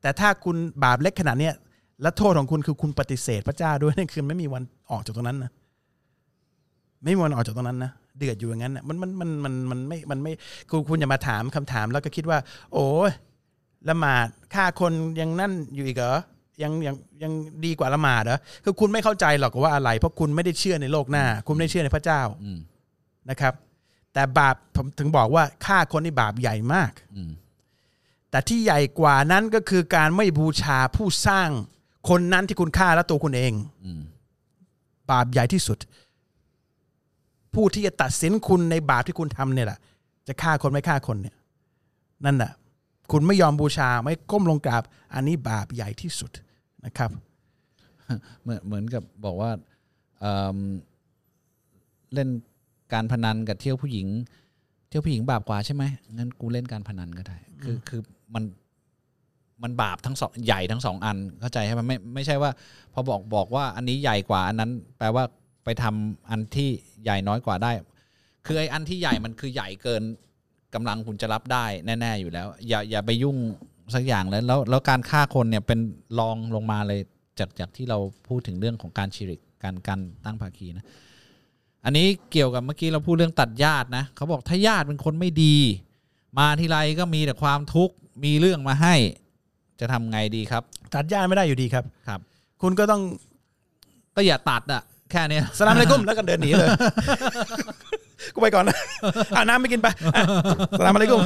แต่ถ้าคุณบาปเล็กขนาดเนี้ยและโทษของคุณคือคุณปฏิเสธพระเจ้าด้วยนั่นคือไม่มีวันออกจากตรงนั้นนะไม่มีวันออกจากตรงนั้นนะเดือดอยู่อย่างนั้นนะมันมันมันมันมันไม่มันไม่คุณคุณอย่ามาถามคำถามแล้วก็คิดว่าโอ้ยละหมาดฆ่าคนยังนั่นอยู่อีกเหรอยังยังยังดีกว่าละหมาดเหรอคือคุณไม่เข้าใจหรอกว่าอะไรเพราะคุณไม่ได้เชื่อในโลกหน้าคุณไม่ได้เชื่อในพระเจ้านะครับแต่บาปผมถึงบอกว่าฆ่าคนนี่บาปใหญ่มากแต่ที่ใหญ่กว่านั้นก็คือการไม่บูชาผู้สร้างคนนั้นที่คุณฆ่าและตัวคุณเองบาปใหญ่ที่สุดผู้ที่จะตัดสินคุณในบาปที่คุณทำเนี่ยแหละจะฆ่าคนไม่ฆ่าคนเนี่ยนั่นแหละคุณไม่ยอมบูชาไม่ก้มลงกราบอันนี้บาปใหญ่ที่สุดนะครับเหมือนเหมือนกับบอกว่า เ, เล่นการพนันกับเที่ยวผู้หญิงเที่ยวผู้หญิงบาปกว่าใช่ไหมงั้นกูเล่นการพนันก็ได้คือคือมันมันบาปทั้งสองใหญ่ทั้งสองอันเข้าใจใช่ไหมไม่ไม่ใช่ว่าพอบอกบอกว่าอันนี้ใหญ่กว่าอันนั้นแปลว่าไปทำอันที่ใหญ่น้อยกว่าได้คือไอ้อันที่ใหญ่มันคือใหญ่เกินกำลังคุณจะรับได้แน่ๆอยู่แล้วอย่าอย่าไปยุ่งสักอย่างแล้วแล้วแล้วการฆ่าคนเนี่ยเป็นรองลงมาเลยจากจากที่เราพูดถึงเรื่องของการชิริกการการตั้งภาคีนะอันนี้เกี่ยวกับเมื่อกี้เราพูดเรื่องตัดญาตินะเขาบอกถ้าญาติเป็นคนไม่ดีมาทีไรก็มีแต่ความทุกข์มีเรื่องมาให้จะทำไงดีครับตัดญาติไม่ได้อยู่ดีครับครับคุณก็ต้องก็อย่าตัดอะแค่นี้สลามอะลัยกุมแล้วก็เดินหนีเลยกูไปก่อนนะอาน้ำไม่กินไปสลามอะลัยกุม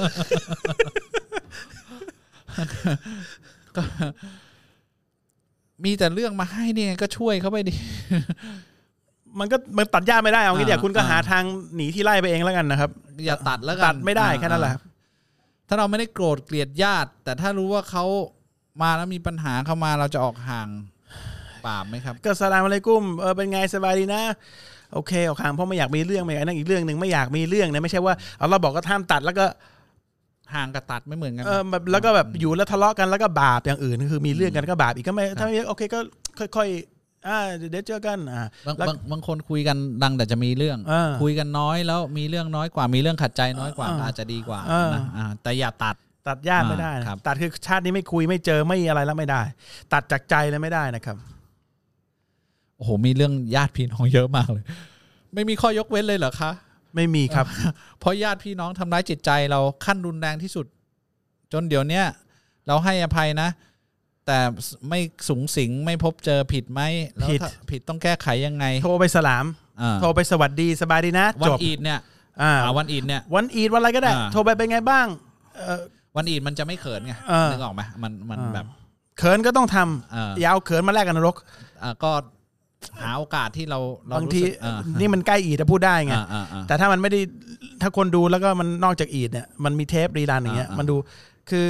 ก็มีแต่เรื่องมาให้เนี่ยก็ช่วยเขาไปดิมันก็มันตัดญาติไม่ได้เอางี้เดี๋ยวคุณก็หาทางหนีที่ไล่ไปเองแล้วกันนะครับอย่าตัดแล้วกันตัดไม่ได้แค่นั้นแหละถ้าเราไม่ได้โกรธเกลียดญาติแต่ถ้ารู้ว่าเขามาแล้วมีปัญหาเข้ามาเราจะออกห่างบาปไหมครับก็สลามอะลัยกุมเออเป็นไงสบายดีนะโอเคออกห่างเพราะไม่อยากมีเรื่องไม่อยากนั่งอีกเรื่องนึงไม่อยากมีเรื่องนะไม่ใช่ว่าเอาเราบอกก็ห้ามตัดแล้วก็ห่างกับตัดไม่เหมือนกันเออแล้วก็แบบอยู่แล้วทะเลาะกันแล้วก็บาปอย่างอื่นคือมีเรื่องกันก็บาปอีกก็ไม่ถ้าโอเคก็ค่อยๆอ่าเดี๋ยวเจอกันอ่าบางบางคนคุยกันดังแต่จะมีเรื่องคุยกันน้อยแล้วมีเรื่องน้อยกว่ามีเรื่องขัดใจน้อยกว่าอาจจะดีกว่านะแต่อย่าตัดตัดญาติไม่ได้ตัดคือชาตินี้ไม่คุยไม่เจอไม่อะไรแล้วไม่ได้ตัดจากใจเลยไม่ได้นะครับโอ้โหมีเรื่องญาติพี่น้องเยอะมากเลยไม่มีข้อยกเว้นเลยเหรอคะไม่มีครับเพราะญาติพี่น้องทำร้ายจิตใจเราขั้นรุนแรงที่สุดจนเดี๋ยวนี้เราให้อภัยนะแต่ไม่สูงสิงไม่พบเจอผิดไหมผิดผิดต้องแก้ไขยังไงโทรไปสลามโทรไปสวัสดีสบายดีนะจบวันอีดเนี่ยวันอีดเนี่ยวันอีดวันอะไรก็ได้โทรไปเป็นไงบ้างวันอีดมันจะไม่เขินไงนึกออกไหมมันมันแบบเขินก็ต้องทำยาวเขินมาแลกกันนรกก็หาโอกาสที่เราบางทีนี่มันใกล้อีดจะพูดได้ไงแต่ถ้ามันไม่ได้ถ้าคนดูแล้วก็มันนอกจากอีดเนี่ยมันมีเทปรีรันอย่างเงี้ยมันดูคือ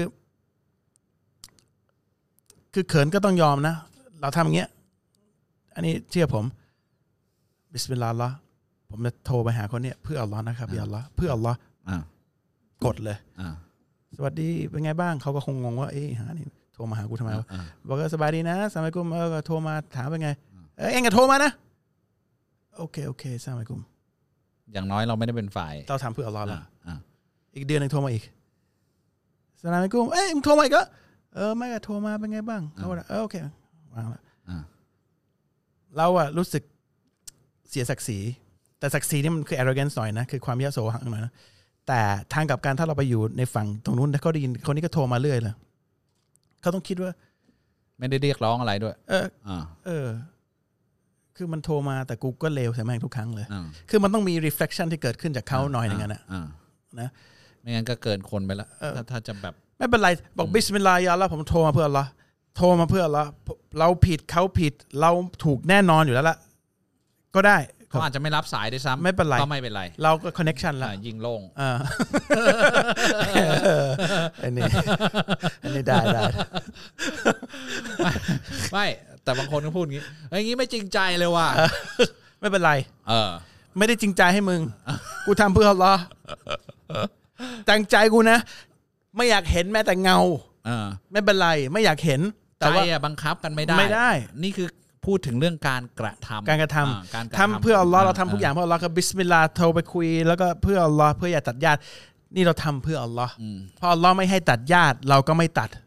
คือเขินก็ต้องยอมนะเราทำอย่างเงี้ยอันนี้เชื่อผมบิสมิลลาห์อัลลอฮ์ผมจะโทรไปหาคนเนี้ยเพื่ออัลลอฮ์นะครับอย่าอัลลอฮ์เพื่ออัลลอฮ์กดเลยสวัสดีเป็นไงบ้างเขาก็คงงงว่าเอ๊ะหานี่โทรมาหากูทำไมวะบอกว่าสบายดีนะสมัยกูเออโทรมาถามเป็นไงเออเอ็งก็โทรมานะโอเคโอเคสมัยกูอย่างน้อยเราไม่ได้เป็นฝ่ายเราทำเพื่ออัลลอฮ์แล้วอีกเดือนนึงโทรมาอีกสมัยกูเอ้ยมึงโทรมาอีกก็เออไม่ก็โทรมาเป็นไงบ้างเขาบอกเออโอเควางละเราอะรู้สึกเสียศักดิ์ศรีแต่ศักดิ์ศรีนี่มันคือ arrogance หน่อยนะคือความยโสหน่อยนะแต่ทางกับการถ้าเราไปอยู่ในฝั่งตรงนู้นถ้าเขาได้ยินคนนี้ก็โทรมาเรื่อยเลยเขาต้องคิดว่าไม่ได้เรียกร้องอะไรด้วยเออเออคือมันโทรมาแต่กูก็เลวใส่แม่งทุกครั้งเลยคือมันต้องมี reflection ที่เกิดขึ้นจากเขาหน่อยนึงนะนะไม่งั้นก็เกินคนไปแล้วถ้าถ้าจะแบบไม่เป็นไรบอกบิสมิลลาห์ยาอัลลอฮ์ผมโทรมาเพื่ออัลลอฮ์โทรมาเพื่ออัลลอฮ์เราผิดเขาผิดเราถูกแน่นอนอยู่แล้วล่ะก็ได้เขาอาจจะไม่รับสายด้วยซ้ำไม่เป็นไรก็ไม่เป็นไรเราก็คอนเนคชั่นแล้วยิงโล่งอันนี้อันนี้ได้ได้ไม่แต่บางคนก็พูดอย่างนี้อย่างนี้ไม่จริงใจเลยว่ะไม่เป็นไรเออไม่ได้จริงใจให้มึงกูทำเพื่ออัลลอฮ์ตั้งใจกูนะไม่อยากเห็นแม้แต่เงาไม่เป็นไรไม่อยากเห็นแต่ว่าบังคับกันไม่ได้ไม่ได้นี่คือพูดถึงเรื่องการกระทำการกระทำทำเพื่ออัลลอฮ์เราทำทุกอย่างเพื่ออัลลอฮ์ครับบิสมิลลาห์โทรไปคุยแล้วก็เพื่ออัลลอฮ์เพื่ออย่าตัดญาตินี่เราทำเพื่ออัลลอฮ์พออัลลอฮ์ไม่ให้ตัดญาติเราก็ไม่ตัด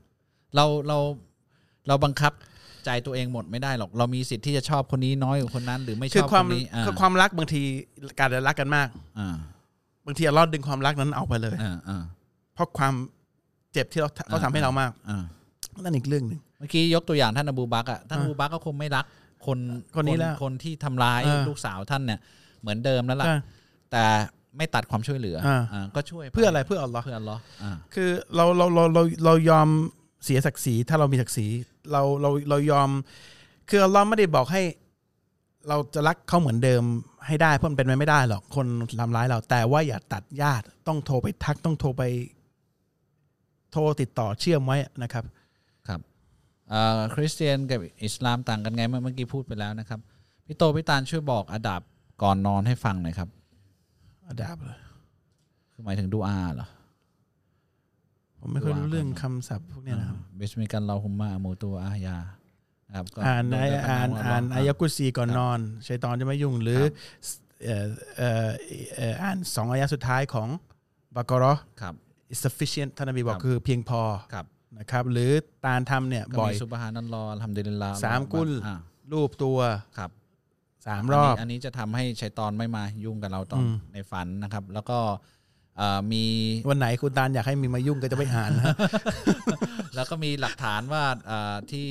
เราเราเราบังคับใจตัวเองหมดไม่ได้หรอกเรามีสิทธิ์ที่จะชอบคนนี้น้อยกว่าคนนั้นหรือไม่ชอบคนนี้คือความรักบางทีการรักกันมากบางทีเราดึงความรักนั้นออกไปเลยเพราะความเจ็บที่เราเขาทำให้เรามากนั่นอีกเรื่องหนึ่งเมื่อกี้ยกตัวอย่างท่านอบูบักรอ่ะท่านอบูบักรก็คงไม่รักคนคนนี้แล้วคนที่ทำร้ายลูกสาวท่านเนี่ยเหมือนเดิมแล้วล่ะแต่ไม่ตัดความช่วยเหลือก็ช่วยเพื่ออะไรเพื่ออัลลอฮ์เพื่ออัลลอฮ์คือเราเราเราเราเรายอมเสียศักดิ์ศรีถ้าเรามีศักดิ์ศรีเราเราเรายอมคืออัลลอฮ์ไม่ได้บอกให้เราจะรักเขาเหมือนเดิมให้ได้เพราะมันเป็นไปไม่ได้หรอกคนทำร้ายเราแต่ว่าอย่าตัดญาติต้องโทรไปทักต้องโทรไปโทรติดต่อเชื่อมไว้นะครับครับคริสเตียนกับอิสลามต่างกันไงเมื่อกี้พูดไปแล้วนะครับพี่โตพี่ตาลช่วยบอกอาดับก่อนนอนให้ฟังหน่อยครับอาดับเลยคือหมายถึงดูอาเหรอผมไม่ค่อยรู้เรื่องคำศัพท์พวกนี้นะครับบิสมิลลาฮิรเราะห์มาอะมูตูอาฮยาครับอ่านอ่านอ่านอายะกุซีก่อนนอนชัยฏอนจะไม่ยุ่งหรือเอ่อเอ่ออ่านสองอายะสุดท้ายของบะเกาะห์ครับ sufficient ท่านนบีบอกคือเพียงพอนะครับหรือตาลทำเนี่ยบ่อยซุบฮานัลลอฮ์อัลฮัมดุลิลลาห์สามกุลรูปตัวครับสามรอบอันนี้จะทำให้ชัยฏอนไม่มายุ่งกับเราตอนในฝันนะครับแล้วก็มีวันไหนคุณตาลอยากให้มีมายุ่งก็จะไปอ่านนะแล้วก็มีหลักฐานว่าที่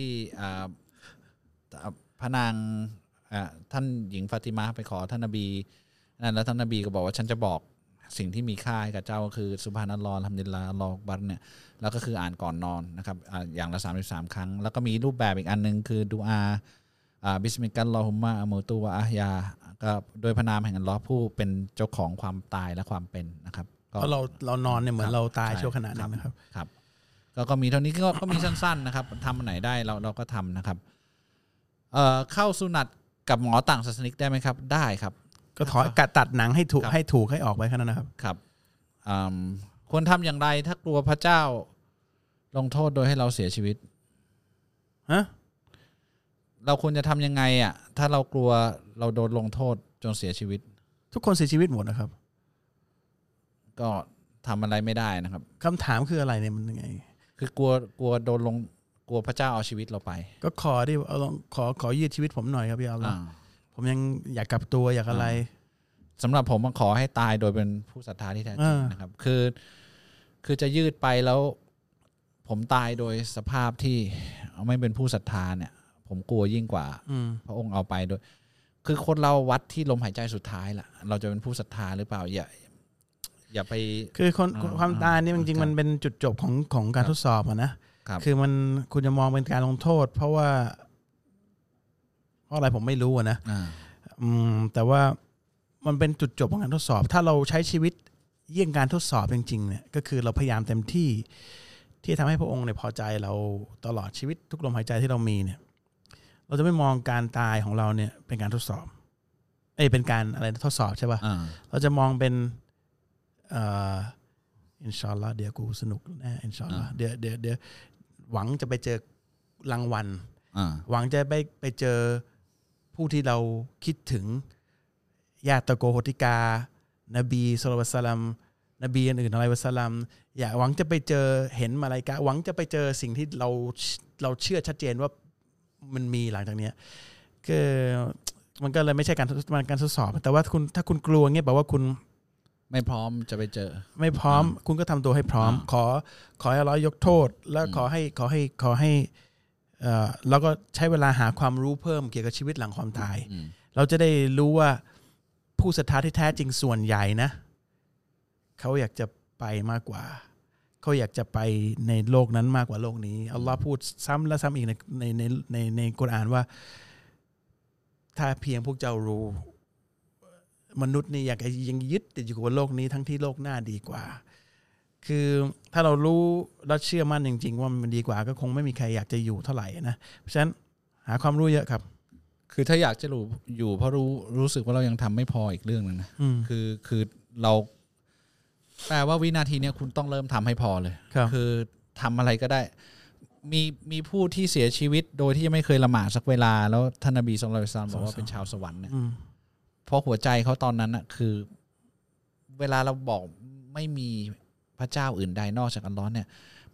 พระนางท่านหญิงฟาติมาไปขอท่านนบีนั่นแล้วท่านนบีก็บอกว่าฉันจะบอกสิ่งที่มีค่าให้กับเจ้าก็คือซุบฮานัลลอฮ์อัลฮัมดุลิลลาห์อัลลอฮุอักบัรเนี่ยแล้วก็คืออ่านก่อนนอนนะครับอย่างละสามสิบสามครั้งแล้วก็มีรูปแบบอีกอันนึงคือดุอาบิสมิลลาฮิรเราะห์มาอะมูตูวะอะฮยาก็โดยพระนามแห่งอัลเลาะห์ผู้เป็นเจ้าของความตายและความเป็นนะครับเพราะเราเรานอนเนี่ยเหมือนเราตายชั่วขณะนึงนะครับครับก็มีเท่านี้ก็ก็มีสั้นๆนะครับทำอันไหนได้เราเราก็ทำนะครับเอ่อเข้าสุนัตกับหมอต่างศาสนิกได้ไหมครับได้ครับก็ถอยกัดตัดหนังให้ถูกให้ถูกให้ออกไปแค่นั้นนะครับครับควรทำอย่างไรถ้ากลัวพระเจ้าลงโทษโดยให้เราเสียชีวิตฮะเราควรจะทำยังไงอ่ะถ้าเรากลัวเราโดนลงโทษจนเสียชีวิตทุกคนเสียชีวิตหมดนะครับก็ทำอะไรไม่ได้นะครับคำถามคืออะไรเนี่ยมันยังไงคือกลัวกลัวโดนลงกลัวพระเจ้าเอาชีวิตเราไปก็ขอดิเอาลองขอขอยืดชีวิตผมหน่อยครับพี่อัลลอฮ์ผมยังอยากกลับตัวอยากอะไรสำหรับผมขอให้ตายโดยเป็นผู้ศรัทธาที่แท้จริงนะครับคือคือจะยืดไปแล้วผมตายโดยสภาพที่ไม่เป็นผู้ศรัทธาเนี่ยผมกลัวยิ่งกว่าพระองค์เอาไปโดยคือคนเราวัดที่ลมหายใจสุดท้ายล่ะเราจะเป็นผู้ศรัทธาหรือเปล่าอย่าอย่าไปคือคนความตายนี่จริงๆมันเป็นจุดจบของของการทดสอบอะนะคือมันคุณจะมองเป็นการลงโทษเพราะว่าเพราะอะไรผมไม่รู้อะนะอืมแต่ว่ามันเป็นจุดจบของการทดสอบถ้าเราใช้ชีวิตเยี่ยงการทดสอบจริงๆเนี่ยก็คือเราพยายามเต็มที่ที่ทำให้พระองค์เนี่ยพอใจเราตลอดชีวิตทุกลมหายใจที่เรามีเนี่ยเราจะไม่มองการตายของเราเนี่ยเป็นการทดสอบเอ้ยเป็นการอะไรทดสอบใช่ป่ะเราจะมองเป็นอ่าอินชาอัลลอฮ์เดี๋ยวกูสนุกแน่อินชาอัลลอฮ์เดี๋ยวเดี๋ยวเดี๋ยวหวังจะไปเจอรางวัลหวังจะไปไปเจอผู้ที่เราคิดถึงญาติตะโกโหติกานบีศ็อลลัลลอฮุอะลัยฮิวะซัลลัมนบีอื่นๆอะไรวะซัลลัมอยากหวังจะไปเจอเห็นมาลาอิกะฮ์หวังจะไปเจอสิ่งที่เราเราเชื่อชัดเจนว่ามันมีหลังจากนี้คือมันก็เลยไม่ใช่การการทดสอบแต่ว่าคุณถ้าคุณกลัวเงี้ยแปลว่าคุณไม่พร้อมจะไปเจอไม่พร้อมคุณก็ทำตัวให้พร้อมขอขอให้อัลเลาะห์ยกโทษแล้วขอให้ขอให้ขอให้เอ่อแล้วก็ใช้เวลาหาความรู้เพิ่มเกี่ยวกับชีวิตหลังความตายเราจะได้รู้ว่าผู้ศรัทธาที่แท้จริงส่วนใหญ่นะเขาอยากจะไปมากกว่าเขาอยากจะไปในโลกนั้นมากกว่าโลกนี้อัลลอฮ์พูดซ้ำและซ้ำอีกในในในในในกุรอานว่าถ้าเพียงพวกเจ้ารู้มนุษย์นี่อยากยังยึดติดอยู่กับโลกนี้ทั้งที่โลกหน้าดีกว่าคือถ้าเรารู้และเชื่อมั่นจริงๆว่ามันดีกว่าก็คงไม่มีใครอยากจะอยู่เท่าไหร่นะเพราะฉะนั้นหาความรู้เยอะครับคือถ้าอยากจะรู้อยู่เพราะรู้รู้สึกว่าเรายังทำไม่พออีกเรื่องนึงนะคือคือเราแปลว่าวินาทีนี้คุณต้องเริ่มทำให้พอเลยคือทำอะไรก็ได้มีมีผู้ที่เสียชีวิตโดยที่ยังไม่เคยละหมาดสักเวลาแล้วท่านนบีศ็อลลัลลอฮุอะลัยฮิวะซัลลัมบอกว่าเป็นชาวสวรรค์เนี่ยเพราะหัวใจเขาตอนนั้นน่ะคือเวลาเราบอกไม่มีพระเจ้าอื่นใดนอกจากอัลเลาะห์เนี่ย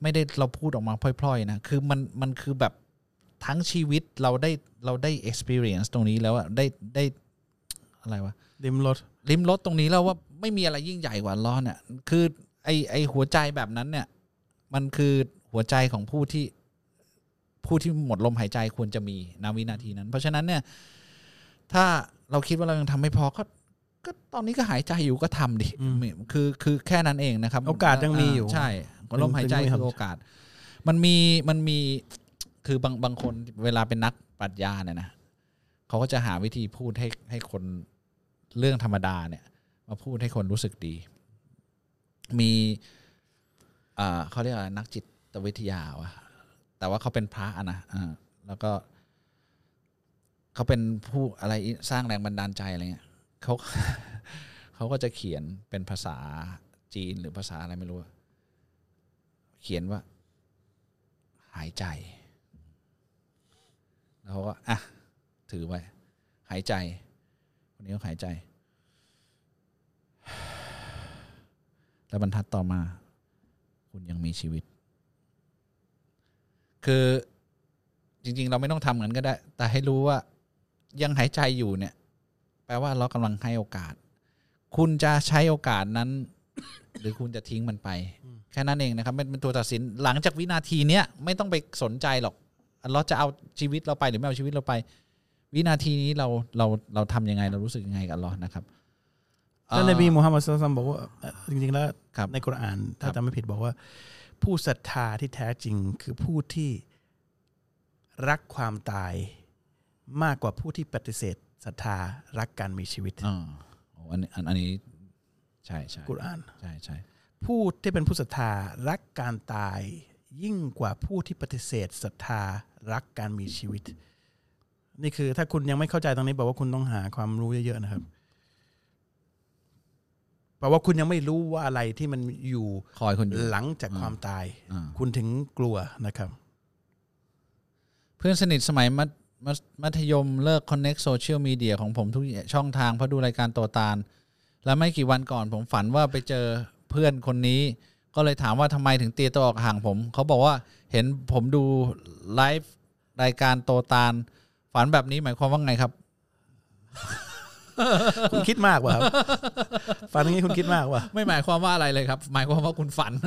ไม่ได้เราพูดออกมาพล่อยๆนะคือมันมันคือแบบทั้งชีวิตเราได้เราได้ experience ตรงนี้แล้วอะได้ได้อะไรวะลิ้มรสลิ้มรสตรงนี้แล้วว่าไม่มีอะไรยิ่งใหญ่กว่าร้อนเนี่ยคือไอไอหัวใจแบบนั้นเนี่ยมันคือหัวใจของผู้ที่ผู้ที่หมดลมหายใจควรจะมีณวินาทีนั้นเพราะฉะนั้นเนี่ยถ้าเราคิดว่าเรายังทำไม่พอก็ก็ตอนนี้ก็หายใจอยู่ก็ทำดิคือคือแค่นั้นเองนะครับโอกาสยังมีอยู่ใช่ลมหายใจคือโอกาสมันมีมันมีคือบางบางคนเวลาเป็นนักปรัชญาเนี่ยนะเขาก็จะหาวิธีพูดให้ให้คนเรื่องธรรมดาเนี่ยมาพูดให้คนรู้สึกดีมีอ่าเขาเรียกอะไรนักจิตวิทยาวะแต่ว่าเขาเป็นพระนะอ่าแล้วก็เขาเป็นผู้อะไรสร้างแรงบันดาลใจอะไรเงี้ยเขาเขาก็จะเขียนเป็นภาษาจีนหรือภาษาอะไรไม่รู้เขียนว่าหายใจแล้วเขาก็อ่ะถือไว้หายใจคนนี้ก็หายใจแล้วบรรทัดต่อมาคุณยังมีชีวิตคือจริงๆเราไม่ต้องทำเหมือนก็ได้แต่ให้รู้ว่ายังหายใจอยู่เนี่ยแปลว่าเรากำลังให้โอกาสคุณจะใช้โอกาสนั้น หรือคุณจะทิ้งมันไปแค่นั้นเองนะครับเป็นตัวตัดสินหลังจากวินาทีเนี้ยไม่ต้องไปสนใจหรอกเราจะเอาชีวิตเราไปหรือไม่เอาชีวิตเราไปวินาทีนี้เราเราเราทำยังไงเรารู้สึกยังไงกับอัลเลาะห์นะครับแล้วนบีมุฮัมมัดศ็อลลัลลอฮุอะลัยฮิวะซัลลัมบอกว่าจริงๆแล้วในกุรอานถ้าจำไม่ผิดบอกว่าผู้ศรัทธาที่แท้จริงคือผู้ที่รักความตายมากกว่าผู้ที่ปฏิเสธศรัทธารักการมีชีวิตอ๋ออันนี้อันนี้ใช่ใช่กุรอานใช่ใช่ผู้ที่เป็นผู้ศรัทธารักการตายยิ่งกว่าผู้ที่ปฏิเสธศรัทธารักการมีชีวิตนี่คือถ้าคุณยังไม่เข้าใจตรงนี้บอกว่าคุณต้องหาความรู้เยอะๆนะครับแปลว่าคุณยังไม่รู้ว่าอะไรที่มันอยู่คอยคุณหลังจากความตายคุณถึงกลัวนะครับเพื่อนสนิทสมัยมัธมัธยมเลิก Connect Social Media ของผมทุกช่องทางเพราะดูรายการโตตาลแล้วไม่กี่วันก่อนผมฝันว่าไปเจอเพื่อนคนนี้ก็เลยถามว่าทำไมถึงตีตัวออกห่างผมเขาบอกว่าเห็นผมดูไลฟ์รายการโตตาลฝันแบบนี้หมายความว่าไงครับคุณคิดมากว่ะครับฝันอย่างนี้คุณคิดมากว่ะไม่หมายความว่าอะไรเลยครับหมายความว่าคุณฝัน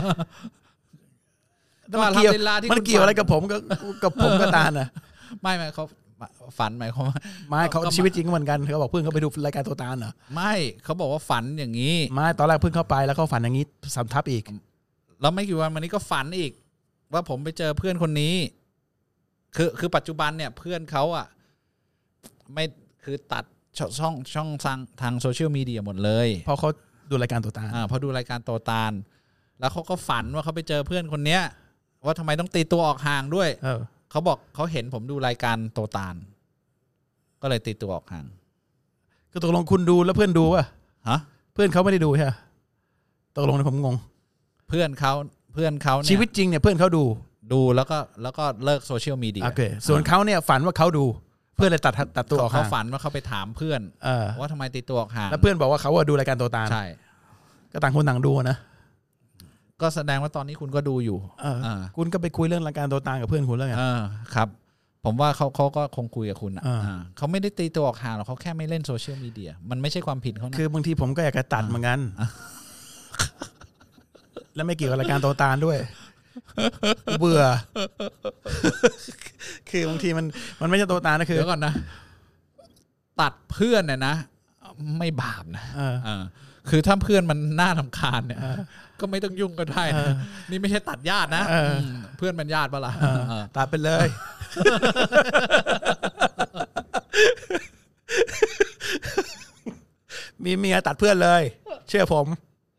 มันเกี่ยวมันเกี่ยวอะไรกับผมกับกับผมกับตาลน่ะไม่ไม่เขาฝันหมายความว่าไม่เขาชีวิตจริงเหมือนกันเขาบอกเพื่อนเขาไปดูรายการโตตาลเหรอไม่เขาบอกว่าฝันอย่างนี้ไม่ตอนแรกเพิ่งเข้าไปแล้วเขาฝันอย่างนี้สำทับอีกแล้วไม่กี่วันวันนี้ก็ฝันอีกว่าผมไปเจอเพื่อนคนนี้คือคือปัจจุบันเนี่ยเพื่อนเขาอ่ะไม่คือตัดช่องช่องทางทางโซเชียลมีเดียหมดเลยเพราะเขาดูรายการโตตาลอ่าพอดูรายการโตตาลแล้วเขาก็ฝันว่าเขาไปเจอเพื่อนคนเนี้ยว่าทำไมต้องตีตัวออกห่างด้วยเออเขาบอกเขาเห็นผมดูรายการโตตาลก็เลยตีตัวออกห่างก็ตกลงคุณดูแล้วเพื่อนดูป่ะฮะเพื่อนเขาไม่ได้ดูใช่ตกลงเนี่ยผมงงเพื่อนเขาเพื่อนเขาชีวิตจริงเนี่ยเพื่อนเขาดูดูแล้วก็แล้วก็เลิกโซเชียลมีเดียโอเคส่วนเขาเนี่ยฝันว่าเขาดูเพื่อนเลยตัดตัดตัวออกห่างเขาฝันว่าเขาไปถามเพื่อนว่าทำไมตีตัวออกห่างแล้วเพื่อนบอกว่าเขาว่าดูรายการโตตาลใช่ก็ต่างคนต่างดูนะก็แสดงว่าตอนนี้คุณก็ดูอยู่คุณก็ไปคุยเรื่องรายการโตตาลกับเพื่อนคุณแล้วไงครับผมว่าเขาเขาก็คงคุยกับคุณอ่ะเขาไม่ได้ตีตัวออกห่างหรอกเขาแค่ไม่เล่นโซเชียลมีเดียมันไม่ใช่ความผิดเขานะคือบางทีผมก็อยากจะตัดเหมือนกันแล้วไม่เกี่ยวกับรายการโตตาลด้วยเบื่อคือบางทีมันมันไม่ใช่โตตาลนะคือเดี๋ยวก่อนนะตัดเพื่อนเนี่ยนะไม่บาปนะคือถ้าเพื่อนมันน่ารำคาญเนี่ยก็ไม่ต้องยุ่งก็ได้นะนี่ไม่ใช่ตัดญาตินะเพื่อนมันญาติปะล่ะตัดไปเลยมีเมียตัดเพื่อนเลยเชื่อผม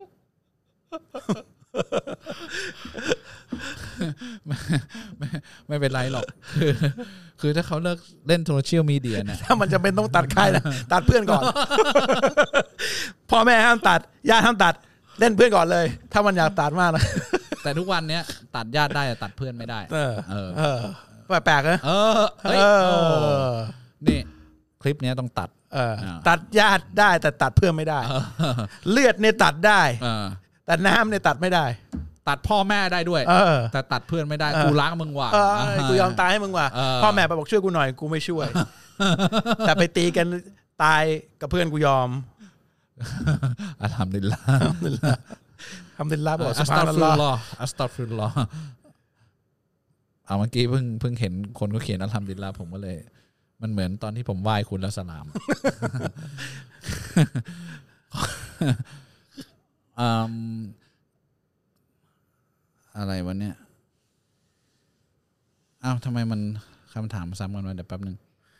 ไม่ไม่ไม่เป็นไรหรอกคือคือถ้าเขาเลิกเล่นโซเชียลมีเดียเนี่ยถ้ามันจะเป็นต้องตัดใครนะตัดเพื่อนก่อนพ่อแม่ห้ามตัดญาติห้ามตัดเล่นเพื่อนก่อนเลยถ้ามันอยากตัดมากนะแต่ทุกวันเนี้ยตัดญาติได้แต่ตัดเพื่อนไม่ได้เออเออแปลกๆนะเออเฮ้ยนี่คลิปนี้ต้องตัดตัดญาติได้แต่ตัดเพื่อนไม่ได้เลือดเนี่ยตัดได้แต่น้ำเนี่ยตัดไม่ได้ตัดพ่อแม่ได้ด้วยแต่ตัดเพื่อนไม่ได้กูรักมึงว่ะกูยอมตายให้มึงว่ะพ่อแม่ไปบอกช่วยกูหน่อยกูไม่ช่วยแต่ไปตีกันตายกับเพื่อนกูยอมอัลฮัมดุลิลลาห์อัลฮัมดุลิลลาห์อัลฮัมดุลิลลาห์บอกซุบฮานัลลอฮ์อัสตัฆฟิรุลลอฮ์เอาเมื่อกี้เพิ่งเพิ่งเห็นคนก็เขียนอัลฮัมดุลิลลาห์ผมก็เลยมันเหมือนตอนที่ผมไหว้คุณแล้วสลามอะไรวะเนี่ยอ้าวทำไมมันคำถามซ้ำกันวะเดี๋ยวแป๊บนึง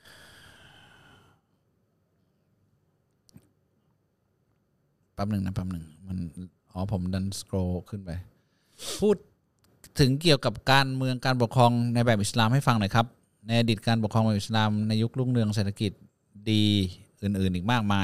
แป๊บนึงนะแป๊บนึงมันอ๋อผมดันสโครลขึ้นไปพูดถึงเกี่ยวกับการเมืองการปกครองในแบบอิสลามให้ฟังหน่อยครับในอดีตการปกครองแบบอิสลามในยุครุ่งเรืองเศรษฐกิจดีอื่นๆอีกมากมาย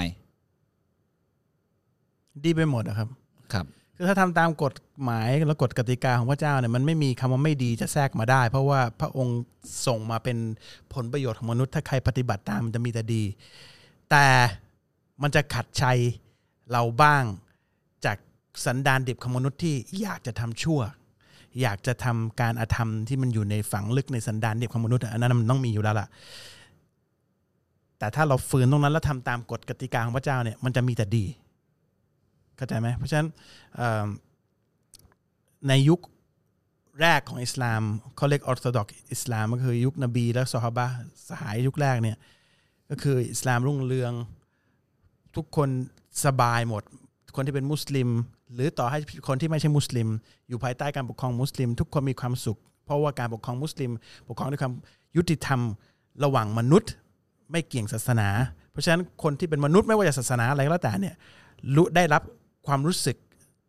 ดีไปหมดนะครับครับคือถ้าทำตามกฎหมายและกฎกติกาของพระเจ้าเนี่ยมันไม่มีคำว่าไม่ดีจะแทรกมาได้เพราะว่าพระองค์ส่งมาเป็นผลประโยชน์ของมนุษย์ถ้าใครปฏิบัติตามมันจะมีแต่ดีแต่มันจะขัดใจเราบ้างจากสันดานดิบของมนุษย์ที่อยากจะทำชั่วอยากจะทำการอธรรมที่มันอยู่ในฝังลึกในสันดานดิบของมนุษย์อันนั้นมันต้องมีอยู่แล้วล่ะแต่ถ้าเราฝืนตรงนั้นแล้วทำตามกฎกติกาของพระเจ้าเนี่ยมันจะมีแต่ดีเข้าใจไหมเพราะฉะนั้นในยุคแรกของอิสลามเขาเรียกออร์โธดอกซ์อิสลามก็คือยุคนบีและซอฮาบะห์สหายยุคแรกเนี่ยก็คืออิสลามรุ่งเรืองทุกคนสบายหมดคนที่เป็นมุสลิมหรือต่อให้คนที่ไม่ใช่มุสลิมอยู่ภายใต้การปกครองมุสลิมทุกคนมีความสุขเพราะว่าการปกครองมุสลิมปกครองด้วยความยุติธรรมระหว่างมนุษย์ไม่เกี่ยงศาสนาเพราะฉะนั้นคนที่เป็นมนุษย์ไม่ว่าจะศาสนาอะไรก็แล้วแต่เนี่ยรู้ได้รับความรู้สึก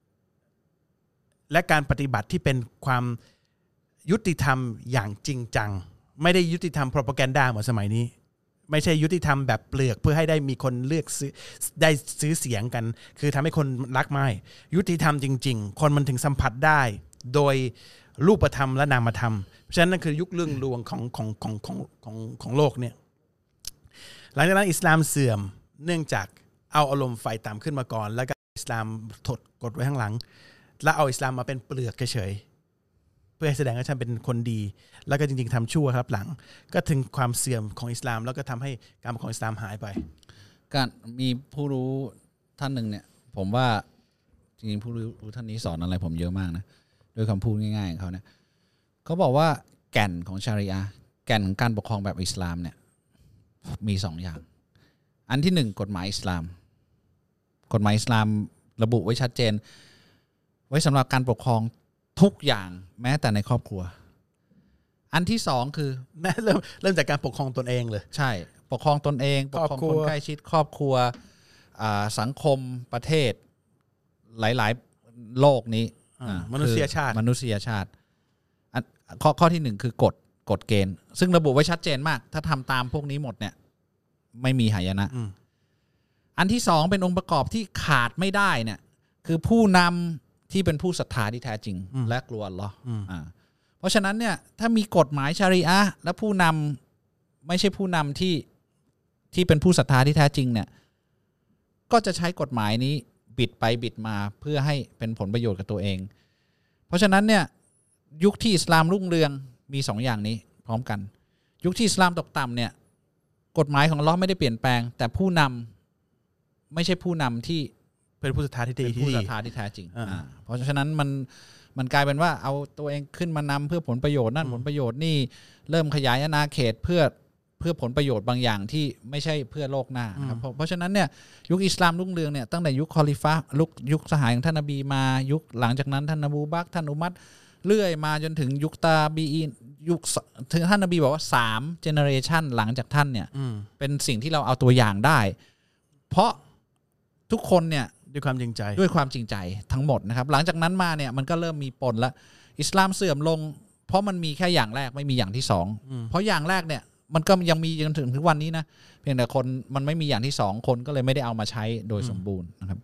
และการปฏิบัติที่เป็นความยุติธรรมอย่างจริงจังไม่ได้ยุติธรรม propaganda เหมือนสมัยนี้ไม่ใช่ยุติธรรมแบบเปลือกเพื่อให้ได้มีคนเลือกซื้อได้ซื้อเสียงกันคือทำให้คนรักไม่ยุติธรรมจริงๆคนมันถึงสัมผัสได้โดยรูปธรรมและนามธรรมเพราะฉะนั้นนั่นคือยุคเรื่องลวงของของของของของของโลกเนี่ยหลังจากนั้นอิสลามเสื่อมเนื่องจากเอาอารมณ์ไฟต่ำขึ้นมาก่อนแล้วก็อิสลามถดกดไว้ข้างหลังแล้วเอาอิสลามมาเป็นเปลือกเฉยๆเพื่อให้แสดงว่าฉันเป็นคนดีแล้วก็จริงๆทำชั่วครับหลังก็ถึงความเสื่อมของอิสลามแล้วก็ทำให้การปกครองอิสลามหายไปการมีผู้รู้ท่านหนึ่งเนี่ยผมว่าจริงๆผู้รู้ท่านนี้สอนอะไรผมเยอะมากนะด้วยคำพูดง่ายๆของเขาเนี่ยเขาบอกว่าแก่นของชาริอะห์แก่นของการปกครองแบบอิสลามเนี่ยมีสองอย่างอันที่หนึ่งกฎหมายอิสลามกฎหมายอิสลามระบุไว้ชัดเจนไว้สำหรับการปกครองทุกอย่างแม้แต่ในครอบครัวอันที่สองคือแม้เริ่มเริ่มจากการปกครองตนเองเลยใช่ปกครองตนเองปกครองคนใกล้ชิดครอบครัวสังคมประเทศหลายๆโลกนี้มนุษยชาติมนุษยชาติข้อข้อที่หนึ่งคือกฎกฎเกณฑ์ซึ่งระบุไว้ชัดเจนมากถ้าทำตามพวกนี้หมดเนี่ยไม่มีหายนะอันที่สองเป็นองค์ประกอบที่ขาดไม่ได้เนี่ยคือผู้นำที่เป็นผู้ศรัทธาที่แท้จริงและกลัวอัลเลาะห์เพราะฉะนั้นเนี่ยถ้ามีกฎหมายชาริอะห์และผู้นำไม่ใช่ผู้นำที่ที่เป็นผู้ศรัทธาที่แท้จริงเนี่ยก็จะใช้กฎหมายนี้บิดไปบิดมาเพื่อให้เป็นผลประโยชน์กับตัวเองเพราะฉะนั้นเนี่ยยุคที่อิสลามรุ่งเรืองมีสองอย่างนี้พร้อมกันยุคที่อิสลามตกต่ำเนี่ยกฎหมายของอัลเลาะห์ไม่ได้เปลี่ยนแปลงแต่ผู้นำไม่ใช่ผู้นำที่เป็นผู้ศรัทธาที่ดีผู้ศรัทธาที่แท้จริงเพราะฉะนั้นมันมันกลายเป็นว่าเอาตัวเองขึ้นมานำเพื่อผลประโยชน์นั่นผลประโยชน์นี่เริ่มขยายอาณาเขตเพื่อเพื่อผลประโยชน์บางอย่างที่ไม่ใช่เพื่อโลกหน้าครับเพราะฉะนั้นเนี่ยยุคอิสลามรุ่งเรืองเนี่ยตั้งแต่ยุคคอลิฟะห์ยุคยุคสหายของท่านนบีมายุคหลังจากนั้นท่านอบูบักรท่านอุมัรเรื่อยมาจนถึงยุคตาบีอีนยุคถึงท่านนบีบอกว่าสามเจเนอเรชันหลังจากท่านเนี่ยเป็นสิ่งที่เราเอาตัวอย่างได้เพราะทุกคนเนี่ยด้วยความจริงใจด้วยความจริงใจทั้งหมดนะครับหลังจากนั้นมาเนี่ยมันก็เริ่มมีปนละอิสลามเสื่อมลงเพราะมันมีแค่อย่างแรกไม่มีอย่างที่สองเพราะอย่างแรกเนี่ยมันก็ยังมีจนถึงทุกวันนี้นะเพียงแต่คนมันไม่มีอย่างที่สองคนก็เลยไม่ได้เอามาใช้โดยสมบูรณ์นะครับ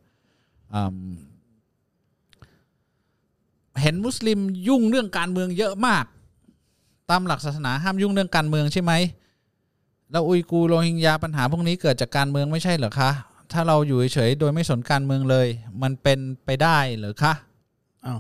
เห็นมุสลิมยุ่งเรื่องการเมืองเยอะมากตามหลักศาสนาห้ามยุ่งเรื่องการเมืองใช่ไหมแล้วอุยกูร์โรฮิงญาปัญหาพวกนี้เกิดจากการเมืองไม่ใช่เหรอคะถ้าเราอยู่เฉยๆโดยไม่สนการเมืองเลยมันเป็นไปได้หรือคะอ้าว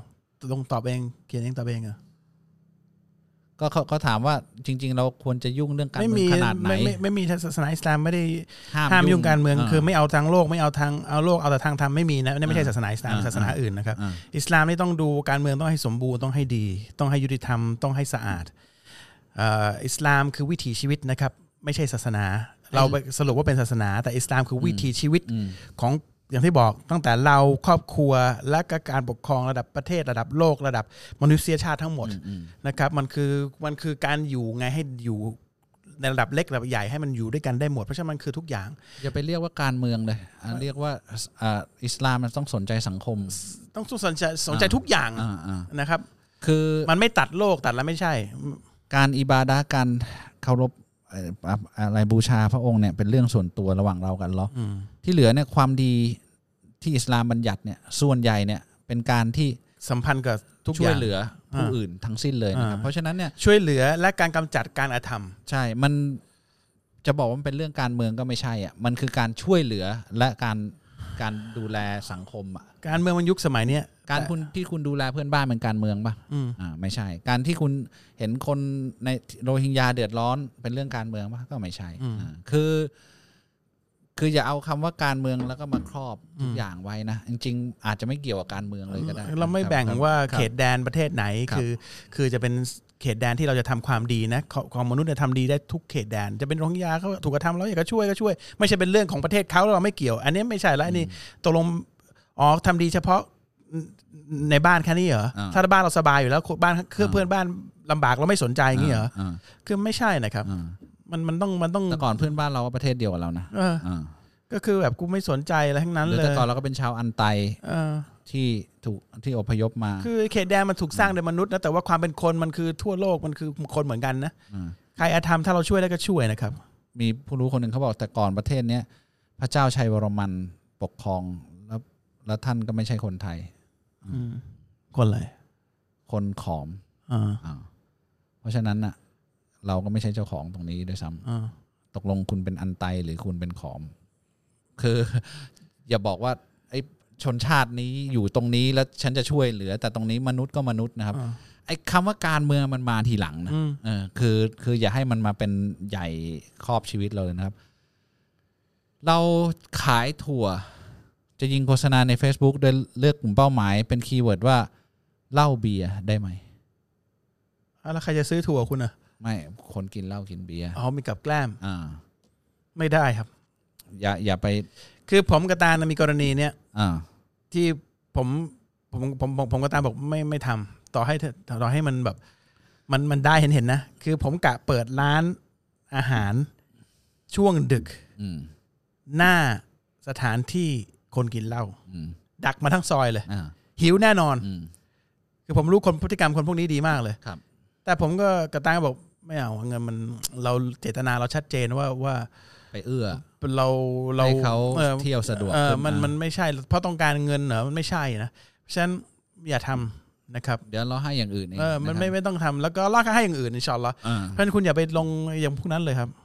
ลงตอบเองเขียนเองตอบเองเหรอก็เขาเขาถามว่าจริงๆเราควรจะยุ่งเรื่องการเมืองขนาดไหนไม่ไม่ไม่มีศาสนาอิสลามไม่ได้ห้ามยุ่งการเมืองคือไม่เอาทางโลกไม่เอาทางเอาโลกเอาแต่ทางธรรมไม่มีนะนี่ไม่ใช่ศาสนาอิสลามศาสนาอื่นนะครับอิสลามนี่ต้องดูการเมืองต้องให้สมบูรณ์ต้องให้ดีต้องให้ยุติธรรมต้องให้สะอาดอิสลามคือวิถีชีวิตนะครับไม่ใช่ศาสนาเราสรุปว่าเป็นศาสนาแต่อิสลามคือวิถีชีวิตของอย่างที่บอกตั้งแต่เราครอบครัวและก็การปกครองระดับประเทศระดับโลกระดับมนุษยชาติทั้งหมดนะครับมันคือมันคือการอยู่ไงให้อยู่ในระดับเล็กระดับใหญ่ให้มันอยู่ด้วยกันได้หมดเพราะฉะนั้นมันคือทุกอย่างอย่าไปเรียกว่าการเมืองเลยเรียกว่าอิสลามมันต้องสนใจสังคมต้องสนใจสนใจทุกอย่างนะครับคือมันไม่ตัดโลกตัดแล้วไม่ใช่การอิบาดะห์การเคารพอะไรบูชาพระองค์เนี่ยเป็นเรื่องส่วนตัวระหว่างเรากันหรอที่เหลือเนี่ยความดีที่อิสลามบัญญัติเนี่ยส่วนใหญ่เนี่ยเป็นการที่สัมพันธ์กับทุกช่วยเหลือผู้อื่นทั้งสิ้นเลยนะครับเพราะฉะนั้นเนี่ยช่วยเหลือและการกำจัดการอธรรมใช่มันจะบอกว่ามันเป็นเรื่องการเมืองก็ไม่ใช่อ่ะมันคือการช่วยเหลือและการการดูแลสังคมอ่ะการเมืองมันยุคสมัยเนี้ยการคุณที่คุณดูแลเพื่อนบ้านเป็นการเมืองป่ะอ่าไม่ใช่การที่คุณเห็นคนในโรฮิงญาเดือดร้อนเป็นเรื่องการเมืองป่ะก็ไม่ใช่อ่าคือคืออย่าเอาคำว่าการเมืองแล้วก็มาครอบทุกอย่างไว้นะจริงๆอาจจะไม่เกี่ยวกับการเมืองเลยก็ได้เราไม่แบ่งว่าเขตแดนประเทศไหนคือคือจะเป็นเขตแดนที่เราจะทำความดีนะของมนุษย์เนี่ยทำดีได้ทุกเขตแดนจะเป็นโรฮิงญาเขาถูกกระทำแล้วอยากจะช่วยก็ช่วยไม่ใช่เป็นเรื่องของประเทศเขาแล้วเราไม่เกี่ยวอันนี้ไม่ใช่แล้วอันนี้ตกลงอ๋อทำดีเฉพาะในบ้านแค่นี้เหรอถ้าบ้านเราสบายอยู่แล้วบ้านเพื่อนบ้านลำบากเราไม่สนใจอย่างนี้เหรอคือไม่ใช่นะครับมันมันต้องมันต้องแต่ก่อนเพื่อนบ้านเราก็ประเทศเดียวกับเรานะก็คือแบบกูไม่สนใจอะไรทั้งนั้นเลยแต่ก่อนเราก็เป็นชาวอันไตที่ถูกที่อพยพมาคือเขตแดนมันถูกสร้างโดยมนุษย์นะแต่ว่าความเป็นคนมันคือทั่วโลกมันคือคนเหมือนกันนะใครอาธรรมถ้าเราช่วยได้ก็ช่วยนะครับมีผู้รู้คนหนึ่งเขาบอกแต่ก่อนประเทศเนี้ยพระเจ้าชัยวรมันปกครองแล้วแล้วท่านก็ไม่ใช่คนไทยคนอะไรคนขอมเพราะฉะนั้นน่ะเราก็ไม่ใช่เจ้าของตรงนี้ด้วยซ้ำตกลงคุณเป็นอันไตหรือคุณเป็นขอมคืออย่าบอกว่าไอ้ชนชาตินี้อยู่ตรงนี้แล้วฉันจะช่วยเหลือแต่ตรงนี้มนุษย์ก็มนุษย์นะครับไอ้คำว่าการเมืองมันมาทีหลังนะเออคือคืออย่าให้มันมาเป็นใหญ่ครอบชีวิตเราเลยนะครับเราขายถั่วจะยิงโฆษณาใน Facebook โดยเลือกกลุ่มเป้าหมายเป็นคีย์เวิร์ดว่าเหล้าเบียร์ได้ไหมแล้วใครจะซื้อถั่วคุณอ่ะไม่คนกินเหล้ากินเบียร์อ๋อมีกับแกล้มอ่าไม่ได้ครับอย่าอย่าไปคือผมกับตาลมีกรณีเนี้ยที่ผมผมผมผมกับตาบอกไม่ไม่ทำต่อให้ต่อให้มันแบบมันมันได้เห็นเห็นนะคือผมกะเปิดร้านอาหารช่วงดึกหน้าสถานที่คนกินเหล้าดักมาทั้งซอยเลยหิวแน่นอนคือผมรู้คนพฤติกรรมคนพวกนี้ดีมากเลยแต่ผมก็กับตาบอกไม่เอาเงินมันเราเจตนาเราชัดเจนว่าว่าไปเอื้อเราเราให้เขาเที่ยวสะดวกเออมันมันไม่ใช่เพราะต้องการเงินเหรอมันไม่ใช่นะเพราะฉะนั้นอย่าทำนะครับเดี๋ยวเราให้อย่างอื่นเองเออมันไม่ไม่ต้องทำแล้วก็ล่อให้อย่างอื่นอินชาอัลลอฮ์เพราะฉะนั้นคุณอย่าไปลงอย่างพวกนั้นเลยครับ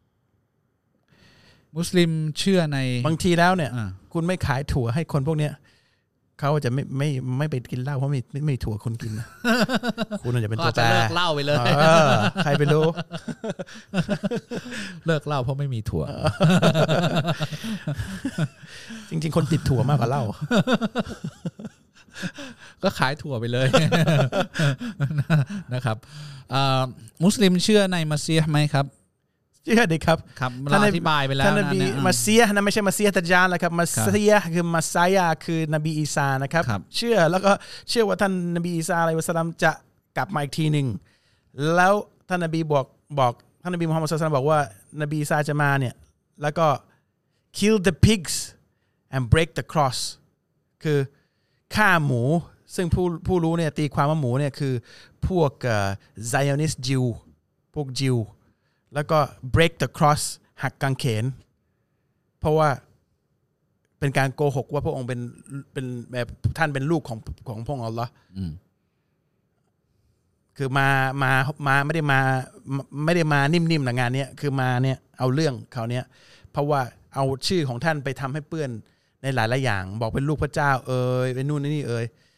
มุสลิมเชื่อในบางทีแล้วเนี่ยคุณไม่ขายถั่วให้คนพวกเนี้ยเขาจะไม่ไม่ไม่ไปกินเหล้าเพราะไม่ไม่ไม่ถั่วคนกินนะคุณอาจจะเป็นตัวแปรเลิกเหล้าไปเลยใครไปรู้เลิกเหล้าเพราะไม่มีถั่วจริงๆคนติดถั่วมากกว่าเหล้าก็ขายถั่วไปเลยนะครับมุสลิมเชื่อในมัสซีฮ์ไหมครับเชื่อดีครับครับเราอธิบายไปแล้วนะนบีมัสซีฮ์นะไม่ใช่มัสซีฮ์ตัจญาลนะครับมัสซีฮ์คือมัสไซยาคือนบีอีสานะครับเชื่อแล้วก็เชื่อว่าท่านนบีอีสาอะลัยฮิวะซัลลัมจะกลับมาอีกทีหนึ่งแล้วท่านนบีบอกบอกท่านนบีมุฮัมมัดศ็อลลัลลอฮุอะลัยฮิวะซัลลัมบอกว่านบีอีสาจะมาเนี่ยแล้วก็ kill the pigs and break the cross คือฆ่าหมูซึ่งผู้ผู้รู้เนี่ยตีความว่าหมูเนี่ยคือพวก Zionist Jew พวกยิวแล้วก็ break the cross หักกางเขนเพราะว่าเป็นการโกหกว่าพระองค์เป็นเป็นแบบท่านเป็นลูกของของพระองค์อัลเลาะห์คือมามามาไม่ได้มาไม่ได้มานิ่มๆในงานนี้คือมาเนี่ยเอาเรื่องเขาเนี้ยเพราะว่าเอาชื่อของท่านไปทำให้เปื้อนในหลายๆอย่างบอกเป็นลูกพระเจ้าเอ่ยเป็นนู่นนี่เอ่ย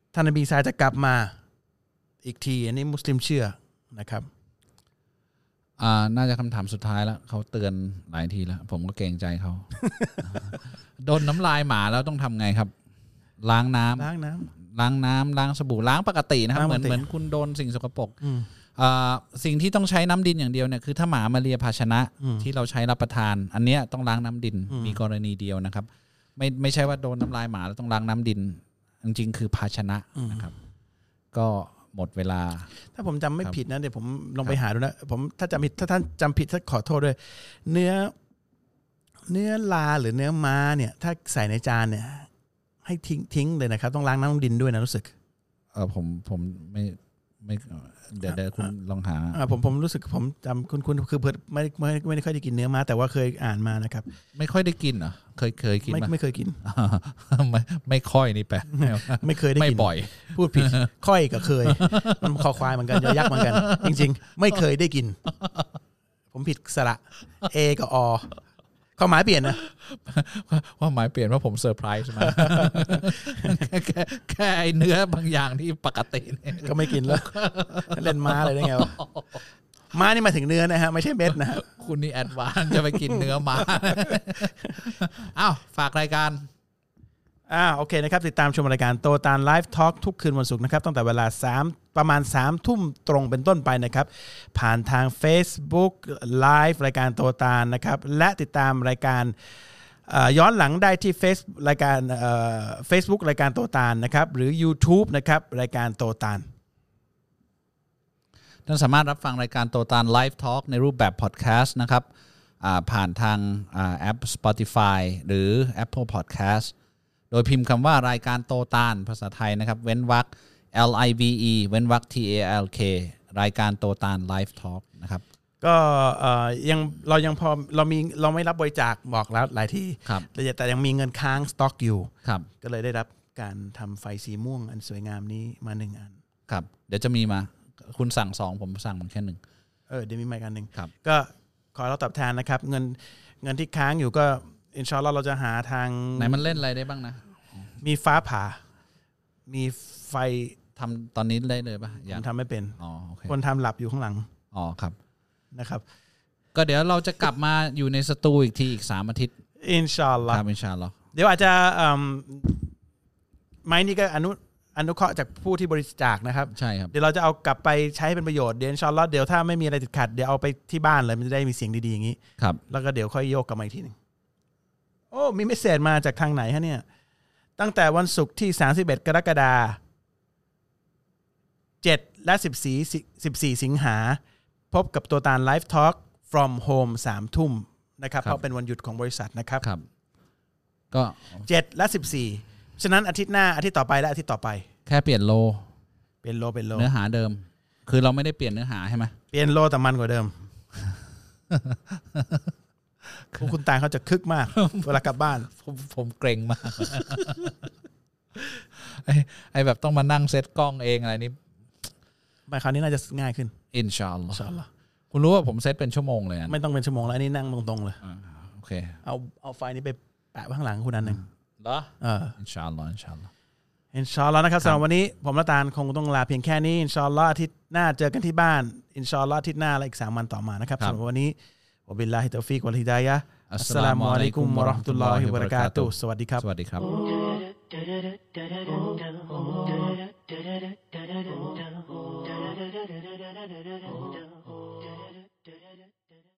ท่านนบีซาจะกลับมาอีกทีอันนี้มุสลิมเชื่อนะครับอ่าน่าจะคำถามสุดท้ายแล้วเขาเตือนหลายทีแล้วผมก็เกรงใจเขา โดนน้ำลายหมาแล้วต้องทำไงครับล้างน้ำล้างน้ำล้างน้ำล้างสบู่ล้างปกตินะครับเหมือนเหมือนคุณโดนสิ่งสกปรกสิ่งที่ต้องใช้น้ำดินอย่างเดียวเนี่ยคือถ้าหมามาเลียภาชนะที่เราใช้รับประทานอันเนี้ยต้องล้างน้ำดินมีกรณีเดียวนะครับไม่ไม่ใช่ว่าโดนน้ำลายหมาแล้วต้องล้างน้ำดินจริงๆคือภาชนะนะครับก็หมดเวลาถ้าผมจำไม่ผิดนะเดี๋ยวผมลองไปหาดูนะผมถ้าจำผิดถ้าท่านจำผิดถ้าขอโทษด้วยเนื้อเนื้อลาหรือเนื้อม้าเนี่ยถ้าใส่ในจานเนี่ยให้ทิ้งทิ้งเลยนะครับต้องล้างน้ำดินด้วยนะรู้สึกเออผมผมไม่ไม่เดี๋ยวเดี๋ยวคุณลองหาผมผมรู้สึกผมจำคุณคุณคือเพิ่ไม่ไม่ไม่ได้ค่อยได้กินเนื้อม้าแต่ว่าเคยอ่านมานะครับไม่ค่อยได้กินเหรอเคยเคยกินไม่ไม่เคยกินไม่ไม่ค่อยนี่แปลไม่เคยได้กินไม่บ่อยพูดผิดค่อยกับเคยมันคอควายเหมือนกันยอยักษ์เหมือนกันจริงๆไม่เคยได้กินผมผิดสระเอกับอความหมายเปลี่ยนนะความหมายเปลี่ยนว่าผมเซอร์ไพรส์มาแค่แค่เนื้อบางอย่างที่ปกติเนี่ยก็ไม่กินแล้วเล่นม้าเลยได้ไงวะม้านี่มาถึงเนื้อนะฮะไม่ใช่เม็ดนะฮะคุณนี่แอดวานซ์จะไปกินเนื้อม้าอ้าวฝากรายการอ่าโอเคนะครับติดตามชมรายการโตตาลไลฟ์ทอล์กทุกคืนวันศุกร์นะครับตั้งแต่เวลาสามประมาณสามทุ่มตรงเป็นต้นไปนะครับผ่านทาง Facebook Live รายการโตตาลนะครับและติดตามรายการย้อนหลังได้ที่ Face รายการ Facebook รายการโตตาลนะครับหรือ YouTube นะครับรายการโตตาลท่านสามารถรับฟังรายการโตตาลไลฟ์ทอล์กในรูปแบบพอดแคสต์นะครับผ่านทางแอป Spotify หรือ Apple Podcast โดยพิมพ์คำว่ารายการโตตาลภาษาไทยนะครับเว้นวรรค L I V E เว้นวรรค T A L K รายการโตตาลไลฟ์ทอล์กนะครับก็ยังเรายังพอเรามีเราไม่รับบริจาคบอกแล้วหลายที่แต่ยังมีเงินค้างสต็อกอยู่ก็เลยได้รับการทำไฟสีม่วงอันสวยงามนี้มาหนึ่งอันครับเดี๋ยวจะมีมาคุณสั่งสองผมสั่งมันแค่หนึ่งเออเดี๋ยวมีมาอีกอันหนึ่งก็ขอเราตอบแทนนะครับเงินเงินที่ค้างอยู่ก็อินชาอัลลอฮ์เราจะหาทางไหนมันเล่นอะไรได้บ้างนะมีฟ้าผ่ามีไฟทำตอนนี้ได้เลยป่ะยังทำไม่เป็นอ๋อโอเคคนทำหลับอยู่ข้างหลังอ๋อครับนะครับก็เดี๋ยวเราจะกลับมาอยู่ในสตูอีกทีอีกสามอาทิตย์อินชาอัลลอฮ์ครับอินชาอัลลอฮ์เดี๋ยวอาจจะไม้นี้ก็อนุอนุเคราะห์จากผู้ที่บริจาคนะครับใช่ครับเดี๋ยวเราจะเอากลับไปใช้เป็นประโยชน์เดี๋ยวอินชาอัลลอฮ์เดี๋ยวถ้าไม่มีอะไรติดขัดเดี๋ยวเอาไปที่บ้านเลยมันจะได้มีเสียงดีๆอย่างนี้ครับแล้วก็เดี๋ยวค่อยโยกกลับมาอีกทีนึงโอ้มีเมสเสจมาจากทางไหนฮะเนี่ยตั้งแต่วันศุกร์ที่สามสิบเอ็ดกรกฎาคมเจ็ดและสิบสี่ สิบสี่สิงหาพบกับตัวตาลไลฟ์ทอล์ก from home สามทุ่มนะครับเพราะเป็นวันหยุดของบริษัทนะครับครับก็เจ็ดและสิบสี่ฉะนั้นอาทิตย์หน้าอาทิตย์ต่อไปและอาทิตย์ต่อไปแค่เปลี่ยนโลเปลี่ยนโลเปลี่ยนโลเนื้อหาเดิมคือเราไม่ได้เปลี่ยนเนื้อหาใช่ไหมเปลี่ยนโลแต่มันกว่าเดิมคุณตาเขาจะคึกมากเวลากลับบ้านผมผมเกรงมากไอ้ไอ้แบบต้องมานั่งเซตกล้องเองอะไรนี่ไปคราวนี้น่าจะง่ายขึ้นอินชาอัลลอฮ์คุณรู้ว่าผมเซตเป็นชั่วโมงเลยไม่ต้องเป็นชั่วโมงแล้วอันนี้นั่งตรงๆเลยโอเคเอาเอาไฟนี้ไปแปะไว้ข้างหลังคุณอันหนึ่งเหรอเอออินชาอัลลอฮ์อินชาอัลลอฮ์อินชาอัลลอฮ์นะครับสำหรับวันนี้ผมละตาลคงต้องลาเพียงแค่นี้อินชาอัลลอฮ์อาทิตย์หน้าเจอกันที่บ้านอินชาอัลลอฮ์อาทิตย์หน้าและอีกสามวันต่อมานะครับสำหรับวันนี้วะบิลลาฮิตอฟิกวัลฮิดายะฮ์อัสสลามุอะลัยกุมวะเราะห์มะตุลลอฮิวะบะเราะกาตุฮ์สวัสดีครับสวัสดีครับ